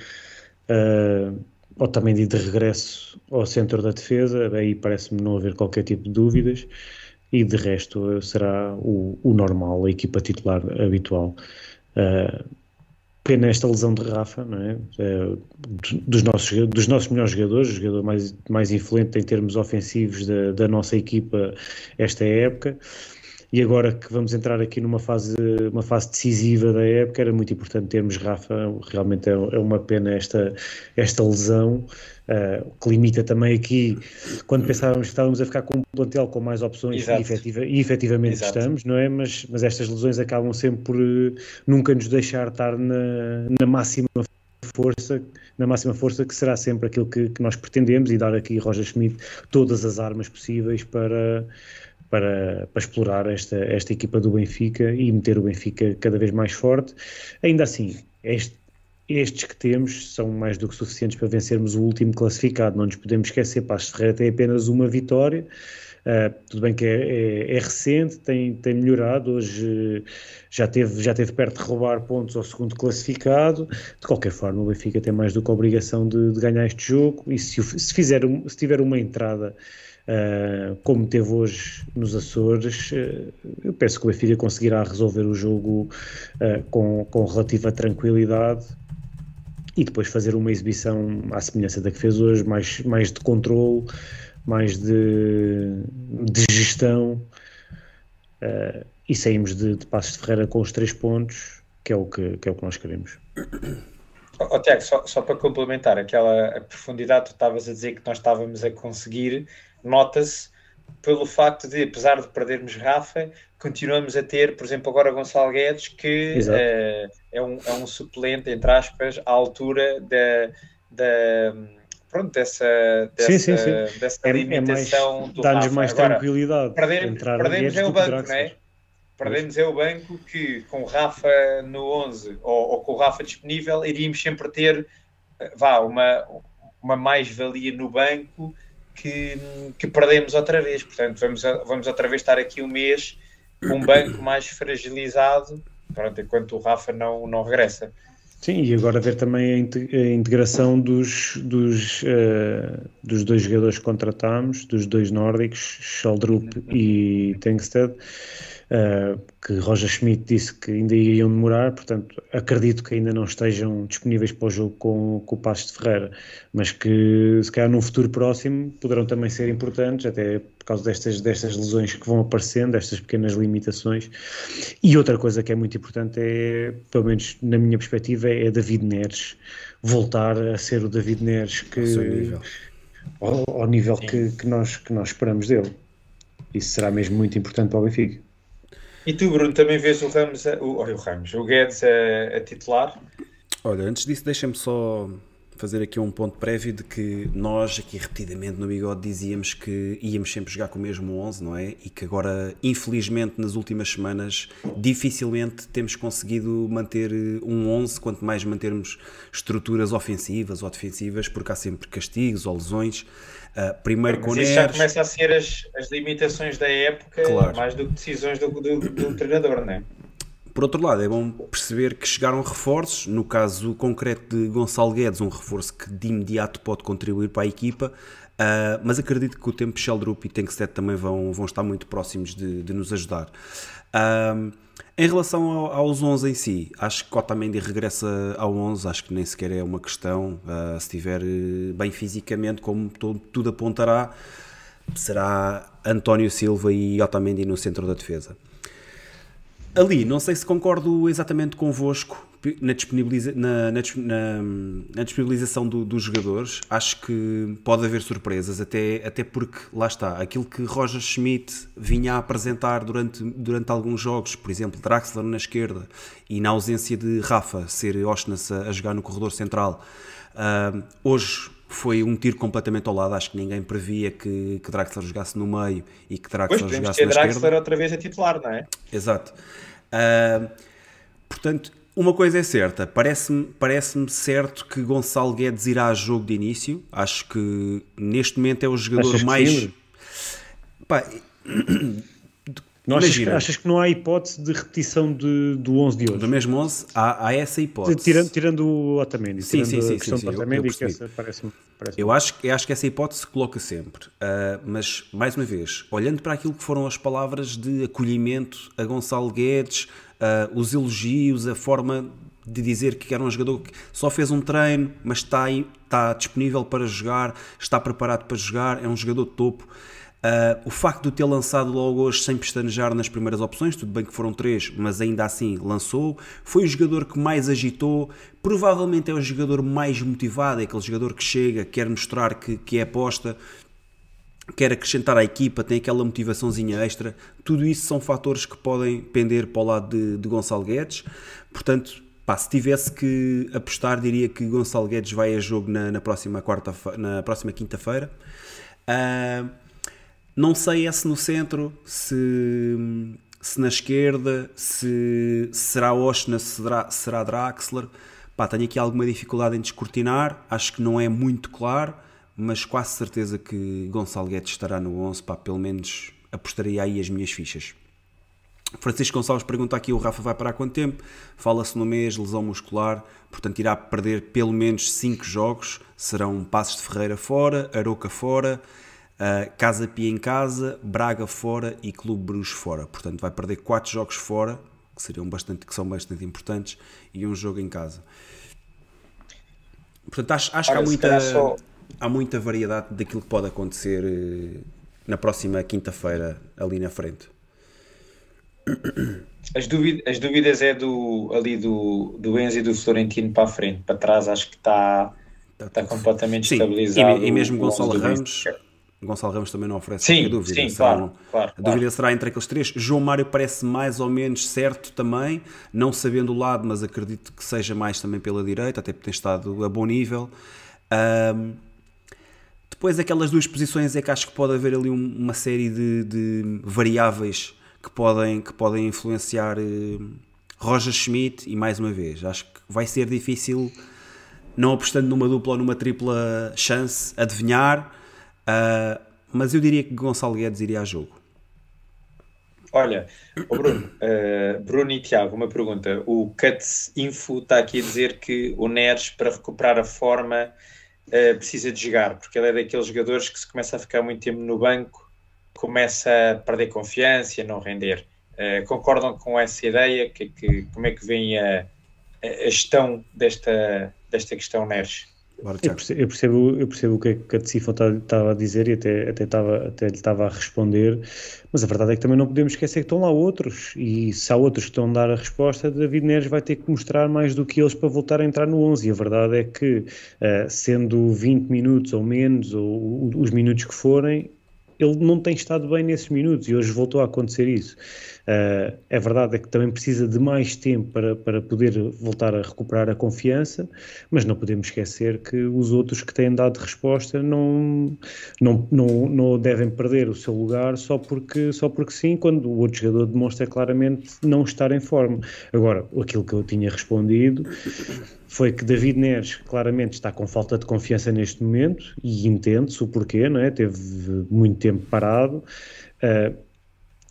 ou também de regresso ao centro da defesa. Aí parece-me não haver qualquer tipo de dúvidas, e de resto será o normal, a equipa titular habitual. Pena esta lesão de Rafa, não é? Dos nossos melhores jogadores, o jogador mais influente em termos ofensivos da nossa equipa esta época. E agora que vamos entrar aqui numa fase decisiva da época, era muito importante termos Rafa. Realmente é uma pena esta lesão, que limita também aqui, quando pensávamos que estávamos a ficar com um plantel com mais opções, e efetivamente Exato. estamos, não é? Mas estas lesões acabam sempre por nunca nos deixar estar na máxima força, que será sempre aquilo que nós pretendemos, e dar aqui Roger Schmidt todas as armas possíveis para explorar esta equipa do Benfica e meter o Benfica cada vez mais forte. Ainda assim, estes que temos são mais do que suficientes para vencermos o último classificado. Não nos podemos esquecer, Passos de Ferreira tem apenas uma vitória. Tudo bem que é recente, tem melhorado. Hoje já teve perto de roubar pontos ao segundo classificado. De qualquer forma, o Benfica tem mais do que a obrigação de ganhar este jogo, e se tiver uma entrada como teve hoje nos Açores, eu penso que o Benfica conseguirá resolver o jogo com relativa tranquilidade, e depois fazer uma exibição à semelhança da que fez hoje, mais de controle, mais de gestão, e saímos de Passos de Ferreira com os 3 pontos, que é o que nós queremos. Tiago, só para complementar a profundidade, tu estavas a dizer que nós estávamos a conseguir. Nota-se pelo facto de, apesar de perdermos Rafa, continuamos a ter, por exemplo, agora Gonçalo Guedes, que é um suplente, entre aspas, à altura dessa limitação do Rafa. Dá-nos mais tranquilidade. Perdemos é o banco, não é? Perdemos é o banco, que com o Rafa no 11 ou com o Rafa disponível, iríamos sempre ter uma mais-valia no banco que perdemos outra vez. Portanto, vamos outra vez estar aqui um mês com um banco mais fragilizado, enquanto o Rafa não regressa. Sim, e agora ver também a integração dos 2 jogadores que contratámos, dos 2 nórdicos, Schaldrup e Tengsted, que Roger Schmidt disse que ainda iriam demorar. Portanto, acredito que ainda não estejam disponíveis para o jogo com o Passos de Ferreira, mas que se calhar num futuro próximo poderão também ser importantes, até por causa destas lesões que vão aparecendo, destas pequenas limitações. E outra coisa que é muito importante pelo menos na minha perspectiva, é David Neres voltar a ser o David Neres ao nível que nós esperamos dele. Isso será mesmo muito importante para o Benfica. E tu, Bruno, também vês o Guedes a titular? Olha, antes disso, deixa-me só fazer aqui um ponto prévio de que nós aqui repetidamente no Bigode dizíamos que íamos sempre jogar com o mesmo 11, não é? E que agora, infelizmente, nas últimas semanas, dificilmente temos conseguido manter um 11, quanto mais mantermos estruturas ofensivas ou defensivas, porque há sempre castigos ou lesões. Primeiro com Neres... já começa a ser as limitações da época, claro, mais do que decisões do treinador, não é? Por outro lado, é bom perceber que chegaram reforços, no caso concreto de Gonçalo Guedes, um reforço que de imediato pode contribuir para a equipa, Mas acredito que o tempo Sheldrup e Tankstead também vão estar muito próximos de nos ajudar. Em relação aos 11 em si, acho que Otamendi regressa ao 11, acho que nem sequer é uma questão. Se estiver bem fisicamente, como tudo apontará, será António Silva e Otamendi no centro da defesa. Ali, não sei se concordo exatamente convosco na disponibilização dos jogadores. Acho que pode haver surpresas, até porque, lá está, aquilo que Roger Schmidt vinha a apresentar durante alguns jogos, por exemplo, Draxler na esquerda e na ausência de Rafa, ser Osnas a jogar no corredor central, hoje foi um tiro completamente ao lado. Acho que ninguém previa que Draxler jogasse no meio e que Draxler jogasse na esquerda. Draxler outra vez a titular, não é? Exato. Portanto, uma coisa é certa, parece-me certo que Gonçalo Guedes irá a jogo de início. Acho que neste momento é o jogador mais... Pá, achas que não há hipótese de repetição do 11 de hoje? Do mesmo 11, há essa hipótese. Tirando o Otamendi. Sim. Eu acho que essa hipótese se coloca sempre. Mas, mais uma vez, olhando para aquilo que foram as palavras de acolhimento a Gonçalo Guedes, os elogios, a forma de dizer que era um jogador que só fez um treino, mas está disponível para jogar, está preparado para jogar, é um jogador de topo. O facto de o ter lançado logo hoje sem pestanejar nas primeiras opções, tudo bem que foram 3, mas ainda assim lançou, foi o jogador que mais agitou, provavelmente é o jogador mais motivado, é aquele jogador que chega, quer mostrar que é aposta, quer acrescentar à equipa, tem aquela motivaçãozinha extra. Tudo isso são fatores que podem pender para o lado de Gonçalo Guedes. Portanto, se tivesse que apostar, diria que Gonçalo Guedes vai a jogo na próxima quinta-feira. Não sei se no centro, se na esquerda, se será Osna, se será Draxler. Tenho aqui alguma dificuldade em descortinar, acho que não é muito claro, mas quase certeza que Gonçalo Guedes estará no 11, pelo menos apostaria aí as minhas fichas. Francisco Gonçalves pergunta aqui, o Rafa vai parar quanto tempo? Fala-se no mês, lesão muscular, portanto irá perder pelo menos 5 jogos, serão Passos de Ferreira fora, Aroca fora, Casa Pia em casa, Braga fora e Clube Bruges fora. Portanto, vai perder 4 jogos fora, que são bastante importantes, e um jogo em casa. Portanto, acho que há muita variedade daquilo que pode acontecer na próxima quinta-feira ali na frente. As dúvidas é do Enzo e do Florentino para a frente. Para trás acho que está completamente estabilizado. E mesmo Gonçalo Ramos também não oferece qualquer dúvida. Claro. A dúvida será entre aqueles 3. João Mário parece mais ou menos certo também, não sabendo o lado, mas acredito que seja mais também pela direita, até porque tem estado a bom nível. Depois aquelas 2 posições é que acho que pode haver ali uma série de variáveis que podem influenciar Roger Schmidt, e mais uma vez, acho que vai ser difícil, não apostando numa dupla ou numa tripla chance, adivinhar. Mas eu diria que Gonçalo Guedes iria a jogo. Olha, Bruno e Tiago, uma pergunta. O Cuts Info está aqui a dizer que o Neres, para recuperar a forma, precisa de jogar, porque ele é daqueles jogadores que, se começa a ficar muito tempo no banco, começa a perder confiança e a não render. Concordam com essa ideia? Como é que vem a gestão desta questão, Neres? Eu percebo o que a Tecifo estava a dizer e até lhe estava a responder, mas a verdade é que também não podemos esquecer que estão lá outros, e se há outros que estão a dar a resposta, David Neres vai ter que mostrar mais do que eles para voltar a entrar no 11, e a verdade é que, sendo 20 minutos ou menos, ou os minutos que forem, ele não tem estado bem nesses minutos, e hoje voltou a acontecer isso. A verdade é que também precisa de mais tempo para poder voltar a recuperar a confiança, mas não podemos esquecer que os outros que têm dado resposta não devem perder o seu lugar só porque sim, quando o outro jogador demonstra claramente não estar em forma. Agora, aquilo que eu tinha respondido foi que David Neres claramente está com falta de confiança neste momento, e entende-se o porquê, não é? Teve muito tempo parado,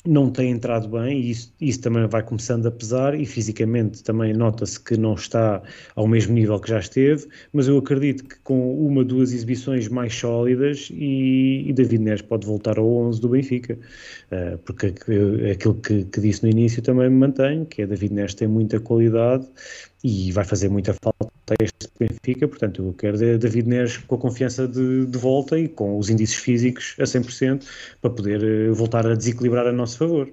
não tem entrado bem e isso também vai começando a pesar e fisicamente também nota-se que não está ao mesmo nível que já esteve, mas eu acredito que com uma, duas exibições mais sólidas e David Neres pode voltar ao 11 do Benfica, porque aquilo que disse no início também me mantenho, que é David Neres tem muita qualidade e vai fazer muita falta a este Benfica, portanto eu quero David Neres com a confiança de volta e com os indícios físicos a 100% para poder voltar a desequilibrar a nosso favor.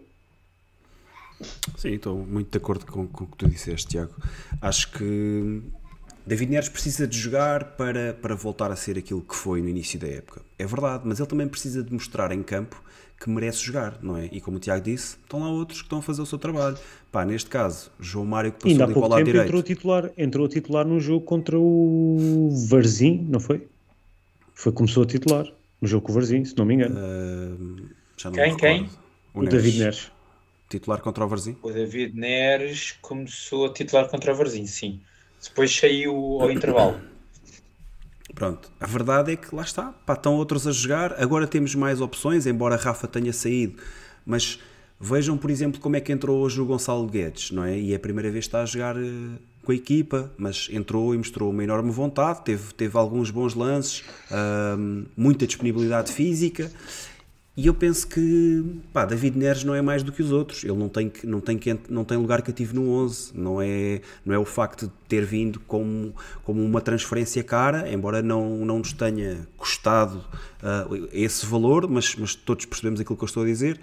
Sim, estou muito de acordo com o que tu disseste, Tiago. Acho que David Neres precisa de jogar para voltar a ser aquilo que foi no início da época. É verdade, mas ele também precisa de mostrar em campo que merece jogar, não é? E como o Tiago disse, estão lá outros que estão a fazer o seu trabalho. Pá, neste caso, João Mário que passou ali para o lado direito. Entrou titular num jogo contra o Varzim, não foi? Começou a titular no jogo com o Varzim, se não me engano. Já não Quem? O David Neres. Titular contra o Varzim? O David Neres começou a titular contra o Varzim, sim. Depois saiu ao intervalo. Pronto, a verdade é que lá está, pá, estão outros a jogar, agora temos mais opções, embora Rafa tenha saído, mas vejam, por exemplo, como é que entrou hoje o Gonçalo Guedes, não é? E é a primeira vez que está a jogar com a equipa, mas entrou e mostrou uma enorme vontade, teve alguns bons lances, muita disponibilidade física. E eu penso que, pá, David Neres não é mais do que os outros. Ele não tem lugar cativo no 11. Não é o facto de ter vindo como uma transferência cara, embora não nos tenha custado esse valor, mas todos percebemos aquilo que eu estou a dizer.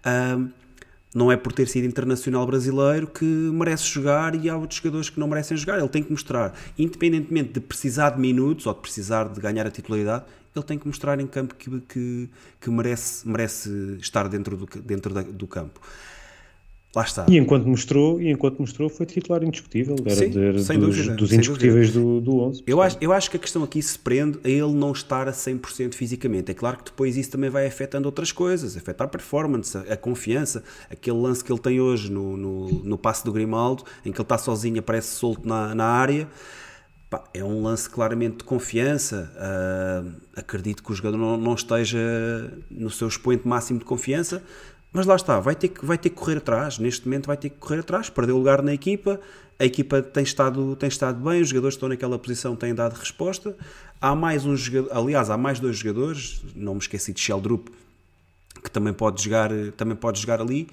Não é por ter sido internacional brasileiro que merece jogar e há outros jogadores que não merecem jogar. Ele tem que mostrar, independentemente de precisar de minutos ou de precisar de ganhar a titularidade, ele tem que mostrar em campo que merece estar dentro do campo. Lá está. E enquanto mostrou, foi titular indiscutível. Era sem dúvida, dos indiscutíveis do 11. Eu acho que a questão aqui se prende a ele não estar a 100% fisicamente. É claro que depois isso também vai afetando outras coisas, afeta a performance, a confiança. Aquele lance que ele tem hoje no passe do Grimaldo, em que ele está sozinho, aparece solto na área. É um lance claramente de confiança. Acredito que o jogador não esteja no seu expoente máximo de confiança, mas lá está, vai ter que correr atrás. Neste momento vai ter que correr atrás, perdeu lugar na equipa, a equipa tem estado bem, os jogadores que estão naquela posição têm dado resposta. Há mais um jogador, aliás, há mais dois jogadores, não me esqueci de Sheldrup, que também pode jogar ali.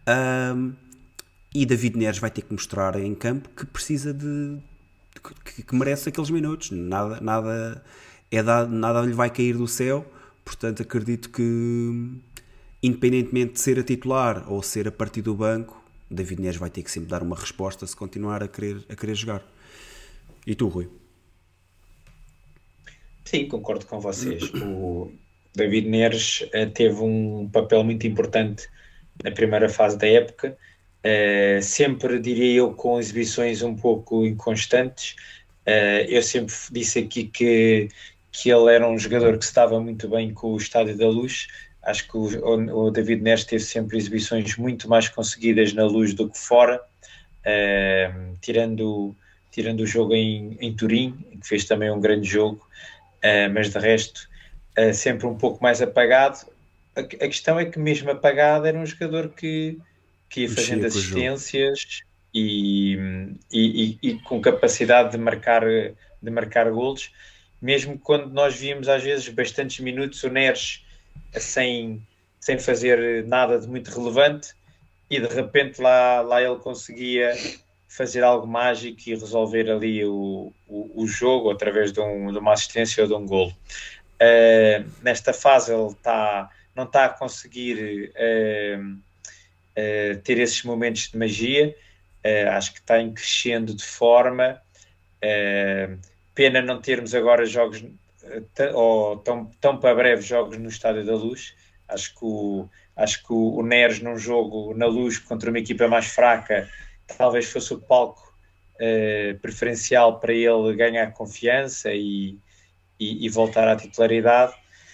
E David Neres vai ter que mostrar em campo que precisa que merece aqueles minutos, nada lhe vai cair do céu, portanto acredito que independentemente de ser a titular ou ser a partir do banco, David Neres vai ter que sempre dar uma resposta se continuar a querer jogar. E tu, Rui? Sim, concordo com vocês. O David Neres teve um papel muito importante na primeira fase da época. Sempre diria eu com exibições um pouco inconstantes. Eu sempre disse aqui que ele era um jogador que se dava muito bem com o Estádio da Luz. Acho que o David Neres teve sempre exibições muito mais conseguidas na Luz do que fora, tirando o jogo em Turim, que fez também um grande jogo, mas de resto sempre um pouco mais apagado. A questão é que mesmo apagado era um jogador que ia fazendo assistências e com capacidade de marcar golos, mesmo quando nós víamos às vezes bastantes minutos o Neres sem fazer nada de muito relevante e de repente lá ele conseguia fazer algo mágico e resolver ali o jogo através de uma assistência ou de um golo. Nesta fase ele não está a conseguir ter esses momentos de magia. Acho que está em crescendo de forma. Pena não termos agora jogos ou tão para breve jogos no Estádio da Luz. Acho que o Neres num jogo na Luz contra uma equipa mais fraca talvez fosse o palco preferencial para ele ganhar confiança e voltar à titularidade.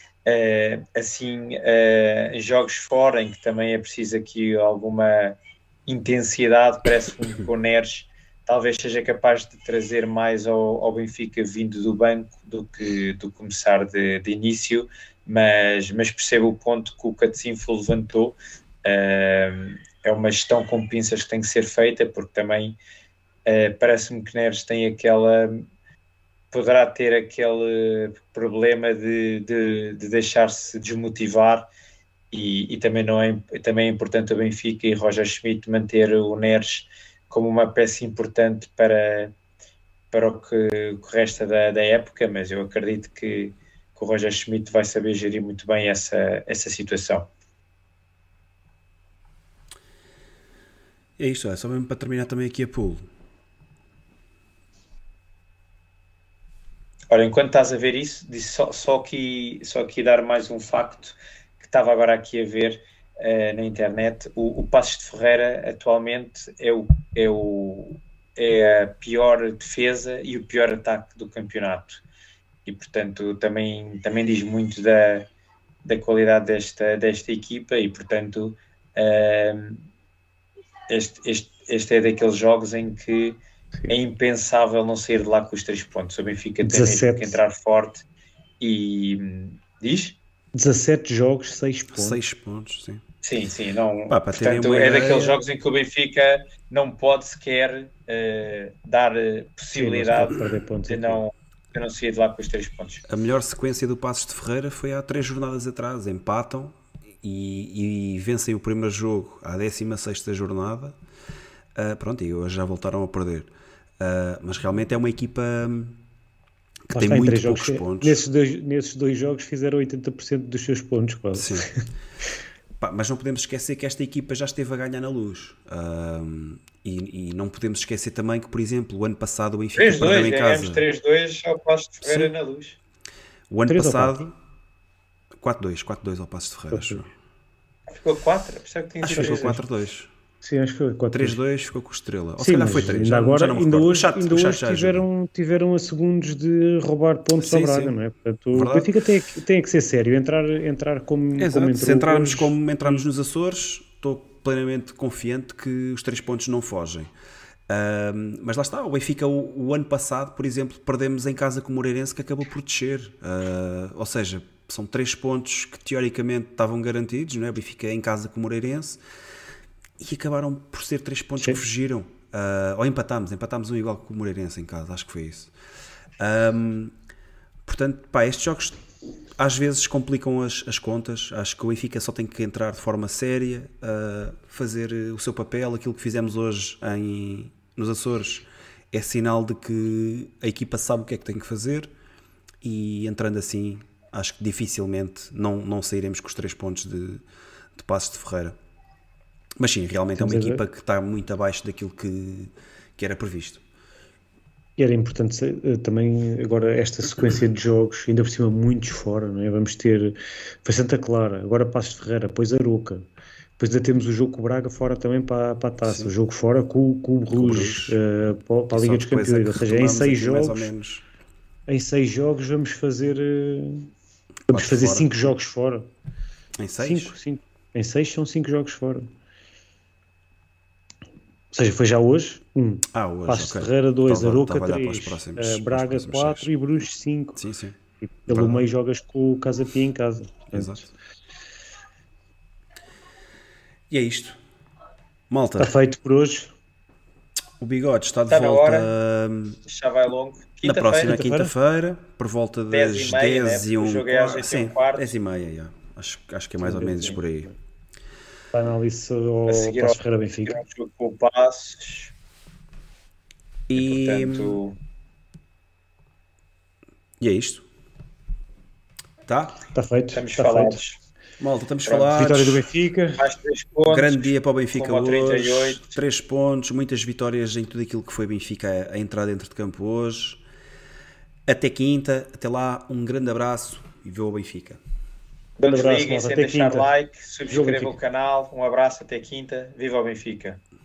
Em jogos fora, em que também é preciso aqui alguma intensidade, parece-me que o Neres talvez seja capaz de trazer mais ao Benfica vindo do banco do que começar de início, mas percebo o ponto que o Catecinfo levantou. É uma gestão com pinças que tem que ser feita, porque também parece-me que Neres tem poderá ter aquele problema de deixar-se desmotivar, e também é importante o Benfica e Roger Schmidt manter o Neres como uma peça importante para o que resta da época, mas eu acredito que o Roger Schmidt vai saber gerir muito bem essa situação. É isto, só mesmo para terminar também aqui a pool. Ora, enquanto estás a ver isso, disse só aqui dar mais um facto que estava agora aqui a ver na internet. O Paços de Ferreira atualmente é a pior defesa e o pior ataque do campeonato, e portanto também diz muito da qualidade desta equipa, e portanto este é daqueles jogos em que é impensável não sair de lá com os 3 pontos. O Benfica tem mesmo que entrar forte e diz? 17 jogos, 6 pontos. 6 pontos, sim. Sim, não. Portanto, daqueles jogos em que o Benfica não pode sequer dar possibilidade de não sair de lá com os 3 pontos. A melhor sequência do Paços de Ferreira foi há 3 jornadas atrás. Empatam e vencem o primeiro jogo à 16ª jornada. Pronto, e hoje já voltaram a perder. Mas realmente é uma equipa que tem muito poucos pontos. Nesses dois jogos fizeram 80% dos seus pontos, quase. Sim. Mas não podemos esquecer que esta equipa já esteve a ganhar na Luz. E não podemos esquecer também que, por exemplo, o ano passado o Benfica perdeu em casa. 3-2 ao Paços de Ferreira na Luz. O ano passado 4-2 ao Paços de Ferreira. Ficou 4? Acho que ficou 4-2. Sim, acho que foi 3-2, ficou com o Estrela. Ou sim, se calhar foi 3. Ainda hoje tiveram a segundos de roubar pontos ao Braga, não é? Portanto, o Benfica tem que ser sério, entrar como entrou. Se entrarmos como entramos nos Açores, estou plenamente confiante que os 3 pontos não fogem. Mas lá está, o Benfica o ano passado, por exemplo, perdemos em casa com o Moreirense, que acabou por descer. Ou seja, são 3 pontos que teoricamente estavam garantidos, não é? O Benfica em casa com o Moreirense, e acabaram por ser 3 pontos que fugiram. Ou empatámos um igual com o Moreirense em casa, acho que foi isso. Portanto, estes jogos às vezes complicam as contas. Acho que o Benfica só tem que entrar de forma séria, fazer o seu papel. Aquilo que fizemos hoje nos Açores é sinal de que a equipa sabe o que é que tem que fazer, e entrando assim, acho que dificilmente não sairemos com os 3 pontos de Paços de Ferreira. Mas sim, realmente é uma equipa que está muito abaixo daquilo que era previsto. E era importante também agora esta sequência de jogos, ainda por cima muitos fora, não é? Vamos ter, foi Santa Clara, agora Paços de Ferreira, depois Aroca, depois ainda temos o jogo com o Braga fora também para a taça, sim. O jogo fora com o Bruges, para a Liga dos Campeões, ou seja, em 6 jogos vamos fazer 5 jogos fora. Em 6? 5. Em 6 são 5 jogos fora. Ou seja, foi já hoje 1. Hoje. Paços de Ferreira 2, Aroca 3, Braga 4 e Bruges 5. Sim. E pelo meio jogas com o Casa Pia em casa. Exato. E é isto. Malta. Está feito por hoje. O Bigode está de volta. Hora. Já vai longo. Na próxima quinta-feira, por volta das 10h01. Sim, 10h30. Acho que é mais ou menos por aí. A análise ao Paços Ferreira Benfica. Com o Passos. E é isto. Está feito. Estamos falados. Malta, estamos falados. Vitória do Benfica. Mais 3 pontos. Grande dia para o Benfica hoje. 38. 3 pontos, muitas vitórias em tudo aquilo que foi Benfica a entrar dentro de campo hoje. Até quinta. Até lá, um grande abraço e viva o Benfica. Não desliguem sem deixar like, subscrevam o canal. Um abraço, até quinta. Viva o Benfica!